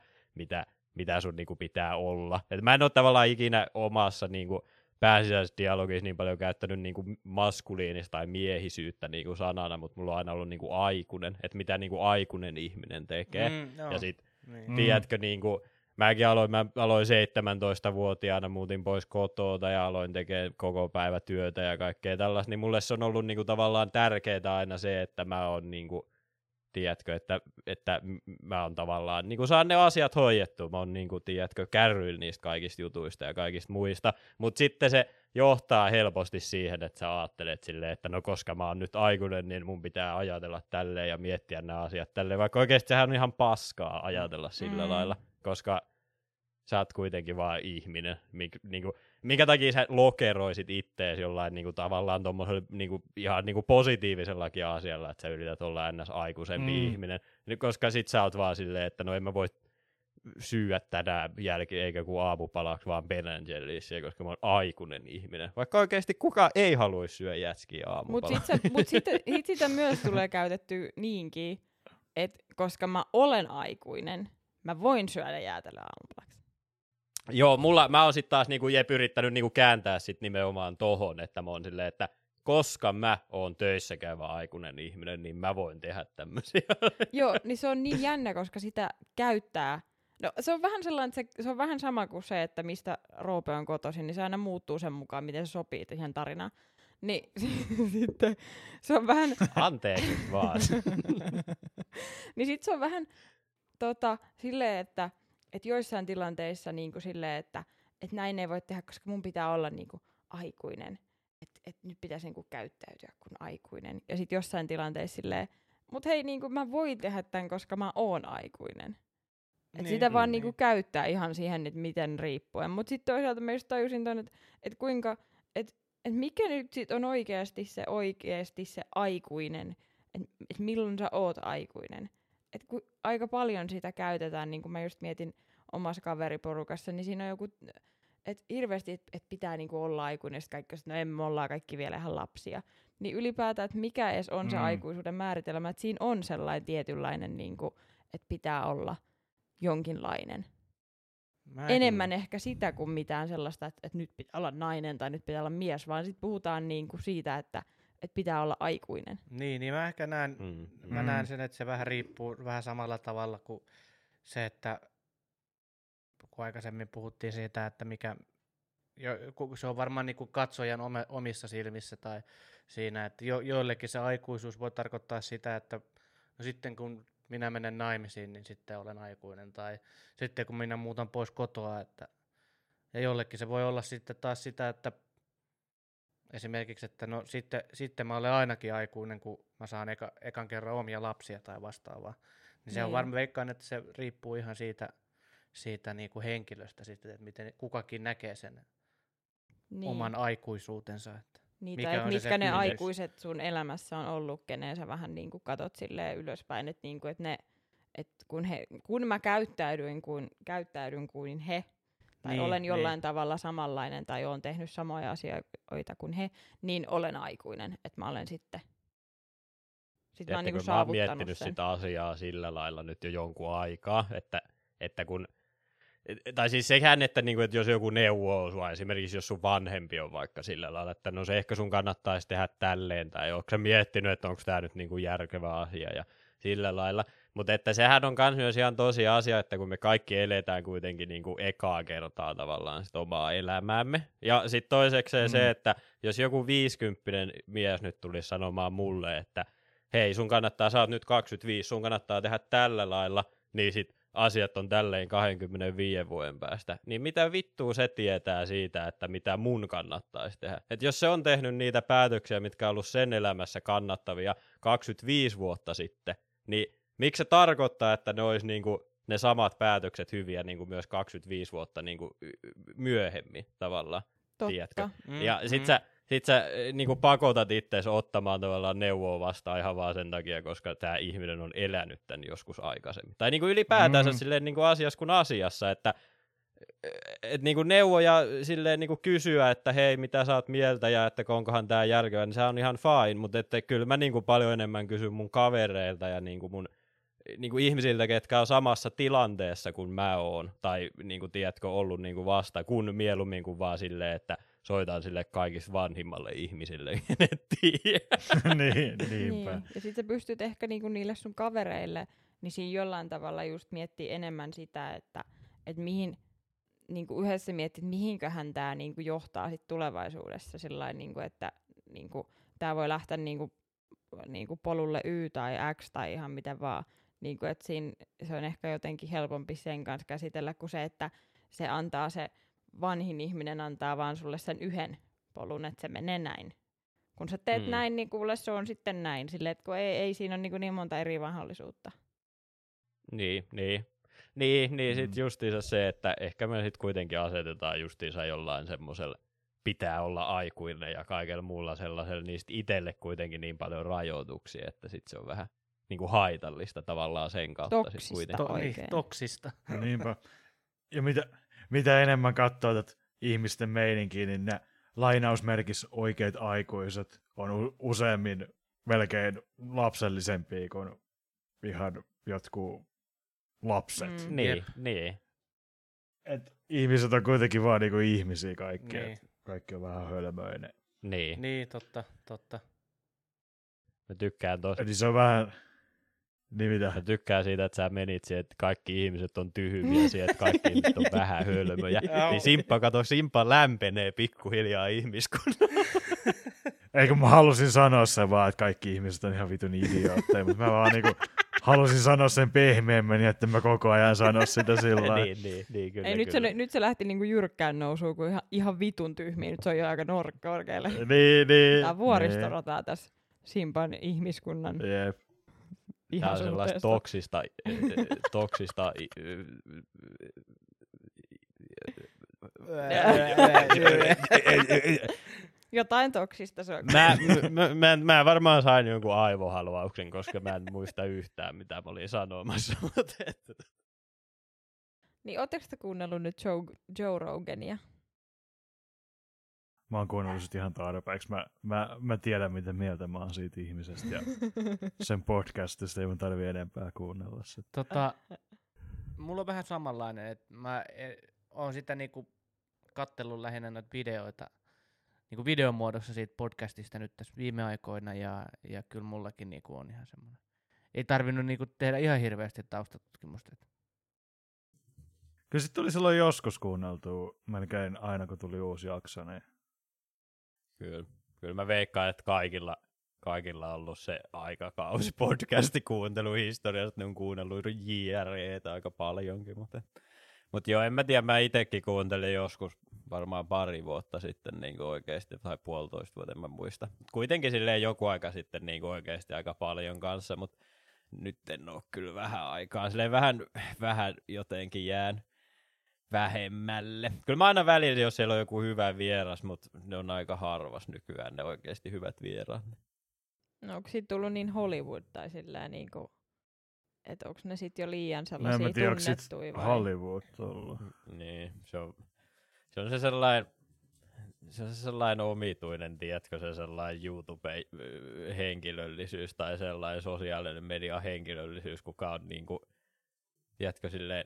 mitä sun niin kuin pitää olla. Et mä en ole tavallaan ikinä omassa niin kuin pääsisäisessä dialogissa niin paljon käyttänyt niinku maskuliinista tai miehisyyttä niinku sanana, mutta mulla on aina ollut niinku aikuinen, että mitä niinku aikuinen ihminen tekee. Ja sit, tiedätkö, niinku, mä aloin 17-vuotiaana, muutin pois kotoa ja aloin tekemään koko päivä työtä ja kaikkea tällaista, niin mulle se on ollut niinku tavallaan tärkeää aina se, että mä oon niinku, tiedätkö, että mä oon tavallaan, niin kuin saan ne asiat hoidettua, mä oon niin kuin, tiedätkö, kärryillä niistä kaikista jutuista ja kaikista muista, mutta sitten se johtaa helposti siihen, että sä ajattelet silleen, että no koska mä oon nyt aikuinen, niin mun pitää ajatella tälleen ja miettiä nämä asiat tälleen, vaikka oikeasti sehän on ihan paskaa ajatella sillä lailla, koska sä oot kuitenkin vaan ihminen, minkä takia sä lokeroisit ittees jollain niinku, tavallaan tommosella niinku, ihan niinku, positiivisellakin asialla, että sä yrität olla ns. Aikuisempi ihminen, koska sit sä oot vaan silleen, että no en mä voi syödä tänään jälkeen eikä kuin aamupalaksi vaan Ben & Jerrysiä, koska mä oon aikuinen ihminen. Vaikka oikeasti kukaan ei haluaisi syödä jätskiä aamupalaksi. Mut sitten sitä myös tulee käytetty niinkin, että koska mä olen aikuinen, mä voin syödä jäätelöä aamupalaksi. Joo, mä oon sit taas niinku yrittänyt niinku kääntää sit nimenomaan tohon, että mä oon silleen, että koska mä oon töissä käyvä aikuinen ihminen, niin mä voin tehdä tämmösiä. Joo, niin se on niin jännä, koska sitä käyttää. No se on vähän sellainen, että se on vähän sama kuin se, että mistä Roope on kotoisin, niin se aina muuttuu sen mukaan, miten se sopii siihen tarinaan. Niin sitten se on vähän... Anteeksi vaan. Niin sit se on vähän silleen, että joissain tilanteissa niinku silleen, että näin ei voi tehdä, koska mun pitää olla niinku aikuinen. Että nyt pitäisi niinku käyttäytyä kuin aikuinen. Ja sitten jossain tilanteissa silleen, mut hei, niinku mä voin tehdä tämän, koska mä oon aikuinen. Että sitä vaan niinku käyttää ihan siihen, että miten riippuen. Mut sitten toisaalta mä just tajusin ton, että kuinka, että mikä nyt sit on oikeasti se aikuinen, että milloin sä oot aikuinen. Että aika paljon sitä käytetään, niin kuin mä just mietin omassa kaveriporukassa, niin siinä on joku, että hirveästi, että pitää niinku olla aikuinen, ja kaikki, no emme ollaan kaikki vielä ihan lapsia. Niin ylipäätään, että mikä edes on se aikuisuuden määritelmä, että siinä on sellainen tietynlainen, niinku, että pitää olla jonkinlainen. Enemmän ehkä sitä kuin mitään sellaista, että nyt pitää olla nainen tai nyt pitää olla mies, vaan sitten puhutaan niinku siitä, että pitää olla aikuinen. Niin mä ehkä näen, mä näen sen, että se vähän riippuu vähän samalla tavalla kuin se, että kun aikaisemmin puhuttiin siitä, että se on varmaan niinku katsojan omissa silmissä tai siinä, että joillekin se aikuisuus voi tarkoittaa sitä, että no sitten kun minä menen naimisiin, niin sitten olen aikuinen, tai sitten kun minä muutan pois kotoa, ja jollekin se voi olla sitten taas sitä, että esimerkiksi, että no sitten mä olen ainakin aikuinen, kun mä saan ekan kerran omia lapsia tai vastaavaa. Niin se on varmaan, veikkaan, että se riippuu ihan siitä niinku henkilöstä sitten, että miten kukakin näkee sen oman aikuisuutensa. Että tai että mitkä ne aikuiset sun elämässä on ollut, keneen sä vähän niin kuin katot silleen ylöspäin, että niinku, kun mä käyttäydyn kuin he, tai olen jollain tavalla samanlainen, tai olen tehnyt samoja asioita kuin he, niin olen aikuinen, että mä olen sitten mä oon niinku mä oon saavuttanut miettinyt sen. sitä asiaa sillä lailla nyt jo jonkun aikaa, että kun tai siis sehän, että jos joku neuvoo sua, esimerkiksi jos sun vanhempi on vaikka sillä lailla, että no se ehkä sun kannattaisi tehdä tälleen, tai onko sä miettinyt, että onko tämä nyt järkevä asia ja sillä lailla. Mutta että sehän on myös ihan tosi asia, että kun me kaikki eletään kuitenkin ekaa kertaa tavallaan sit omaa elämäämme. Ja sitten toisekseen se, että jos joku 50 mies nyt tulisi sanomaan mulle, että hei, sä oot nyt 25, sun kannattaa tehdä tällä lailla, niin sit asiat on tälleen 25 vuoden päästä, niin mitä vittua se tietää siitä, että mitä mun kannattaisi tehdä? Et jos se on tehnyt niitä päätöksiä, mitkä on ollut sen elämässä kannattavia 25 vuotta sitten, niin miksi se tarkoittaa, että ne olisi ne samat päätökset hyviä myös 25 vuotta myöhemmin tavallaan, tiedätkö? Ja sit sä pakotat itseäsi ottamaan tavallaan neuvoa vastaan ihan vaan sen takia, koska tämä ihminen on elänyt tämän joskus aikaisemmin. Tai ylipäätänsä silleen asiassa kuin asiassa, että neuvoja silleen kysyä, että hei, mitä sä oot mieltä ja että onkohan tämä järkevää, niin se on ihan fine, mutta että kyllä mä paljon enemmän kysyn mun kavereilta ja mun ihmisiltä, ketkä on samassa tilanteessa kuin mä oon, tai tiedätkö, ollut vasta, kun mieluummin kuin vaan silleen, että soitan sille kaikista vanhimmalle ihmisille, kenet tiedä. Niinpä. Niin. Ja sit sä pystyt ehkä niille sun kavereille, niin siinä jollain tavalla just miettii enemmän sitä, että mihin, yhdessä miettii, että mihinköhän tää johtaa sit tulevaisuudessa sillain, että tää voi lähteä polulle Y tai X tai ihan miten vaan. Että siinä se on ehkä jotenkin helpompi sen kanssa käsitellä kuin se, että se antaa se vanhin ihminen antaa vaan sulle sen yhden polun, että se menee näin. Kun sä teet näin, niin kuule se on sitten näin. Silleen, että kun ei siinä ole niin monta eri mahdollisuutta. Niin sit justiinsa se, että ehkä me sit kuitenkin asetetaan justiinsa jollain semmoisella pitää olla aikuinen ja kaikella muulla sellaisella, niistä itselle kuitenkin niin paljon rajoituksia, että sit se on vähän haitallista tavallaan sen kautta. Toksista oikein. Toksista. No niinpä. Ja mitä enemmän katsoo ihmisten meininkiä, niin ne lainausmerkissä oikeat aikuiset on useammin melkein lapsellisempia kuin ihan jotkut lapset. Niin. Et ihmiset on kuitenkin vaan ihmisiä kaikki. Niin. Kaikki on vähän hölmöinen. Niin, totta. Mä tykkään tosta. Eli se on vähän... Niin mitä? Mä tykkään siitä, että sä menit siihen, että kaikki ihmiset on tyhmiä siihen, että kaikki ihmiset on vähän hölmöjä. Niin Simppa lämpenee pikkuhiljaa ihmiskunnan. Eikö mä halusin sanoa sen vaan, että kaikki ihmiset on ihan vitun idiootteja, mutta mä vaan halusin sanoa sen pehmeämmän, että mä koko ajan sano sitä sillä niin, kyllä. Ei, nyt se lähti jyrkkään nousuun, kun ihan vitun tyhmiä. Nyt se on jo aika korkealle. Niin. Tämä vuoristorotaa tässä Simpan ihmiskunnan. Jep. Tämä on sellaista toksista jotain toksista se on. Mä varmaan sain jonkun aivohalvauksen, koska mä en muista yhtään, mitä mä olin sanomassa. Niin, ootteko te kuunnellut nyt Joe Rogania? Mä oon kuunnellut sit ihan tarpeeksi. Mä tiedän, miten mieltä mä oon siitä ihmisestä ja sen podcastista ei mun tarvii enempää kuunnella sitä. Mulla on vähän samanlainen, että mä oon sitä kattellut lähinnä noita videoita videon muodossa siitä podcastista nyt tässä viime aikoina ja kyllä mullakin on ihan semmoinen. Ei tarvinnut tehdä ihan hirveästi taustatutkimusta. Kyllä sitten tuli silloin joskus kuunneltua melkein aina, kun tuli uusi jakso. Niin. Kyllä mä veikkaan, että kaikilla on ollut se aikakausi podcasti kuunteluhistoriasta. Ne on kuunnellut JREtä aika paljonkin. Mutta joo, en mä tiedä, mä itekin kuuntelin joskus varmaan pari vuotta sitten niin oikeasti, tai 1,5 vuotta, en mä muista. Kuitenkin silleen joku aika sitten niin oikeasti aika paljon kanssa, mutta nyt en ole kyllä vähän aikaa. Silleen vähän jotenkin jään vähemmälle. Kyllä mä aina välillä, jos siellä on joku hyvä vieras, mutta ne on aika harvas nykyään, ne oikeasti hyvät vieraat. No onko siitä tullut niin Hollywood tai silleen niinku, että onko ne sitten jo liian sellaisia tunnettuja vai? Hollywood tullut. Niin, se on se sellainen omituinen, tiedätkö, se sellainen YouTube-henkilöllisyys tai sellainen sosiaalinen media-henkilöllisyys, kuka on niinku, tiedätkö, silleen,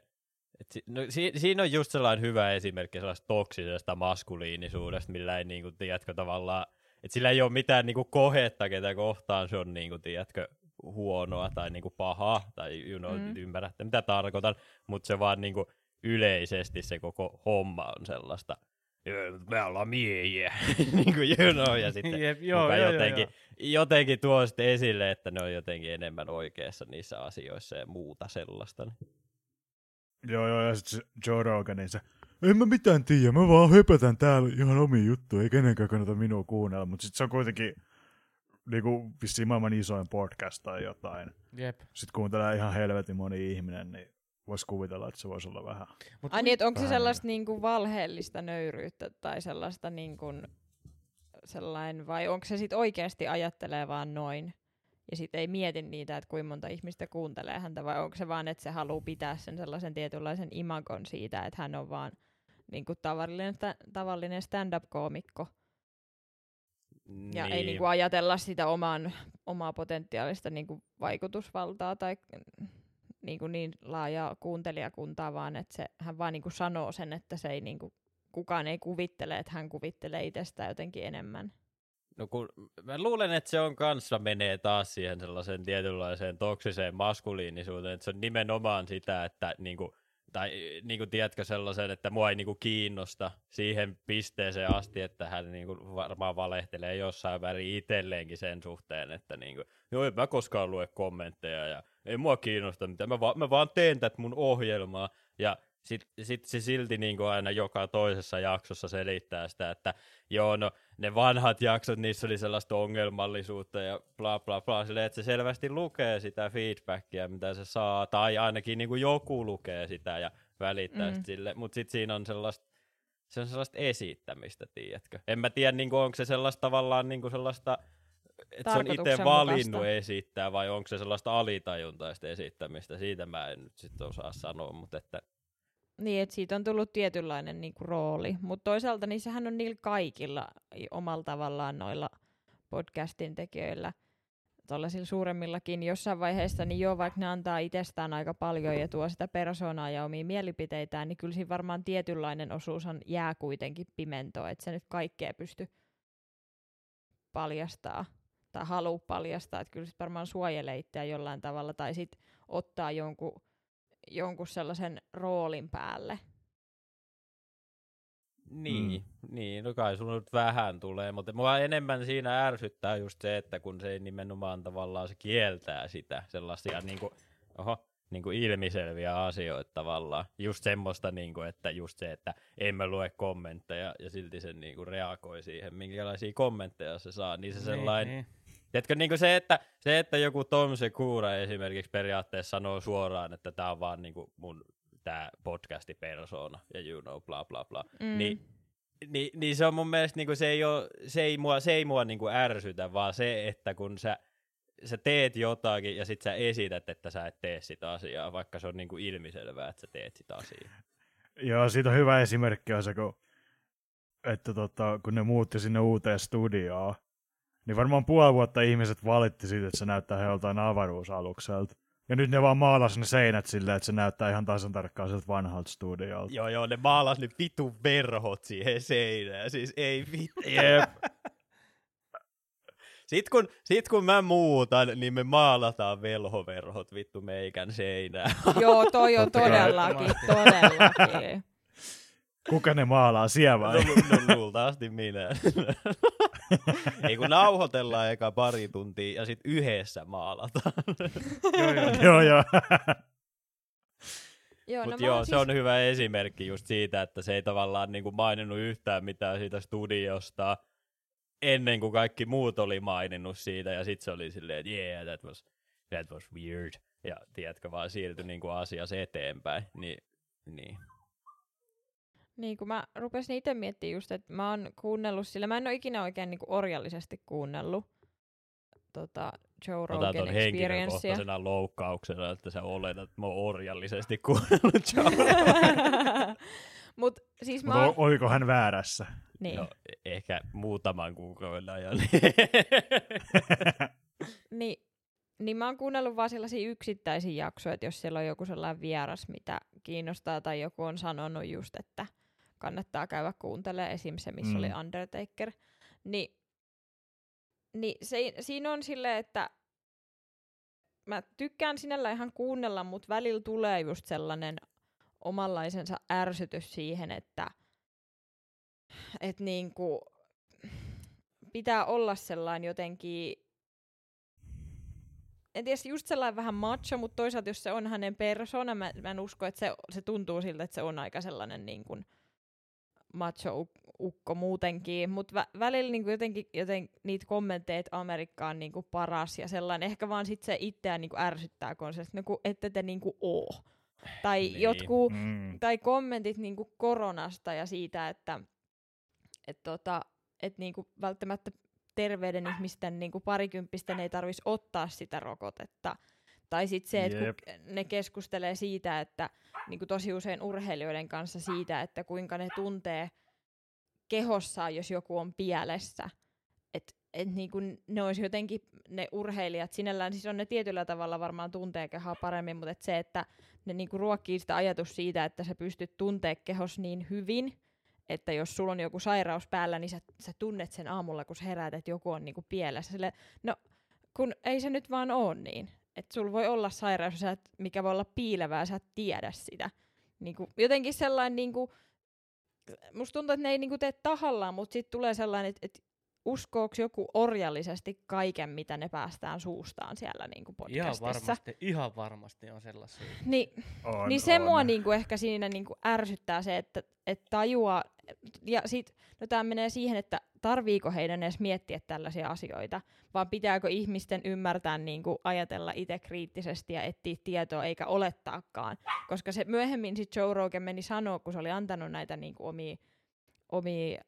siinä on just sellainen hyvä esimerkki sellaista toksisesta maskuliinisuudesta, millä ei niinku, tiedätkö, tavallaan, että sillä ei ole mitään niinku kohetta, ketä kohtaan se on niinku, tiedätkö, huonoa tai niinku pahaa, tai ymmärrätte mitä tarkoitan, mutta se vaan niinku yleisesti se koko homma on sellaista, me ollaan miehiä, niinku ja sitten jotenkin tuo sitten esille, että ne on jotenkin enemmän oikeassa niissä asioissa ja muuta sellaista. Joo, ja sitten Joe Roganin se, en mä mitään tiedä, mä vaan höpötän täällä ihan omiin juttuja, ei kenenkään kannata minua kuunnella, mutta sitten se on kuitenkin niinku vissiin maailman isoin podcast tai jotain. Jep. Sitten kuuntelee ihan helvetin moni ihminen, niin voisi kuvitella, että se voisi olla vähän. Ai niin, että onko se sellaista niinku valheellista nöyryyttä tai sellaista niinku sellainen, vai onko se sitten oikeasti ajattelee vaan noin ja sitten ei mieti niitä, että kuinka monta ihmistä kuuntelee häntä, vai onko se vaan, että se haluaa pitää sen sellaisen tietynlaisen imagon siitä, että hän on vaan niinku tavallinen stand-up-koomikko. Niin. Ja ei niinku ajatella sitä omaa potentiaalista niinku vaikutusvaltaa tai niinku niin laajaa kuuntelijakuntaa, vaan että hän vaan niinku sanoo sen, että se ei niinku, kukaan ei kuvittele, että hän kuvittelee itsestään jotenkin enemmän. No kun mä luulen, että se on kanssa menee taas siihen sellaiseen tietynlaiseen toksiseen maskuliinisuuteen, että se on nimenomaan sitä, että niinku, tai niinku tiedätkö sellaisen, että mua ei niinku kiinnosta siihen pisteeseen asti, että hän niinku varmaan valehtelee jossain värin itselleenkin sen suhteen, että niinku, joo, en mä koskaan lue kommentteja ja ei mua kiinnosta mitään, mä vaan teen tätä mun ohjelmaa ja sit se silti niinku aina joka toisessa jaksossa selittää sitä, että joo, no ne vanhat jaksot, niissä oli sellaista ongelmallisuutta ja bla bla bla, silleen, että se selvästi lukee sitä feedbackia, mitä se saa, tai ainakin niinku joku lukee sitä ja välittää sitä sille, mutta sitten siinä on sellaista esittämistä, tiedätkö? En mä tiedä, niinku, onko se sellaista tavallaan niinku sellaista, että se on itse valinnut esittää, vai onko se sellaista alitajuntaista esittämistä, siitä mä en nyt sitten osaa sanoa, mutta että niin, että siitä on tullut tietynlainen niinku rooli, mutta toisaalta niin sehän on niillä kaikilla omalla tavallaan noilla podcastin tekijöillä, tuollaisilla suuremmillakin jossain vaiheessa, niin joo, vaikka ne antaa itsestään aika paljon ja tuo sitä persoonaa ja omia mielipiteitään, niin kyllä siinä varmaan tietynlainen osuus jää kuitenkin pimentoon, että se nyt kaikkea pysty paljastaa tai haluu paljastaa, että kyllä sit varmaan suojelee itseään jollain tavalla tai sitten ottaa jonkun sellaisen roolin päälle. Niin, no kai sulla nyt vähän tulee, mutta mua enemmän siinä ärsyttää just se, että kun se nimenomaan tavallaan se kieltää sitä sellaisia niinku ilmiselviä asioita tavallaan. Just semmoista, niinku, että just se, että emme lue kommentteja ja silti se niinku reagoi siihen, minkälaisia kommentteja se saa, niin se sellainen. Tiedätkö, niin se, että joku Tom Segura esimerkiksi periaatteessa sanoo suoraan, että tämä on vaan niin kuin mun tää podcasti-persona ja you know bla bla bla, niin se on mun mielestä, niin kuin se ei mua niin kuin ärsytä, vaan se, että kun sä teet jotakin ja sit sä esität, että sä et tee sitä asiaa, vaikka se on niin kuin ilmiselvää, että sä teet sitä asiaa. Joo, siitä on hyvä esimerkki on se, kun ne muutti sinne uuteen studioon, niin varmaan puoli vuotta ihmiset valitti siitä, että se näyttää joltain avaruusalukselta. Ja nyt ne vaan maalas ne seinät silleen, että se näyttää ihan tasan tarkkaan sieltä vanhalta studiolta. Joo, ne maalas ne vitun verhot siihen seinään. Siis ei vittu. Jep. Sit kun mä muutan, niin me maalataan velhoverhot vittu meikän seinään. Joo, toi on todellakin. Kuka ne maalaa, siellä vai? No luultavasti minä. Ei kun nauhoitellaan eka pari tuntia ja sit yhdessä maalataan. Joo. Mutta joo, se on hyvä esimerkki just siitä, että se ei tavallaan niinku maininnut yhtään mitään siitä studiosta ennen kuin kaikki muut oli maininnut siitä, ja sit se oli silleen, että yeah, that was weird, ja tiedätkö, vaan siirtyi niinku asiassa eteenpäin, niin. Niin, kun mä rupesin itse miettimään just, että mä oon kuunnellut sillä, mä en ole ikinä oikein niinku orjallisesti kuunnellut Joe Rogan Experiencea. Henkilökohtaisena loukkauksena, että sä oletat, että mä oon orjallisesti kuunnellut Joe. Mut siis oliko hän väärässä? Niin. No, ehkä muutaman kuukauden ajan. Niin mä oon kuunnellut vaan sellaisia yksittäisiä jaksoja, että jos siellä on joku sellainen vieras, mitä kiinnostaa, tai joku on sanonut just, että kannattaa käydä kuuntelemaan, esim. Se, missä oli Undertaker, niin siinä on silleen, että mä tykkään sinällä ihan kuunnella, mutta välillä tulee just sellainen omanlaisensa ärsytys siihen, että niinku pitää olla sellainen jotenkin, en tiedä, just sellainen vähän macho, mutta toisaalta jos se on hänen persona, mä en usko, että se tuntuu siltä, että se on aika sellainen niin kuin macho-ukko muutenkin, mutta välillä niin kuin jotenkin niitä kommentteja, että Amerikka on niin kuin paras ja sellainen, ehkä vaan sit se itseään niin kuin ärsyttää, kun on se, että ette te niin kuin oo. Tai niin. jotkut, tai kommentit niin kuin koronasta ja siitä, että niinku välttämättä terveiden ihmisten niinku parikymppisten ei tarvitsisi ottaa sitä rokotetta. Tai sitten se, että kun ne keskustelee siitä, että niinku tosi usein urheilijoiden kanssa siitä, että kuinka ne tuntee kehossaan, jos joku on pielessä. Että niinku ne olisi jotenkin, ne urheilijat sinällään, siis on ne tietyllä tavalla varmaan tuntee kehoa paremmin, mutta et se, että ne niinku ruokkii sitä ajatus siitä, että sä pystyt tuntee kehos niin hyvin, että jos sulla on joku sairaus päällä, niin sä tunnet sen aamulla, kun sä heräät, että joku on niinku pielessä. Silleen, no, kun ei se nyt vaan ole niin. Että sulla voi olla sairaus, mikä voi olla piilevää, sä et tiedä sitä. Niinku, jotenkin sellainen, niinku, musta tuntuu, että ne ei niinku tee tahallaan, mutta sitten tulee sellainen, että uskooks joku orjallisesti kaiken, mitä ne päästään suustaan siellä niinku podcastissa. Ihan varmasti on sellaisia. Niin se mua niinku ehkä siinä niinku ärsyttää se, että tajuaa, ja sit, no tää menee siihen, että tarviiko heidän edes miettiä tällaisia asioita, vaan pitääkö ihmisten ymmärtää niinku ajatella itse kriittisesti ja etsiä tietoa eikä olettaakaan. Koska se myöhemmin sit Joe Rogan meni sanoa, kun se oli antanut näitä niinku omia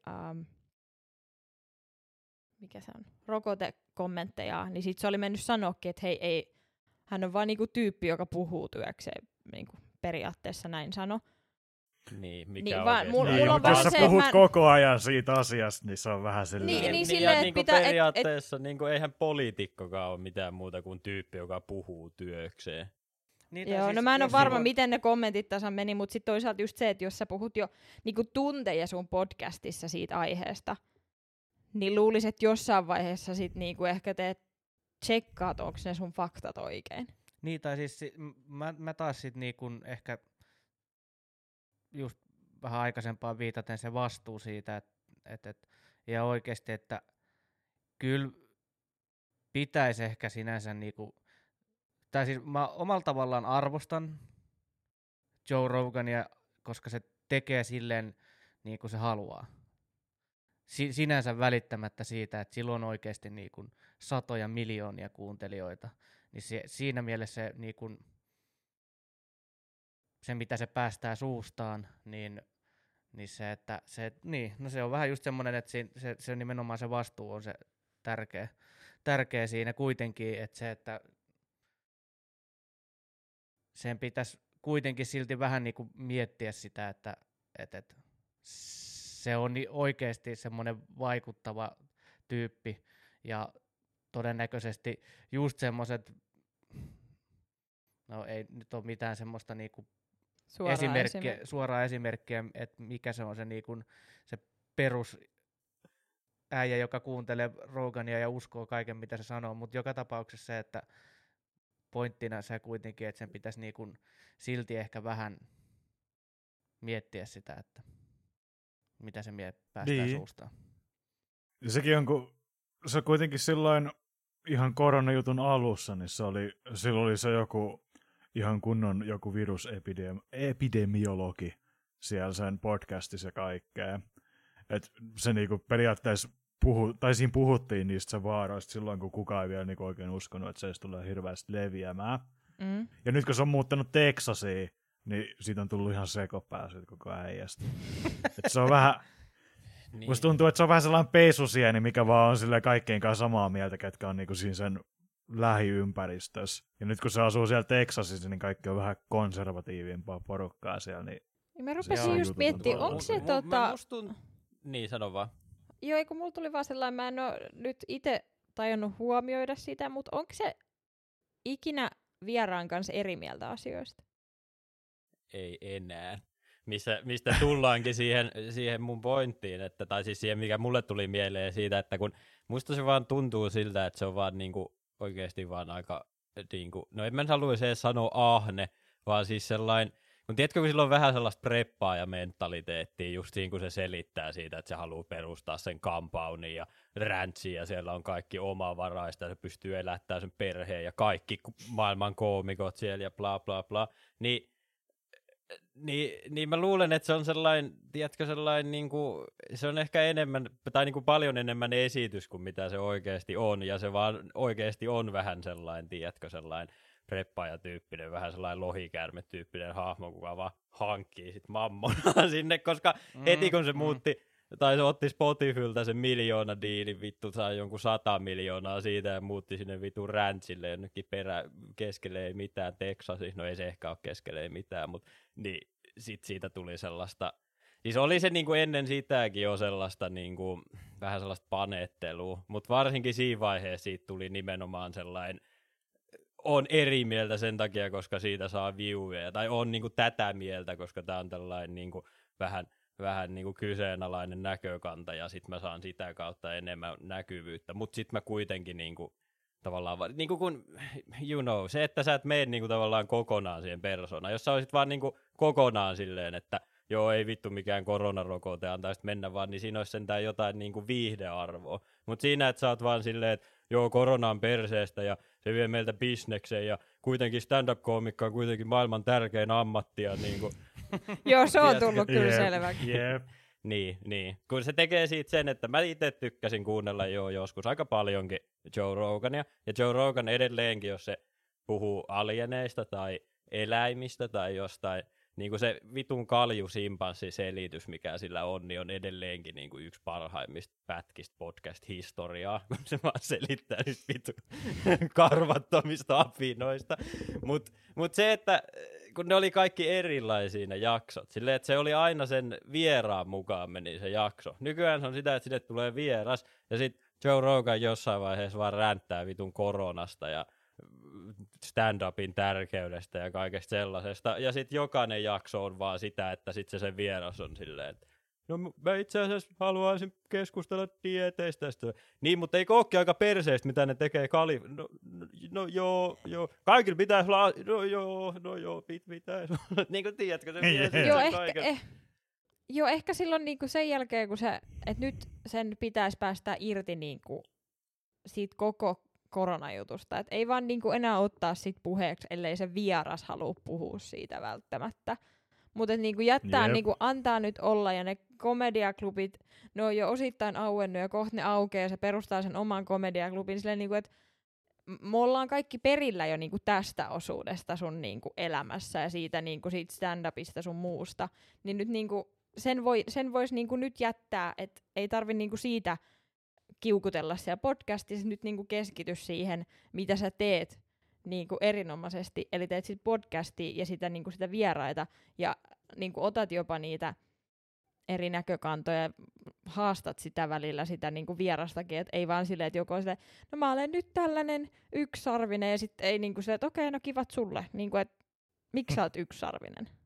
mikä se on, rokotekommentteja, niin sit se oli mennyt sanoakin, että hei, ei, hän on vaan niinku tyyppi, joka puhuu työkseen, niinku periaatteessa näin sano. Niin, mikä on jos sä puhut koko ajan siitä asiasta, niin se on vähän silleen. Niin silleen, niinku periaatteessa niinku eihän poliitikkokaan ole mitään muuta kuin tyyppi, joka puhuu työkseen. Joo, siis, no mä en ole varma, miten ne kommentit tasan meni, mutta sitten toisaalta just se, että jos sä puhut jo niinku tunteja sun podcastissa siitä aiheesta, niin luulisin, että jossain vaiheessa sit niinku ehkä tsekkaat, onko ne sun faktat oikein. Niin, tai siis mä taas sit niinku ehkä just vähän aikaisempaan viitaten se vastuu siitä, että ja oikeasti, että kyllä pitäisi ehkä sinänsä niinku, tai siis mä omalla tavallaan arvostan Joe Rogania, koska se tekee silleen niin kuin se haluaa. Sinänsä välittämättä siitä, että sillä on oikeasti niin kuin satoja miljoonia kuuntelijoita, niin siinä mielessä se, niin kuin, se mitä se päästää suustaan, niin se, että se on vähän just semmoinen, että se nimenomaan se vastuu on se tärkeä siinä kuitenkin, että se, että sen pitäisi kuitenkin silti vähän niin kuin miettiä sitä, että se on oikeasti semmoinen vaikuttava tyyppi ja todennäköisesti just semmoiset, no ei nyt ole mitään semmoista niinku suoraa esimerkkiä, että mikä se on se, niinku, se perus äijä, joka kuuntelee Rogania ja uskoo kaiken, mitä se sanoo, mutta joka tapauksessa se, että pointtina se kuitenkin, että sen pitäisi niin kuin silti ehkä vähän miettiä sitä, että mitä se päästään suustaan. Ja sekin on, kun se kuitenkin silloin ihan koronajutun alussa, niin silloin oli se joku ihan kunnon joku virusepidemiologi siellä sen podcastissa ja kaikkea. Et se niinku periaatteessa siinä puhuttiin niistä vaaroista silloin, kun kukaan ei vielä niinku oikein uskonut, että se tulee hirveästi leviämään. Mm. Ja nyt kun se on muuttanut Teksasiin, niin siitä on tullut ihan sekopää siitä koko äijästä. Et se on vähän... Niin. Musta tuntuu, että se on vähän sellainen pesusieni, mikä vaan on silleen kaikkein kanssa samaa mieltä, ketkä on niinku siinä sen lähiympäristössä. Ja nyt kun se asuu siellä Teksasissa, niin kaikki on vähän konservatiivimpaa porukkaa siellä. Niin mä rupesin just miettimään, onko se Niin, sano vaan. Joo, eikö mulla tuli vaan sellainen, mä en ole nyt itse tajunnut huomioida sitä, mutta onko se ikinä vieraan kanssa eri mieltä asioista? Ei enää. Mistä tullaankin siihen mun pointtiin, tai siis siihen, mikä mulle tuli mieleen siitä, että kun musta se vaan tuntuu siltä, että se on vaan niinku oikeasti vaan aika, niinku, no en mä haluaisi edes sanoa ahne, vaan siis sellainen, kun tiedätkö, kun sillä on vähän sellaista preppaa ja mentaliteettia, just siinä kun se selittää siitä, että se haluaa perustaa sen kampaunin ja ranchiin ja siellä on kaikki omavaraista ja se pystyy elättämään sen perheen ja kaikki maailman koomikot siellä ja bla bla bla, Niin mä luulen, että se on sellainen, tiedätkö, sellainen niinku, se on ehkä enemmän, tai niinku paljon enemmän esitys kuin mitä se oikeasti on, ja se vaan oikeasti on vähän sellainen, tiedätkö, sellainen preppaajatyyppinen, vähän sellainen lohikärmetyyppinen hahmo, kuka vaan hankkii sit mammonaa sinne, koska heti kun se muutti, tai se otti Spotifylta sen 1 miljoona diilin, vittu sai jonkun 100 miljoonaa siitä ja muutti sinne vitun ranchille jonnekin keskelle ei mitään Teksasi, no ei se ehkä ole keskelle ei mitään, mutta niin sit siitä tuli sellaista, siis oli se niinku ennen sitäkin jo sellaista niinku, vähän sellaista panettelua, mutta varsinkin siinä vaiheessa siitä tuli nimenomaan sellainen, on eri mieltä sen takia, koska siitä saa viewia, tai on niinku tätä mieltä, koska tää on tällainen niinku vähän niinku kyseenalainen näkökanta, ja sit mä saan sitä kautta enemmän näkyvyyttä, mut sit mä kuitenkin niinku tavallaan, niinku kun, se, että sä et mene niinku tavallaan kokonaan siihen persoonaan, jos sä olisit vaan niinku kokonaan silleen, että joo, ei vittu mikään koronarokote antaisit mennä vaan, niin siinä olisi sentään jotain niinku viihdearvoa, mut siinä, että sä oot vaan silleen, että joo, korona on perseestä, ja se vie meiltä bisnekseen, ja kuitenkin stand-up-koomikka on kuitenkin maailman tärkein ammatti, ja niinku joo, se on tullut kyllä selväksi. Yep. Niin. Kun se tekee siitä sen, että mä itse tykkäsin kuunnella joskus aika paljonkin Joe Rogania. Ja Joe Rogan edelleenkin, jos se puhuu alieneista tai eläimistä tai jostain, niin kuin se vitun kaljusimpanssi-selitys, mikä sillä on, niin on edelleenkin niin kuin yksi parhaimmista pätkistä podcast-historiaa, kun se vaan selittää niistä vitun karvattomista apinoista. Mut se, että kun ne oli kaikki erilaisia ne jaksot, silleen, että se oli aina sen vieraan mukaan meni se jakso. Nykyään se on sitä, että sinne tulee vieras, ja sitten Joe Rogan jossain vaiheessa vaan ränttää vitun koronasta ja stand-upin tärkeydestä ja kaikesta sellaisesta. Ja sitten jokainen jakso on vaan sitä, että sitten se vieras on silleen, että no mä itse asiassa haluaisin keskustella dieeteistä. Niin, mutta eikö ookin aika perseistä, mitä ne tekee no joo. Kaikilla pitäisi no joo, pitäisi olla. Niin kuin tiedätkö, se Joo, ehkä silloin niinku sen jälkeen, kun että nyt sen pitäisi päästä irti niinku siitä koko koronajutusta. Et ei vaan niinku enää ottaa sit puheeksi, ellei se vieras halua puhua siitä välttämättä. Mutta niinku jättää, niinku antaa nyt olla, ja ne komediaklubit, ne on jo osittain auennut, ja kohta ne aukeaa, ja se perustaa sen oman komediaklubin silleen, niinku, että me ollaan kaikki perillä jo niinku tästä osuudesta sun niinku elämässä, ja siitä, niinku, siitä stand-upista sun muusta. Niin nyt niinku, sen voisi niinku nyt jättää, että ei tarvi niinku siitä kiukutella siellä podcastissa, nyt niinku keskity siihen, mitä sä teet niinku erinomaisesti, eli teet sit podcastia ja sitä, niinku sitä vieraita, ja niinku otat jopa niitä eri näkökantoja, haastat sitä välillä sitä niinku vierastakin, että ei vaan silleen, että joko silleen, no mä olen nyt tällainen yksisarvinen, ja sitten ei niinku silleen, että okei, no kivat sulle, niinku, että miksi sä oot yksisarvinen?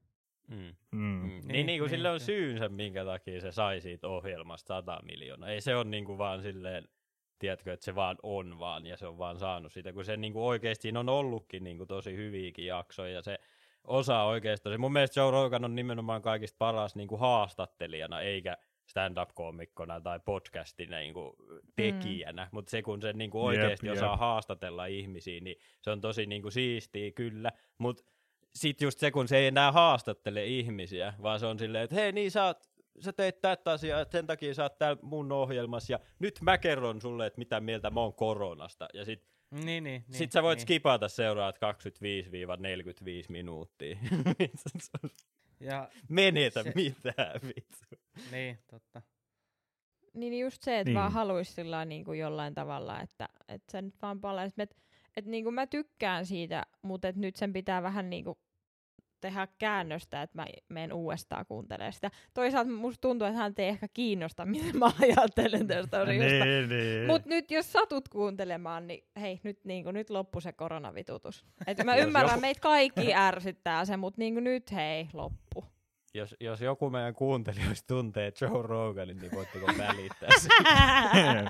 Niin kuin sille on syynsä, minkä takia se sai siitä ohjelmasta 100 miljoonaa. Ei se ole niin kuin vaan silleen, tiedätkö, että se vaan on vaan ja se on vaan saanut sitä, kun se niin kuin oikeasti siinä on ollutkin niin kuin tosi hyviäkin jaksoja ja se osaa oikeastaan. Mun mielestä Joe Rogan on nimenomaan kaikista paras niin kuin haastattelijana, eikä stand-up-koomikkona tai podcastina niin kuin tekijänä, mutta se kun se niin kuin oikeasti osaa haastatella ihmisiä, niin se on tosi niin kuin siistiä kyllä, mutta sitten just se, kun se ei enää haastattele ihmisiä, vaan se on silleen, että hei niin sä teit tätä asiaa, että sen takia sä oot täällä mun ohjelmassa ja nyt mä kerron sulle, että mitä mieltä mä oon koronasta ja sit sä voit skipata seuraavat 25-45 minuuttia. Ja menetä mitään, vittu. Niin, totta. Niin just se, että vaan haluaisi sillä niinku jollain tavalla, että se nyt vaan palaisi. Että niinku mä tykkään siitä, mutta nyt sen pitää vähän niinku tehdä käännöstä, että mä menen uudestaan kuuntelemaan sitä. Toisaalta musta tuntuu, että hän ei ehkä kiinnosta, mitä mä ajattelen tästä asiasta. Mutta nyt jos satut kuuntelemaan, niin hei, nyt loppu se koronavitutus. Että mä ymmärrän, meitä kaikki ärsyttää se, mutta niinku nyt hei, loppu. Jos joku meidän kuuntelijoista tuntee Joe Roganin, niin voitteko välittää siitä?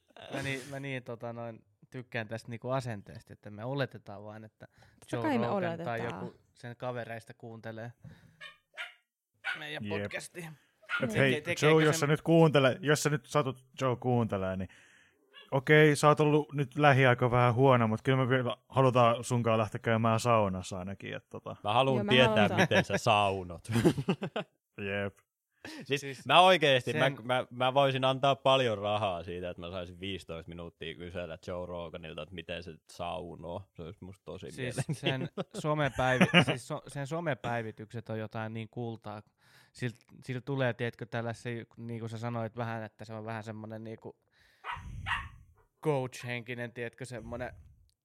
Mä tykkään tästä niinku asenteesta, että me oletetaan vaan, että Joe Rogan tai joku sen kavereista kuuntelee meidän podcastia. Hei, Joe, jos sä nyt satut Joe kuuntelee, niin okei, sä oot ollut nyt lähiaikoina vähän huono, mutta kyllä me vielä halutaan sunkaan lähteä käymään saunassa ainakin. Mä haluan tietää, miten sä saunot. Jep. Siis mä oikeesti, mä voisin antaa paljon rahaa siitä, että mä saisin 15 minuuttia kysellä Joe Roganilta, että miten se saunoo. Se olisi musta tosi mielenkiintoista. Sen somepäivitykset on jotain niin kultaa. Sillä tulee, tiedätkö, tällaisia, niin kuin sä sanoit vähän, että se on vähän semmoinen niin kuin coach-henkinen, tiedätkö, semmoinen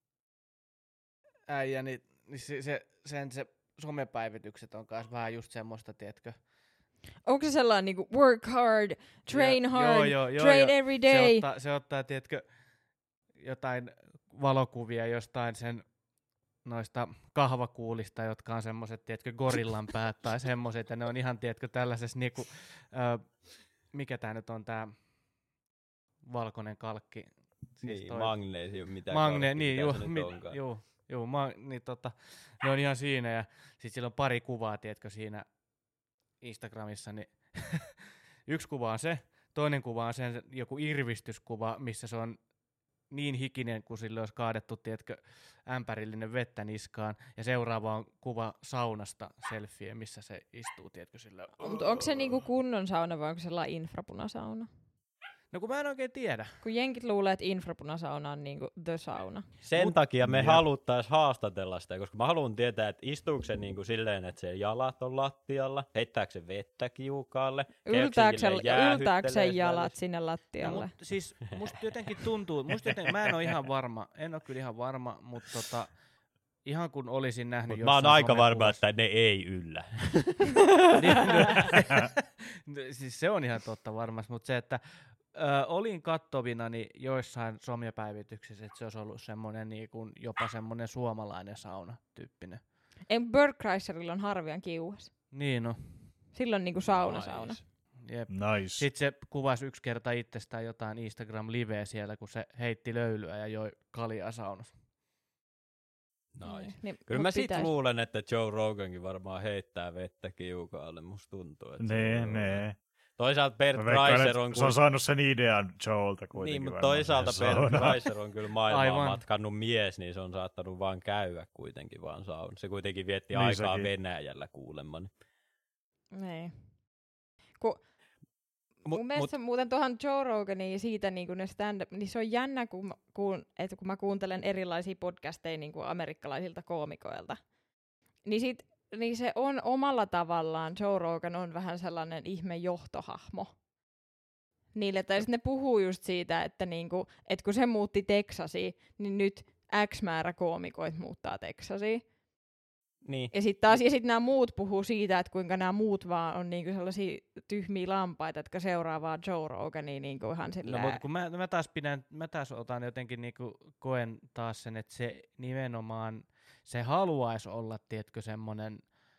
äijä, niin se somepäivitykset on kanssa vähän just semmoista, tiedätkö. Onko se sellainen niinku work hard, train hard, train every day? Se ottaa, tiedätkö, jotain valokuvia jostain sen noista kahvakuulista, jotka on semmoiset, tiedätkö, gorillan päät tai semmoiset, ja ne on ihan, tiedätkö, tällaisessa niinku, mikä tää nyt on tää valkoinen kalkki? Siis niin, magnesium, mitä ne on ihan siinä, ja sit sillä on pari kuvaa, tiedätkö, siinä Instagramissa, niin yksi kuva on se, toinen kuva on sen joku irvistyskuva, missä se on niin hikinen, kun sille olisi kaadettu, tiedätkö, ämpärillinen vettä niskaan, ja seuraava on kuva saunasta selfie, missä se istuu, tiedätkö, sillä. Mutta onko se niinku kunnon sauna vai onko se sellainen infrapunasauna? No kun mä en oikein tiedä. Kun jenkit luulee, että infrapunasauna on niinku the sauna. Sen takia me haluttais haastatella sitä, koska mä haluan tietää, että istuuko se niinku silleen, että se jalat on lattialla, heittääkö se vettä kiukaalle, yltääkö se jalat sinne lattialle? No, siis musta jotenkin tuntuu, mä en ole ihan varma, en ole kyllä ihan varma, mutta ihan kun olisin nähnyt mä oon aika varma, että ne ei yllä. Siis se on ihan totta varmasti, mutta se, että olin kattovinani joissain somepäivityksissä, että se olisi ollut semmoinen niin kuin jopa semmoinen suomalainen sauna-tyyppinen. Bergkreiserilla on harvian kiuas. Niin no. Silloin niinku sauna. Jep. Nice. Sitten se kuvasi yksi kerta itsestään jotain Instagram-liveä siellä, kun se heitti löylyä ja joi kaljaa saunassa. Nice. Niin, kyllä mä sit luulen, että Joe Rogankin varmaan heittää vettä kiukaalle, musta tuntuu. Että nee. Toisaalta Bert Kreischer on... Se on saanut sen idean Joelta kuitenkin. Niin, mutta toisaalta Bert Kreischer on kyllä maailmaa matkannut mies, niin se on saattanut vaan käydä kuitenkin vaan sauna. Se kuitenkin vietti niin aikaa sekin Venäjällä kuulemma. Niin. Mun mielestä muuten tuohon Joe Roganiin siitä niin ne stand-up, niin se on jännä, kun mä kuuntelen erilaisia podcasteja niin amerikkalaisilta koomikoilta. Niin se on omalla tavallaan, Joe Rogan on vähän sellainen ihme johtohahmo. Niille, tai sitten ne puhuu just siitä, että kun se muutti Teksasiin, niin nyt X määrä koomikoit muuttaa Teksasiin. Niin. Ja sitten nämä muut puhuu siitä, että kuinka nämä muut vaan on niinku sellaisia tyhmiä lampaita, jotka seuraavaa Joe Rogania niinku ihan silleen. No, mutta kun mä taas otan jotenkin niinku, koen taas sen, että se nimenomaan, se haluaisi olla, tiedätkö, semmoinen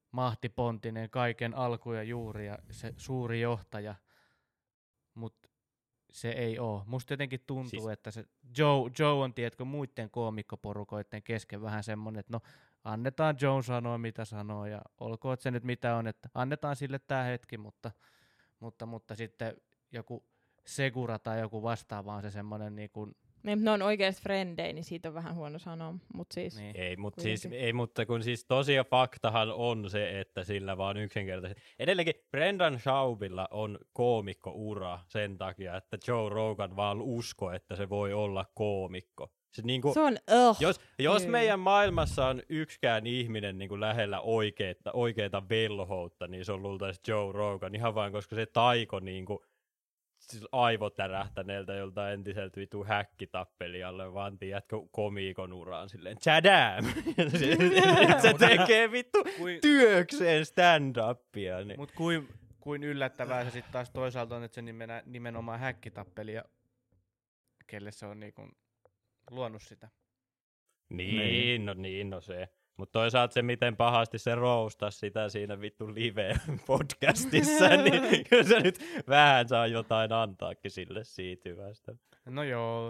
mahtipontinen, kaiken alku ja juuri ja se suuri johtaja, mutta se ei oo. Musta jotenkin tuntuu, että se Joe on, tiedätkö, muiden koomikkoporukoiden kesken vähän semmonen, että no annetaan Joe sanoa mitä sanoo ja olkoon että se nyt mitä on, että annetaan sille tää hetki, mutta sitten joku Segura tai joku vastaava on se semmonen niin kuin niin, ne on oikeasti frendejä, niin siitä on vähän huono sanoa, mutta siis niin. Ei, mutta kun siis tosiaan faktahan on se, että sillä vaan yksinkertaisesti. Edelleenkin Brendan Schaubilla on koomikko-ura sen takia, että Joe Rogan vaan uskoo, että se voi olla koomikko. Se on jos meidän maailmassa on yksikään ihminen niin kuin lähellä oikeeta velhoutta, niin se on luultavasti Joe Rogan ihan vain, koska se taiko niin kuin aivotärähtäneeltä joltain entiseltä vitu häkkitappelijalle, vaan tiedätkö komiikon uraan silleen tjadam! Se tekee vittu työkseen stand-upia. Niin. Mut kuin yllättävää se sitten taas toisaalta on, että se nimenomaan häkkitappelija, kelle se on niinku luonut sitä. Niin, no se. Mutta toisaalta se, miten pahasti se roustasi sitä siinä vittu live-podcastissa, niin kyllä se nyt vähän saa jotain antaakin sille siitä hyvästä. No joo.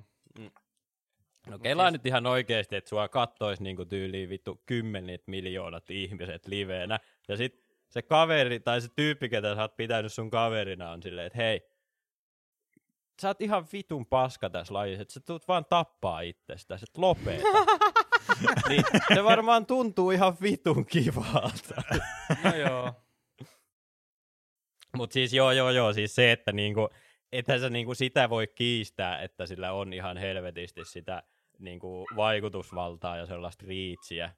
No kelaa nyt ihan oikeesti, että sua kattois niinku tyyliin vittu 10 miljoonat ihmiset liveenä, ja sit se kaveri, tai se tyyppi, ketä sä oot pitänyt sun kaverina, on silleen, että hei, sä oot ihan vitun paska tässä lajissa, että sä tulet vaan tappaa itsestäsi, että lopeta. Niin se varmaan tuntuu ihan vitun kivalta. No joo. Mut siis joo, siis se, että niinku, ethän sä niinku sitä voi kiistää, että sillä on ihan helvetisti sitä niinku vaikutusvaltaa ja sellaista reachiä,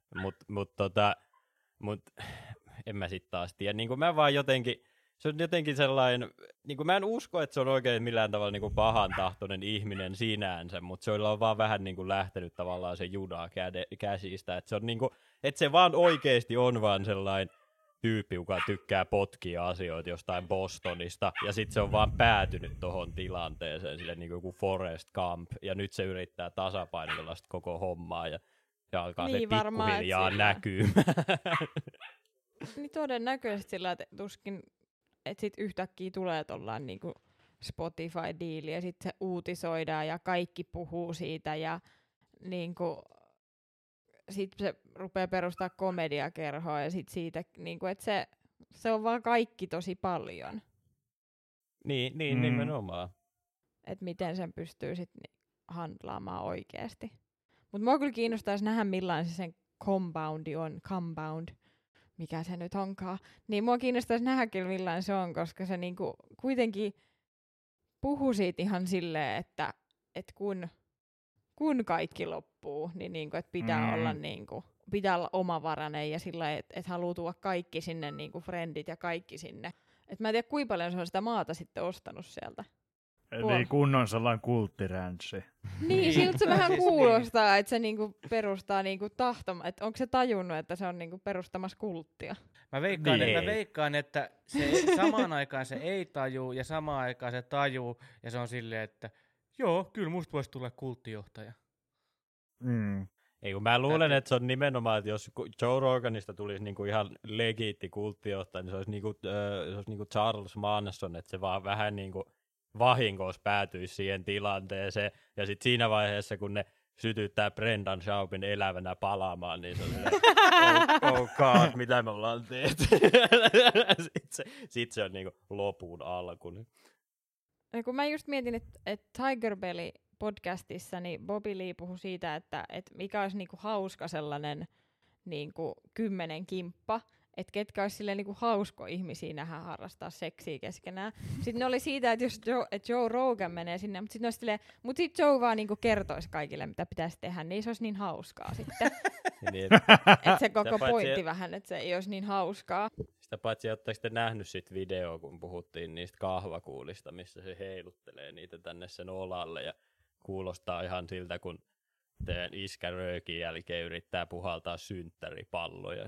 mut en mä sit taas tiedä. Niinku mä vaan jotenkin, se on jotenkin sellainen, niinku mä en usko, että se on oikein millään tavalla niinku pahantahtoinen ihminen sinänsä, mutta se on vaan vähän niinku lähtenyt tavallaan se judaa käsistä, että se on niinku, että se vaan oikeesti on vaan sellainen tyyppi, joka tykkää potkia asioita jostain Bostonista, ja sitten se on vaan päätynyt tohon tilanteeseen, sille niinku joku Forrest Gump, ja nyt se yrittää tasapainotella sitä koko hommaa, ja alkaa niin se pikkuhiljaa näkymään. Niin todennäköisesti sillä, että tuskin, että sit yhtäkkiä tulee tollaan niinku Spotify-diili, ja sitten se uutisoidaan, ja kaikki puhuu siitä, ja niinku sitten se rupeaa perustaa komediakerhoa ja sitten siitä, niinku, että se on vaan kaikki tosi paljon. Niin nimenomaan. Että miten sen pystyy sitten handlaamaan oikeasti. Mutta mua kyllä kiinnostaisi nähdä, millainen se sen compound, mikä se nyt onkaan. Niin mua kiinnostaisi nähdä kyllä, millainen se on, koska se niinku kuitenkin puhuu siitä ihan silleen, että kun kaikki loppuu, niin niinku, että pitää olla niinku, pitää olla omavarainen ja sillä että haluaa tuoda kaikki sinne, niinku frendit ja kaikki sinne. Et mä en tiedä, kuinka paljon se on sitä maata sitten ostanut sieltä. Eli kunnon sellainen kulttiränssi. Niin, siltä se vähän kuulostaa, että se niinku perustaa niinku että onko se tajunnut, että se on niinku perustamassa kulttia. Mä veikkaan, että se samaan aikaan se ei taju ja samaan aikaan se tajuu ja se on silleen, että joo, kyllä musta voisi tulla kulttijohtaja. Ei, kun mä luulen, että se on nimenomaan, että jos Joe Roganista tulisi niinku ihan legiitti kulttijohtaja, niin se olisi niinku Charles Manson, että se vaan vähän niinku vahingossa päätyisi siihen tilanteeseen, ja sitten siinä vaiheessa, kun ne sytyttää Brendan Schaubin elävänä palaamaan, niin se on oh god, mitä me ollaan tehty. Sitten se on niinku lopun alku. Ja kun mä just mietin, että Tiger Belly podcastissa niin Bobby Lee puhui siitä, että mikä olisi niinku hauska sellainen niinku 10 kimppa, että ketkä olisi silleen niinku hausko ihmisiä nähdä harrastaa seksiä keskenään. Sitten ne oli siitä, että jos Joe Rogan menee sinne, mutta sitten Joe vaan niinku kertoisi kaikille, mitä pitäisi tehdä, niin se olisi niin hauskaa sitten. Että se koko pointti vähän, että se ei olisi niin hauskaa. Sitä paitsi, oletteko te nähnyt sit videoa, kun puhuttiin niistä kahvakuulista, missä se heiluttelee niitä tänne sen olalle, ja kuulostaa ihan siltä, kun teidän iskä röökin jälkeen yrittää puhaltaa synttäripalloja.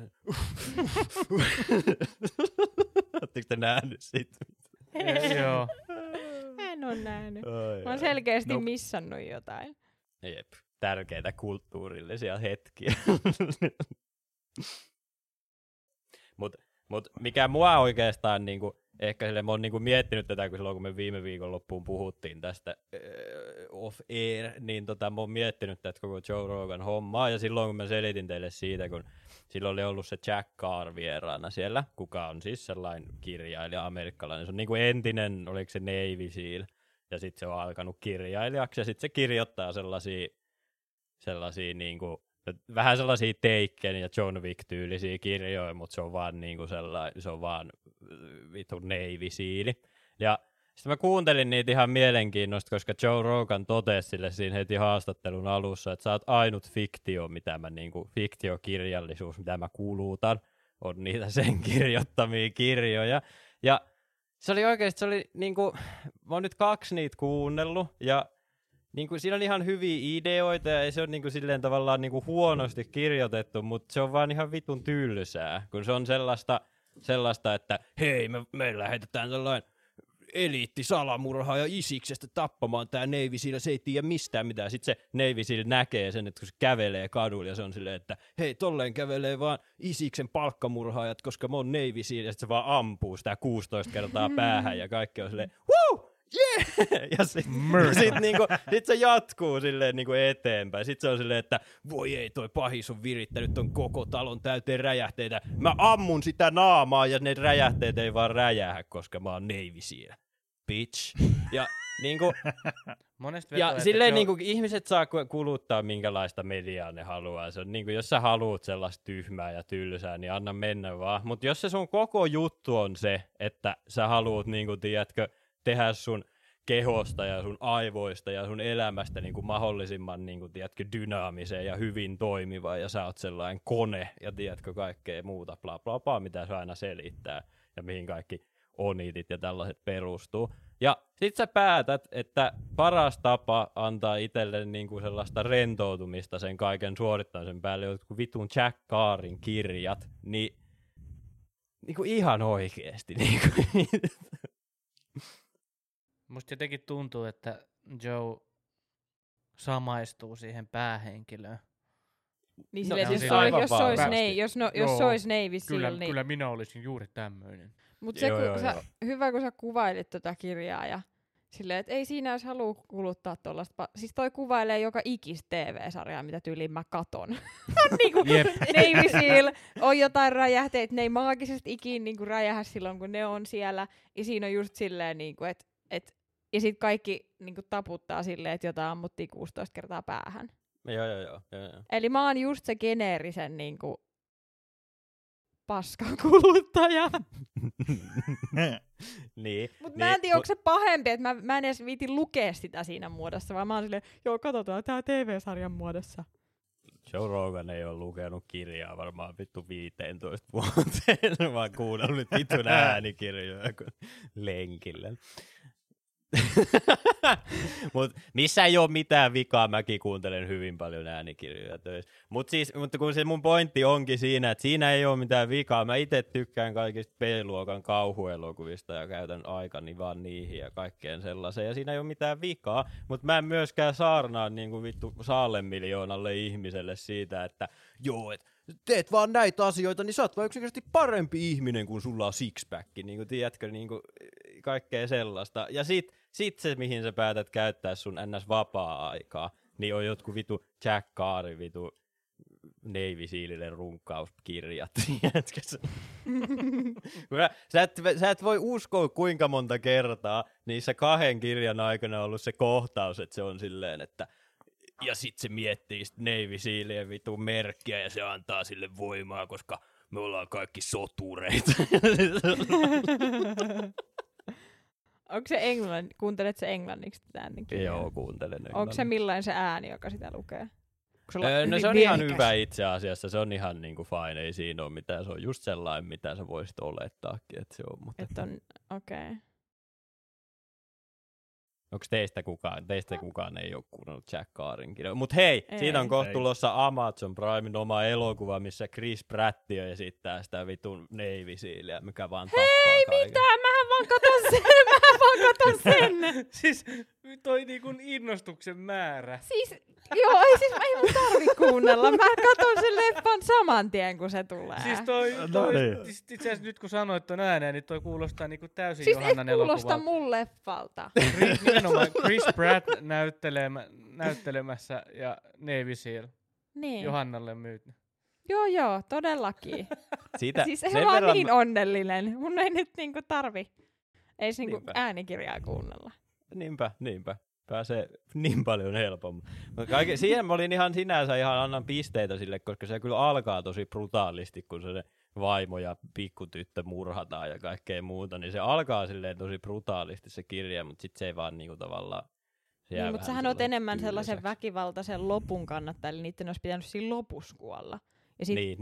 Oletteko te nähnyt sit? Joo. En ole nähnyt. Mä oon selkeästi missannut jotain. Jep, tärkeitä kulttuurillisia hetkiä. Mut mikä mua oikeastaan niinku, ehkä sille mä oon niinku miettinyt tätä, kun silloin kun me viime viikonloppuun puhuttiin tästä off air, niin mä oon miettinyt tätä koko Joe Rogan hommaa, ja silloin kun mä selitin teille siitä, kun silloin oli ollut se Jack Carr vieraana siellä, kuka on siis sellainen kirjailija, amerikkalainen, se on niinku entinen, oliko se Navy Seal, ja sitten se on alkanut kirjailijaksi, ja sitten se kirjoittaa sellaisia niinku, vähän sellaisia Taken ja John Wick-tyylisiä kirjoja, mutta se on vaan niinku sellainen, se on vaan vittu Navy Seal. Ja sitten mä kuuntelin niitä ihan mielenkiinnosta, koska Joe Rogan totesi sille siinä heti haastattelun alussa, että sä oot ainut fiktio, mitä mä niinku, fiktiokirjallisuus, mitä mä kulutan, on niitä sen kirjoittamia kirjoja. Ja se oli oikeesti, se oli niinku, mä oon nyt 2 niitä kuunnellut, ja niinku, siinä on ihan hyviä ideoita, ja se on niinku, silleen tavallaan niinku, huonosti kirjoitettu, mutta se on vaan ihan vitun tylsää, kun se on sellaista että hei, me lähetetään sellainen eliittisalamurhaaja Isiksestä tappamaan tää Navy Seal, se ei tiedä mistään mitään. Sitten se Navy Seal näkee sen, että kun se kävelee kadulla ja se on silleen, että hei, tolleen kävelee vaan Isiksen palkkamurhaajat, koska mä oon Navy Seal, ja sitten se vaan ampuu sitä 16 kertaa päähän ja kaikki on silleen, woo! Yeah! Ja sit se jatkuu silleen niinku eteenpäin. Sitten se on silleen, että voi ei, toi pahis on virittänyt ton koko talon täyteen räjähteitä. Mä ammun sitä naamaa ja ne räjähteet ei vaan räjähä, koska mä oon Navy Seal. Bitch. Ja niinku ja silleen niinku ihmiset saa kuluttaa minkälaista mediaa ne haluaa. Se on niinku, jos sä haluut sellaista tyhmää ja tylsää, niin anna mennä vaan. Mut jos se sun koko juttu on se, että sä haluut niinku, tiedätkö, tehdä sun kehosta ja sun aivoista ja sun elämästä niin kuin mahdollisimman niin kuin, tiedätkö, dynaamiseen ja hyvin toimiva, ja sä oot sellainen kone ja tiedätkö kaikkea muuta bla bla bla, mitä se aina selittää ja mihin kaikki onitit ja tällaiset perustuu. Ja sit sä päätät, että paras tapa antaa itselle niin kuin sellaista rentoutumista sen kaiken suorittamisen päälle, jotkut vitun Jack Carrin kirjat, niin kuin ihan oikeesti. Niin kuin. Musta jotenkin tuntuu, että Joe samaistuu siihen päähenkilöön. Niin sille, jos se olisi Navy Seal, niin... Kyllä minä olisin juuri tämmöinen. Mutta hyvä, kun sä kuvailit tota kirjaa ja silleen, että ei siinä jos halua kuluttaa tollaista. Siis toi kuvailee joka ikistä TV-sarjaa, mitä tyyliin mä katon. Niinku Navy Seal, on jotain räjähteitä, ne ei maagisesti ikin niinku räjähä silloin, kun ne on siellä. Ja siinä on just silleen, niinku, että ja sit kaikki niinku taputtaa silleen, että jotain ammuttiin 16 kertaa päähän. Joo. Eli mä oon just se geneerisen niinku paskan kuluttaja. Niin. Mut mä en tiedä, onko se pahempi, että mä en edes viitin lukea sitä siinä muodossa, vaan mä oon silleen, joo, katsotaan tää TV-sarjan muodossa. Joe Rogan ei ole lukenut kirjaa varmaan vittu 15 vuoteen, vaan kuunnellut vitun äänikirjoja lenkillä. Mut missä ei ole mitään vikaa, mäkin kuuntelen hyvin paljon äänikirjoja töissä. Mutta kun se mun pointti onkin siinä, että siinä ei ole mitään vikaa. Mä itse tykkään kaikista B-luokan kauhuelokuvista ja käytän aikani vaan niihin ja kaikkeen sellaiseen. Ja siinä ei ole mitään vikaa, mutta mä en myöskään saarnaa niin kuin vittu 100 miljoonalle ihmiselle siitä, että joo, et teet vaan näitä asioita, niin sä oot vaan yksinkertaisesti parempi ihminen, kun sulla on sixpack, niin kuin, tiedätkö, niin kuin, kaikkea sellaista. Ja sit se, mihin sä päätät käyttää sun ns-vapaa-aikaa, niin on jotkut vitu Jack Carrin vitu Navy Sealille runkkauskirjat, tiedätkö sä et voi uskoa, kuinka monta kertaa niissä 2 kirjan aikana on ollut se kohtaus, että se on silleen, että ja sit se miettii sit Navy Sealien vitun merkkiä ja se antaa sille voimaa, koska me ollaan kaikki sotureita. Onko se kuuntelet se englanniksi tätä äänikirjaa? Joo, kuuntelen englanniksi. Onko se millainen se ääni, joka sitä lukee? No se on ihan hyvä itse asiassa, se on ihan niinku fine, ei siinä ole mitään, se on just sellainen, mitä sä voisit olettaakin, että se on. Mutta okei. Okay. Onko teistä kukaan ei ole kuunnellut Jack Carrin kirjoja? Mut hei, siitä on kohta tulossa Amazon Primein oma elokuva, missä Chris Pratt esittää sitä vitun Navy Sealia, mikä vaan tappaa kaiken. Hei, mitä? Mähän vaan katon sen! Siis toi niinku innostuksen määrä. Siis, joo, ei mun tarvi kuunnella. Mä katson sen leffan saman tien, kun se tulee. Siis itse asiassa nyt kun sanoit ton ääneen, niin toi kuulostaa niinku täysin siis Johannan elokuvalta. Siis elokuvalta. kuulosta mun leffalta. Nimenomaan Chris Pratt näyttelemässä ja Navy Seal. Niin. Johannalle myyt. Joo, todellakin. Siitä, siis se vaan niin onnellinen. Mun ei nyt niinku tarvi edes niinku äänikirjaa kuunnella. Niinpä. Pääsee niin paljon helpommin. Siihen mä olin ihan sinänsä annan pisteitä sille, koska se kyllä alkaa tosi brutaalisti, kun se vaimo ja pikkutyttö murhataan ja kaikkea muuta, niin se alkaa silleen tosi brutaalisti se kirja, mutta sitten se ei vaan niinku tavallaan... Niin, mutta sähän oot enemmän sellaisen väkivaltaisen lopun kannattaja, eli niiden olisi pitänyt siinä lopussa kuolla. Ja sitten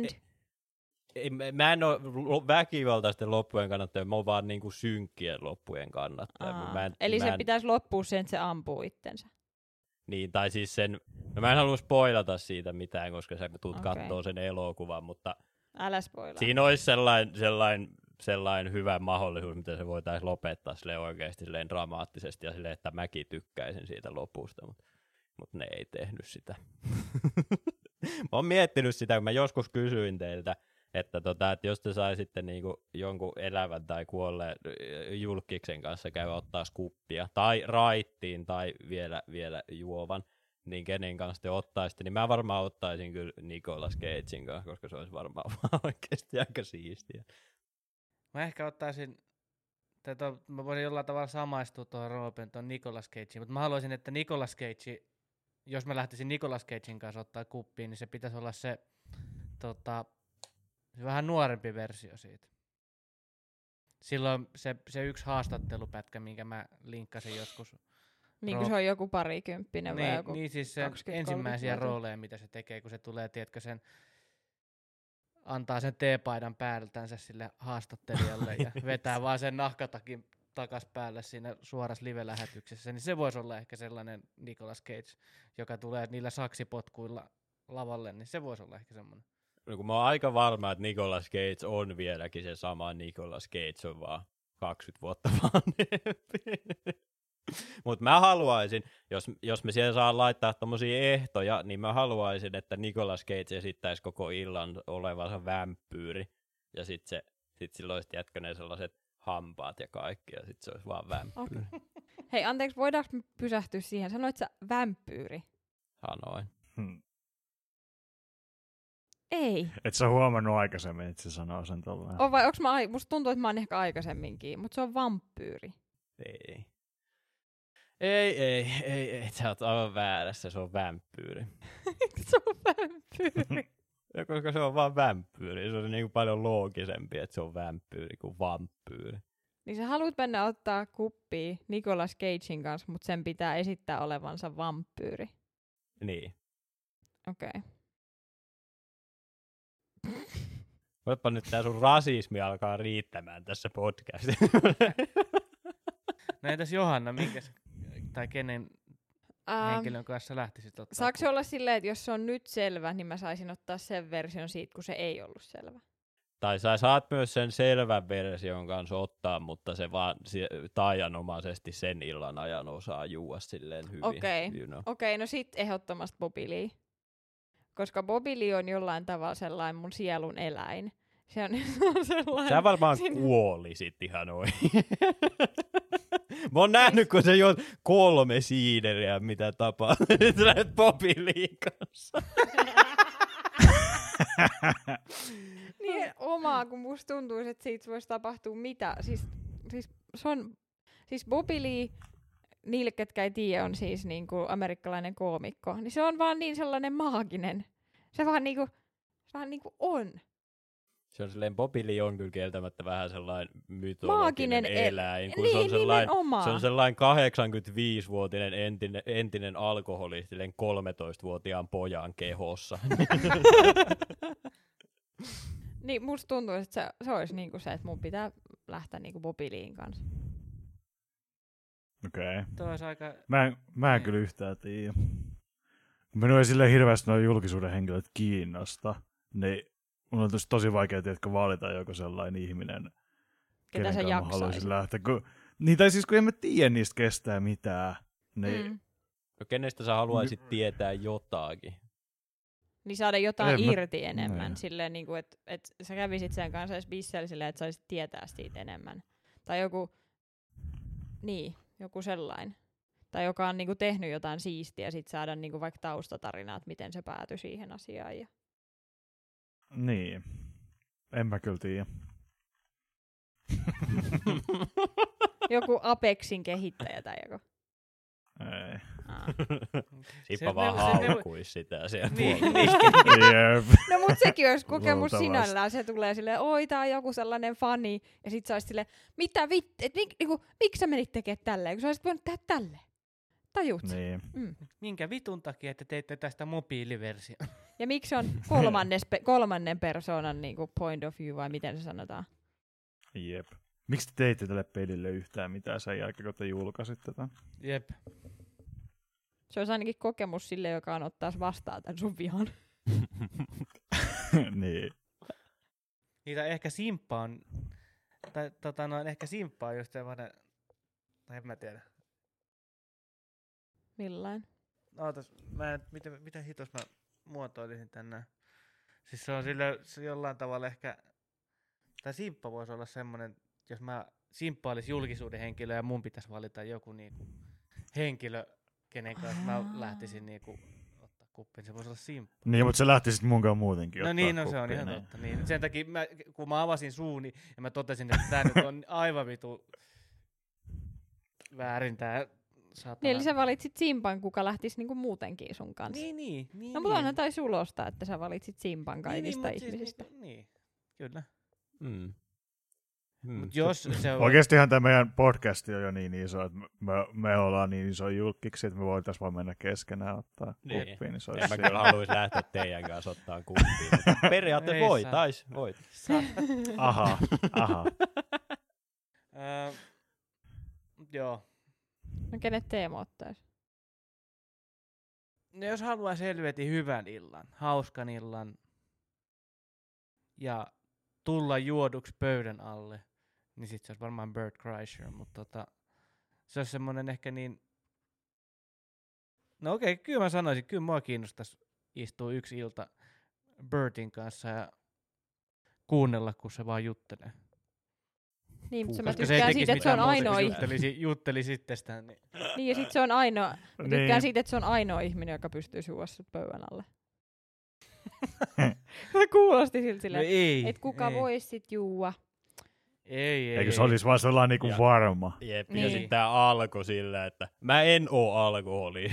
mä en ole väkivaltaisten loppujen kannattaja, mä oon vaan niinku synkkien loppujen kannattaja. Eli se pitäisi loppua sen, että se ampuu itsensä. Niin, tai siis sen... No mä en halua spoilata siitä mitään, koska sä tuut kattoo sen elokuvan, mutta... Älä spoilaa. Siinä olisi sellainen hyvä mahdollisuus, miten se voitaisiin lopettaa oikeasti dramaattisesti ja silleen, että mäkin tykkäisin siitä lopusta, mutta ne ei tehnyt sitä. Mä oon miettinyt sitä, kun mä joskus kysyin teiltä, että jos te saisitte niinku jonkun elävän tai kuolleen julkiksen kanssa käydä ottaa skuppia, tai raittiin, tai vielä juovan, niin kenen kanssa te ottaisitte, niin mä varmaan ottaisin kyllä Nicolas Cagein kanssa, koska se olisi varmaan oikeasti aika siistiä. Mä ehkä ottaisin, mä voisin jollain tavalla samaistua tuohon Roopen, tuon Nicolas Cageen, mutta mä haluaisin, että Nicolas Cage, jos mä lähtisin Nicolas Cagein kanssa ottaa kuppiin, niin se pitäisi olla se vähän nuorempi versio siitä. Silloin se yksi haastattelupätkä, minkä mä linkkasin joskus. Niin kuin se on joku parikymppinen vai joku niin siis se ensimmäisiä rooleja, mitä se tekee, kun se tulee, tiedätkö, antaa sen teepaidan päältänsä sille haastattelijalle ja vetää vaan sen nahkatakin takas päälle siinä suorassa live-lähetyksessä, niin se voisi olla ehkä sellainen Nicolas Cage, joka tulee niillä saksipotkuilla lavalle, niin se voisi olla ehkä semmoinen. No kun mä oon aika varma, että Nicolas Cage on vieläkin se sama Nicolas Cage, on vaan 20 vuotta vanhempi. Mutta mä haluaisin, jos me siellä saa laittaa tommosia ehtoja, niin mä haluaisin, että Nicolas Cage esittäisi koko illan olevansa vampyyri. Ja sit sillä olisi ne sellaiset hampaat ja kaikki, ja sit se olisi vaan vampyyri. Okay. Hei, anteeksi, voidaanko pysähtyä siihen? Sanoit sä vampyyri? Sanoin. Ei. Et sä huomannut aikaisemmin, että se sanoo sen tolleen. Musta tuntuu, että mä oon ehkä aikaisemminkin, mutta se on vampyyri. Ei, sä oot aivan väärässä, se on vampyyri. Se on vampyyri. Ja koska se on vaan vampyyri, se on niinku paljon loogisempi, että se on vampyyri kuin vampyyri. Niin sä haluat mennä ottaa kuppia Nicolas Cagein kanssa, mutta sen pitää esittää olevansa vampyyri. Niin. Okei. Okay. Voitpa nyt tää sun rasismi alkaa riittämään tässä podcastissa. No entäs Johanna, tai kenen henkilön kanssa lähtisit ottaa? Saako se olla silleen, että jos se on nyt selvä, niin mä saisin ottaa sen version siitä, kun se ei ollut selvä? Tai sä saat myös sen selvän version kanssa ottaa, mutta se vaan taianomaisesti sen illan ajan osaa juua silleen hyvin. Okei, no sit ehdottomasti Bobby Lee. Koska Bobby Lee on jollain tavalla sellainen mun sielun eläin. Se on sellainen... Sä varmaan kuolisit ihan oikein. Mä oon nähnyt, kun sä juot 3 siideriä, mitä tapaa. Nyt sä lähdet Bobby Leen kanssa. Niin omaa, kun musta tuntuu, että siitä voisi tapahtua mitä. Siis Bobby Lee, niille ketkä ei tiedä, on siis niinku amerikkalainen koomikko. Niin se on vaan niin sellainen maaginen. Se vaan niinku on. Se on silleen, Bobby Lee on kyllä kieltämättä vähän sellainen mytologinen eläin. Kun niin, se on sellainen 85-vuotinen entinen alkoholistinen 13-vuotiaan pojan kehossa. Niin musta tuntuu, että se olisi niinku se, että mun pitää lähteä niinku Bobby Leen kanssa. Okei. Aika... Mä en kyllä yhtään tiedä. Minua ei silleen hirveästi nuo julkisuuden henkilöt kiinnosta, niin mun on tosi vaikea valita joku sellainen ihminen, ketä sä jaksaisit. Haluaisin lähteä. Niin, tai siis kun en mä tiedä niistä kestää mitään. Niin... No kenestä sä haluaisit tietää jotakin? niin saada jotain En irti enemmän. niin. Silleen, niin kuin, että sä kävisit sen kanssa edes bissellä silleen, että saisit tietää siitä enemmän. Tai joku sellainen. Tai joka on niinku tehnyt jotain siistiä ja sit saada niinku vaikka taustatarinaa, että miten se päätyi siihen asiaan. Ja... Niin. En mä kyllä tiedä. Joku Apexin kehittäjä tai joku. Ei. Sippa vaan haukkuisi sitä sieltä. Jep. No mut sekin olisi kokemus Luultavasti. sinällään. Se tulee silleen, oi tää on joku sellainen fani. Ja sit sä olisit silleen, mitä miksi sä menit tekemään tälleen? Kun sä olisit voinut tehdä tälleen. Tajuut sä? Niin. Minkä vitun takia te teitte tästä mobiiliversio? Ja miksi on kolmannen persoonan niinku point of view vai miten se sanotaan? Jep. Miksi te teitte tälle pelille yhtään mitään sen jälkeen, kun te julkaisitte tämän? Jep. Se olisi ainakin kokemus sille, joka on ottaa vastaan tämän sun vihan. Niin. Niitä ehkä simppaan, tai ehkä simppaan just semmoinen, tai en mä tiedä. Millain? Ootas, miten hitos mä muotoilisin tänään. Siis se on se jollain tavalla ehkä, tai simppa voisi olla semmoinen, jos mä simppa olisi julkisuuden henkilö ja mun pitäisi valita joku niinku henkilö, kenen kanssa mä lähtisin niinku ottaa kuppiin, se voisi olla simppa. Niin, mutta se lähti sitten munkaan muutenkin No ottaa niin, no se on kuppiin, ihan niin. totta. Niin. Sen takia, kun mä avasin suuni ja mä totesin, että tää nyt on aivan vitu väärin tää satana. Niin, eli sä valitsit simpan, kuka lähtisi niinku muutenkin sun kanssa. Niin. No mutta onhan taisi ulosta, että sä valitsit simpan kaikista mut ihmisistä. Siis, niin, kyllä. Mut Jos se on... Oikeastihan tämä meidän podcast on jo niin iso, että me ollaan niin iso julkiksi, että me voitaisiin vaan mennä keskenään ottaa Niin. kuppiin. Niin se En olisi mä siinä. kyllä haluaisi lähteä teidän kanssa ottaa kuppiin. Mutta periaatteessa Ei voit. Aha. Joo. No kenet Teemo ottaisi? No jos haluaa helvetin hyvän illan, hauskan illan ja tulla juoduksi pöydän alle, niin sit se olisi varmaan Bert Kreischer, mutta se olisi semmonen ehkä niin... No okei, kyllä mä sanoisin, kyllä mua kiinnostaisi istua yksi ilta Bertin kanssa ja kuunnella, kun se vaan juttelee. Niin, mutta mä Koska se ei tykkään tekisi siitä, että se on mitään muuta, ainoa kun ihminen. juttelisi itsestään. Niin. Niin, ja sit se on ainoa. Mä tykkään Niin. siitä, että se on ainoa ihminen, joka pystyy juoda sut pöydän alle. Se kuulosti siltä No silleen, ei. että kuka voisi sit juua. Ei. Eikö se olisi vaan sellainen niinku Ja- varma? Jep, ja Niin. sitten tää alkoi sillä, että mä en oo alkoholi.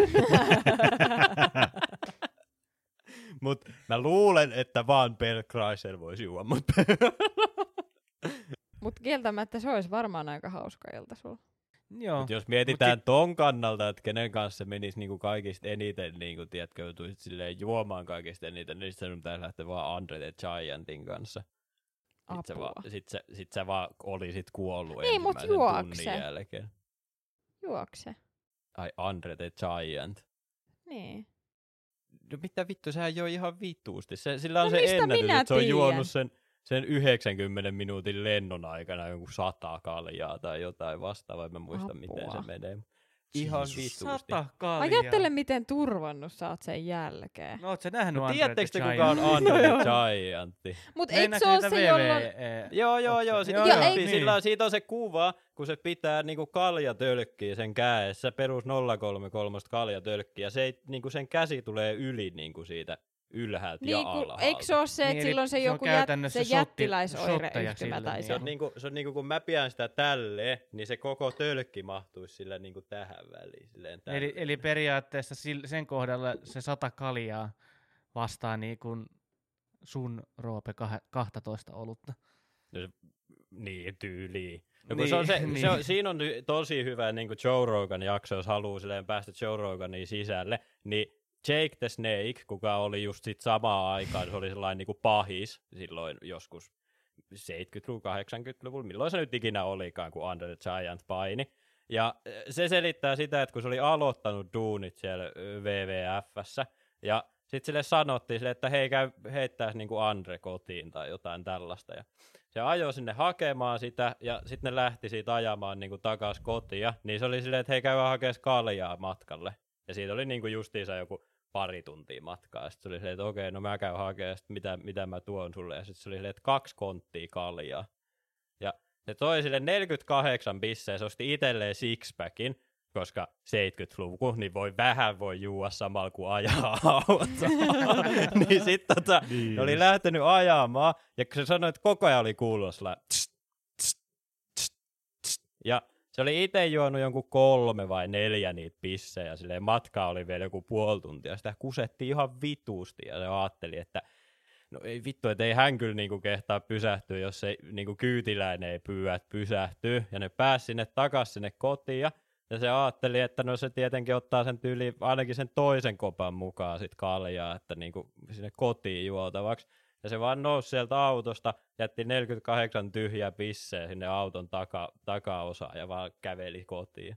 Mut mä luulen, että vaan Bert Kreischer voisi juoda mut. Mut kieltämättä se olisi varmaan aika hauska ilta sulla. Joo. Mut jos mietitään ton kannalta, että kenen kanssa menisi niinku kaikista eniten, niinku, tiedätkö, joutuisit silleen juomaan kaikista eniten, niin sit sun pitäisi lähteä vaan Andre the Giantin kanssa. Apua. Sit sä vaan olisit kuollut Niin, mut ensimmäisen juokse? tunnin jälkeen. Juokse. Ai Andre the Giant. Niin. No mitä vittu, sehän joi ihan vittuusti. Sillä on No se mistä ennätys, minä että se on tiedän? juonut sen 90 minuutin lennon aikana jonkun 100 kaljaa tai jotain vastaavaa. En mä muista, miten Apua. se menee. Ihan Jeesus. vittuusti. 100 kaljaa. Ajattele, miten turvannut sä oot sen jälkeen. No oot sä nähnyt No, Andre tiedättekö the te, kuka Giant? on Andre the Giantti? Mut eikö Meinaatko se ole niitä se, jolloin... Joo. Sitä Joo, justiin, ei- sillä on, siitä on se kuva, kun se pitää niinku kaljatölkkiä sen kädessä, perus 033 kaljatölkkiä. Se ei, niinku sen käsi tulee yli niinku siitä ylhäältä ja Niin, alhaalta. eikö se ole se, että Niin, silloin se eli se on joku käytännössä se jättiläisoireyhtymä shottaja tai sille, se. Se on niinku, kun mä pidän sitä tälleen, niin se koko tölkki mahtuisi sillä niinku tähän väliin. Silleen tälleen. Eli periaatteessa sen kohdalla se 100 kaljaa vastaa niin kuin sun Roope 12 olutta. Niin, tyyliin. No, kun Niin, se niin. on, siinä on tosi hyvä niin kuin Joe Rogan jakso, jos haluaa silleen päästä Joe Roganiin sisälle, niin Jake the Snake, kuka oli just sit samaan aikaan, se oli sellainen niin kuin pahis silloin joskus 70-luvulla, 80-luvulla, milloin se nyt ikinä olikaan, kun Andre the Giant paini. Ja se selittää sitä, että kun se oli aloittanut duunit siellä WWF:ssä, ja sitten sille sanottiin sille, että hei, käy heittää niinku Andre kotiin tai jotain tällaista. Ja se ajoi sinne hakemaan sitä, ja sitten ne lähti siitä ajamaan niinku takas kotia. Niin se oli silleen, että hei, käy hakemaan kaljaa matkalle. Ja siitä oli niinku justiinsa joku pari tuntia matkaa. Sitten se oli silleen, että okei, no mä käyn hakemaan, mitä mä tuon sulle. Ja sitten se oli silleen, että 2 konttia kaljaa. Ja se toi sille 48 bisseä, se osti itselleen sixpackin, koska 70-luku, niin voi juua samalla kuin ajaa autoa. Niin sitten ne oli lähtenyt ajamaan, ja kun se sanoi, että koko ajan oli kuulunut sellainen ja se oli itse juonut jonkun 3 vai 4 niitä pissejä, silleen matka oli vielä joku puoli tuntia, sitä kusettiin ihan vituusti, ja se ajatteli, että no ei vittu, että ei hän kyllä niinku kehtaa pysähtyä, jos se niinku kyytiläinen ei pyydä, että pysähtyy, ja ne pääsi sinne takaisin sinne kotiin, ja se ajatteli, että no se tietenkin ottaa sen tyyliin ainakin sen toisen kopan mukaan sit kaljaa, että niinku sinne kotiin juotavaksi. Ja se vaan nousi sieltä autosta, jätti 48 tyhjää pisseä sinne auton takaosaan ja vaan käveli kotiin.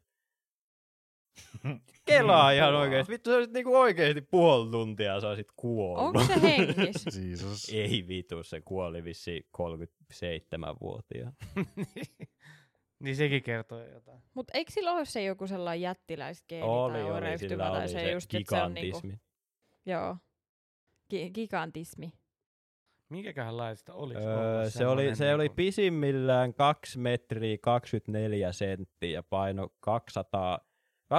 Kelaa ihan oikeesti. Vittu, sä olisit niinku oikeesti puoli tuntia ja sä olisit kuollut. Onko se hengis? Ei vitu, se kuoli vissiin 37-vuotiaana. Niin sekin kertoo jotain. Mut eikö sillä ole se joku sellainen jättiläisgeeni tai oireyhtymä tai se just, gigantismi. Niinku, joo, gigantismi. Minkäköhän laista olisi? Se oli pisimmillään 2 metriä 24 senttiä ja paino 215-245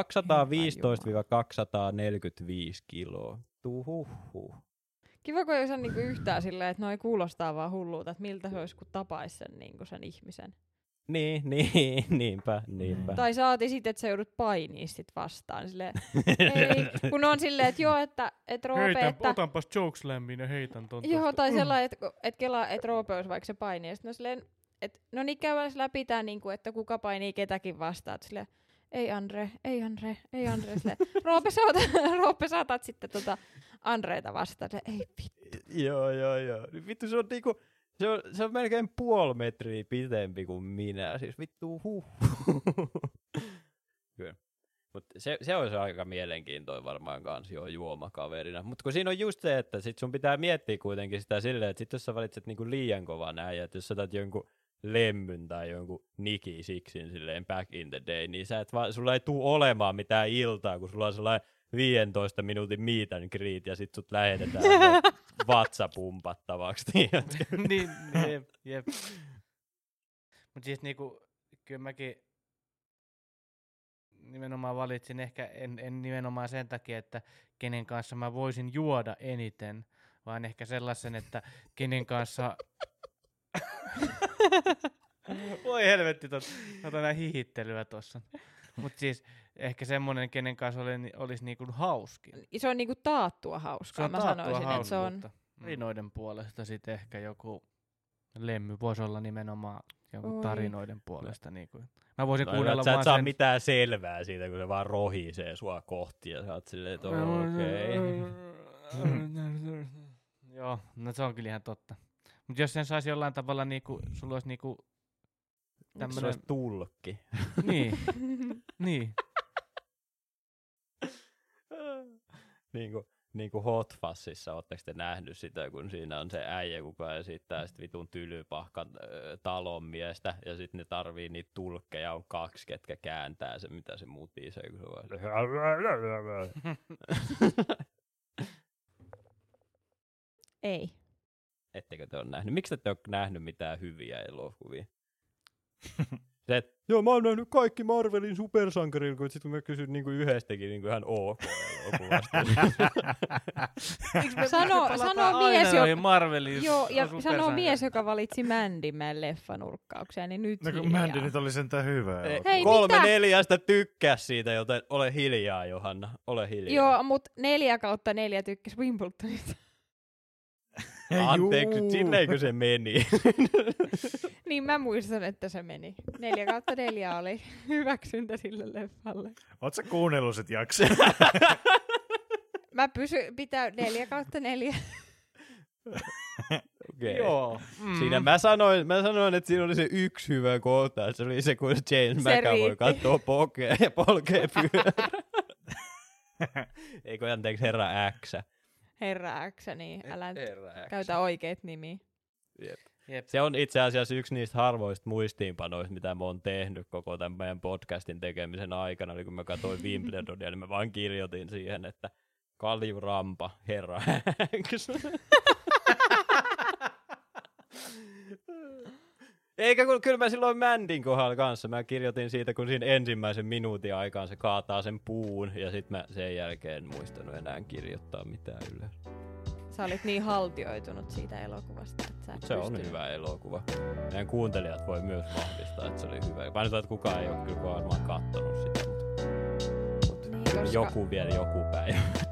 kiloa. Tuhuhuh. Kiva, kun ei osaa niinku yhtään silleen, että noi kuulostaa vaan hullulta, että miltä se olisi, kun tapaisi sen, niinku sen ihmisen. Niinpä. Tai saati sitten, että sä joudut painiin sit vastaan. Silleen, ei, kun on silleen, että joo, että Roope, että otanpas jokeslammin ja heitän ton joo, tai sellainen, että Roope olisi vaikka se paini. Ja sitten on silleen, että no niin käydään läpi tää, niinku, että kuka painii ketäkin vastaan. Silleen, ei Andre. Silleen, Roope saatat sitten Andreeta vastaan. Silleen, ei vittu. Joo. Vittu se on niinku... Se on melkein 0,5 metriä pitempi kuin minä, siis vittu Kyllä. Mut se olisi aika mielenkiintoinen varmaan kans jo juomakaverina. Mutta kun siinä on just se, että sit sun pitää miettiä kuitenkin sitä silleen, että sit jos sä valitset niinku liian kovan äijä, että jos sä otat jonkun Lemmyn tai jonkun Niki Sixin silleen back in the day, niin sulla ei tule olemaan mitään iltaa, kun sulla on sellainen 15 minuutin meet and greet ja sit sut lähetetään vatsapumpattavaksi. niin, jep. Mut siis niinku, kyllä mäkin nimenomaan valitsin ehkä en nimenomaan sen takia, että kenen kanssa mä voisin juoda eniten, vaan ehkä sellaisen, että kenen kanssa... Voi helvetti, otan hihittelyä tossa. Mut siis ehkä semmonen, kenen kanssa olisi niinku hauskin. Se on niinku taattua hauskaa, mä sanoisin, että se on... Tarinoiden puolesta sitten ehkä joku Lemmy voisi olla nimenomaan joku tarinoiden puolesta. Niin kuin. Mä voisin kuunnella sä vaan et saa sen... mitään selvää siitä, kun se vaan rohisee sua kohti ja sä oot silleen, että okei. Joo, no se on kyllä ihan totta. Mutta jos sen saisi jollain tavalla, niinku, sulla olisi niinku tämmönen... Se olisi tulkki. Niin. Niin kuin Hot Fussissa, ootteko te nähnyt sitä, kun siinä on se äijä, kuka esittää sit vitun tylypahkan talonmiestä, ja sitten ne tarvii niitä tulkkeja, on 2, ketkä kääntää se, mitä se mutisee, kun se vaan... Ei. Ettekö te ole nähnyt? Miksi te ole nähnyt mitään hyviä elokuvia? Se, että joo, mä oon nähnyt kaikki Marvelin supersankarilla, kun sitten mä kysyn niinku yhdestäkin niinku ihan ok elokuvasta. Sanoo mies, joka valitsi Mandymän leffanurkkauksia, niin nyt hiljaa. Mandy nyt oli sentään hyvä. Hei, 3/4 tykkäs siitä, joten ole hiljaa, Johanna. Ole hiljaa. Joo, mut 4/4 tykkäs Wimbledonista. Anteeksi, sinneikö se meni? Niin mä muistan, että se meni. 4/4 oli hyväksyntä sille leffalle. Oot sä kuunnellut sit jakson? Mä pitää 4/4. Okay. Joo. Siinä mä sanoin, että siinä oli se yksi hyvä kohta. Se oli se, kun James McAvoy katsoo pokea ja polkee pyörä. Eikö anteeksi herra X? Herra X, niin älä käytä oikeat nimiä. Jep. Se on itse asiassa yksi niistä harvoista muistiinpanoista, mitä mä oon tehnyt koko tämän meidän podcastin tekemisen aikana. Eli kun mä katsoin Wimbledonia, niin mä vaan kirjoitin siihen, että Kaljurampa, herra Hanks. Eikä kyllä mä silloin Mandin kohdalla kanssa. Mä kirjoitin siitä, kun siinä ensimmäisen minuutin aikaan se kaataa sen puun. Ja sit mä sen jälkeen en muistanut enää kirjoittaa mitään ylös. Sä olit niin haltioitunut siitä elokuvasta, että sä et se on hyvä elokuva. Meidän kuuntelijat voi myös vahvistaa, että se oli hyvä. Painotaan, että kukaan ei ole kyllä varmaan kattonut sitä, mutta niin, koska joku vielä joku päivä.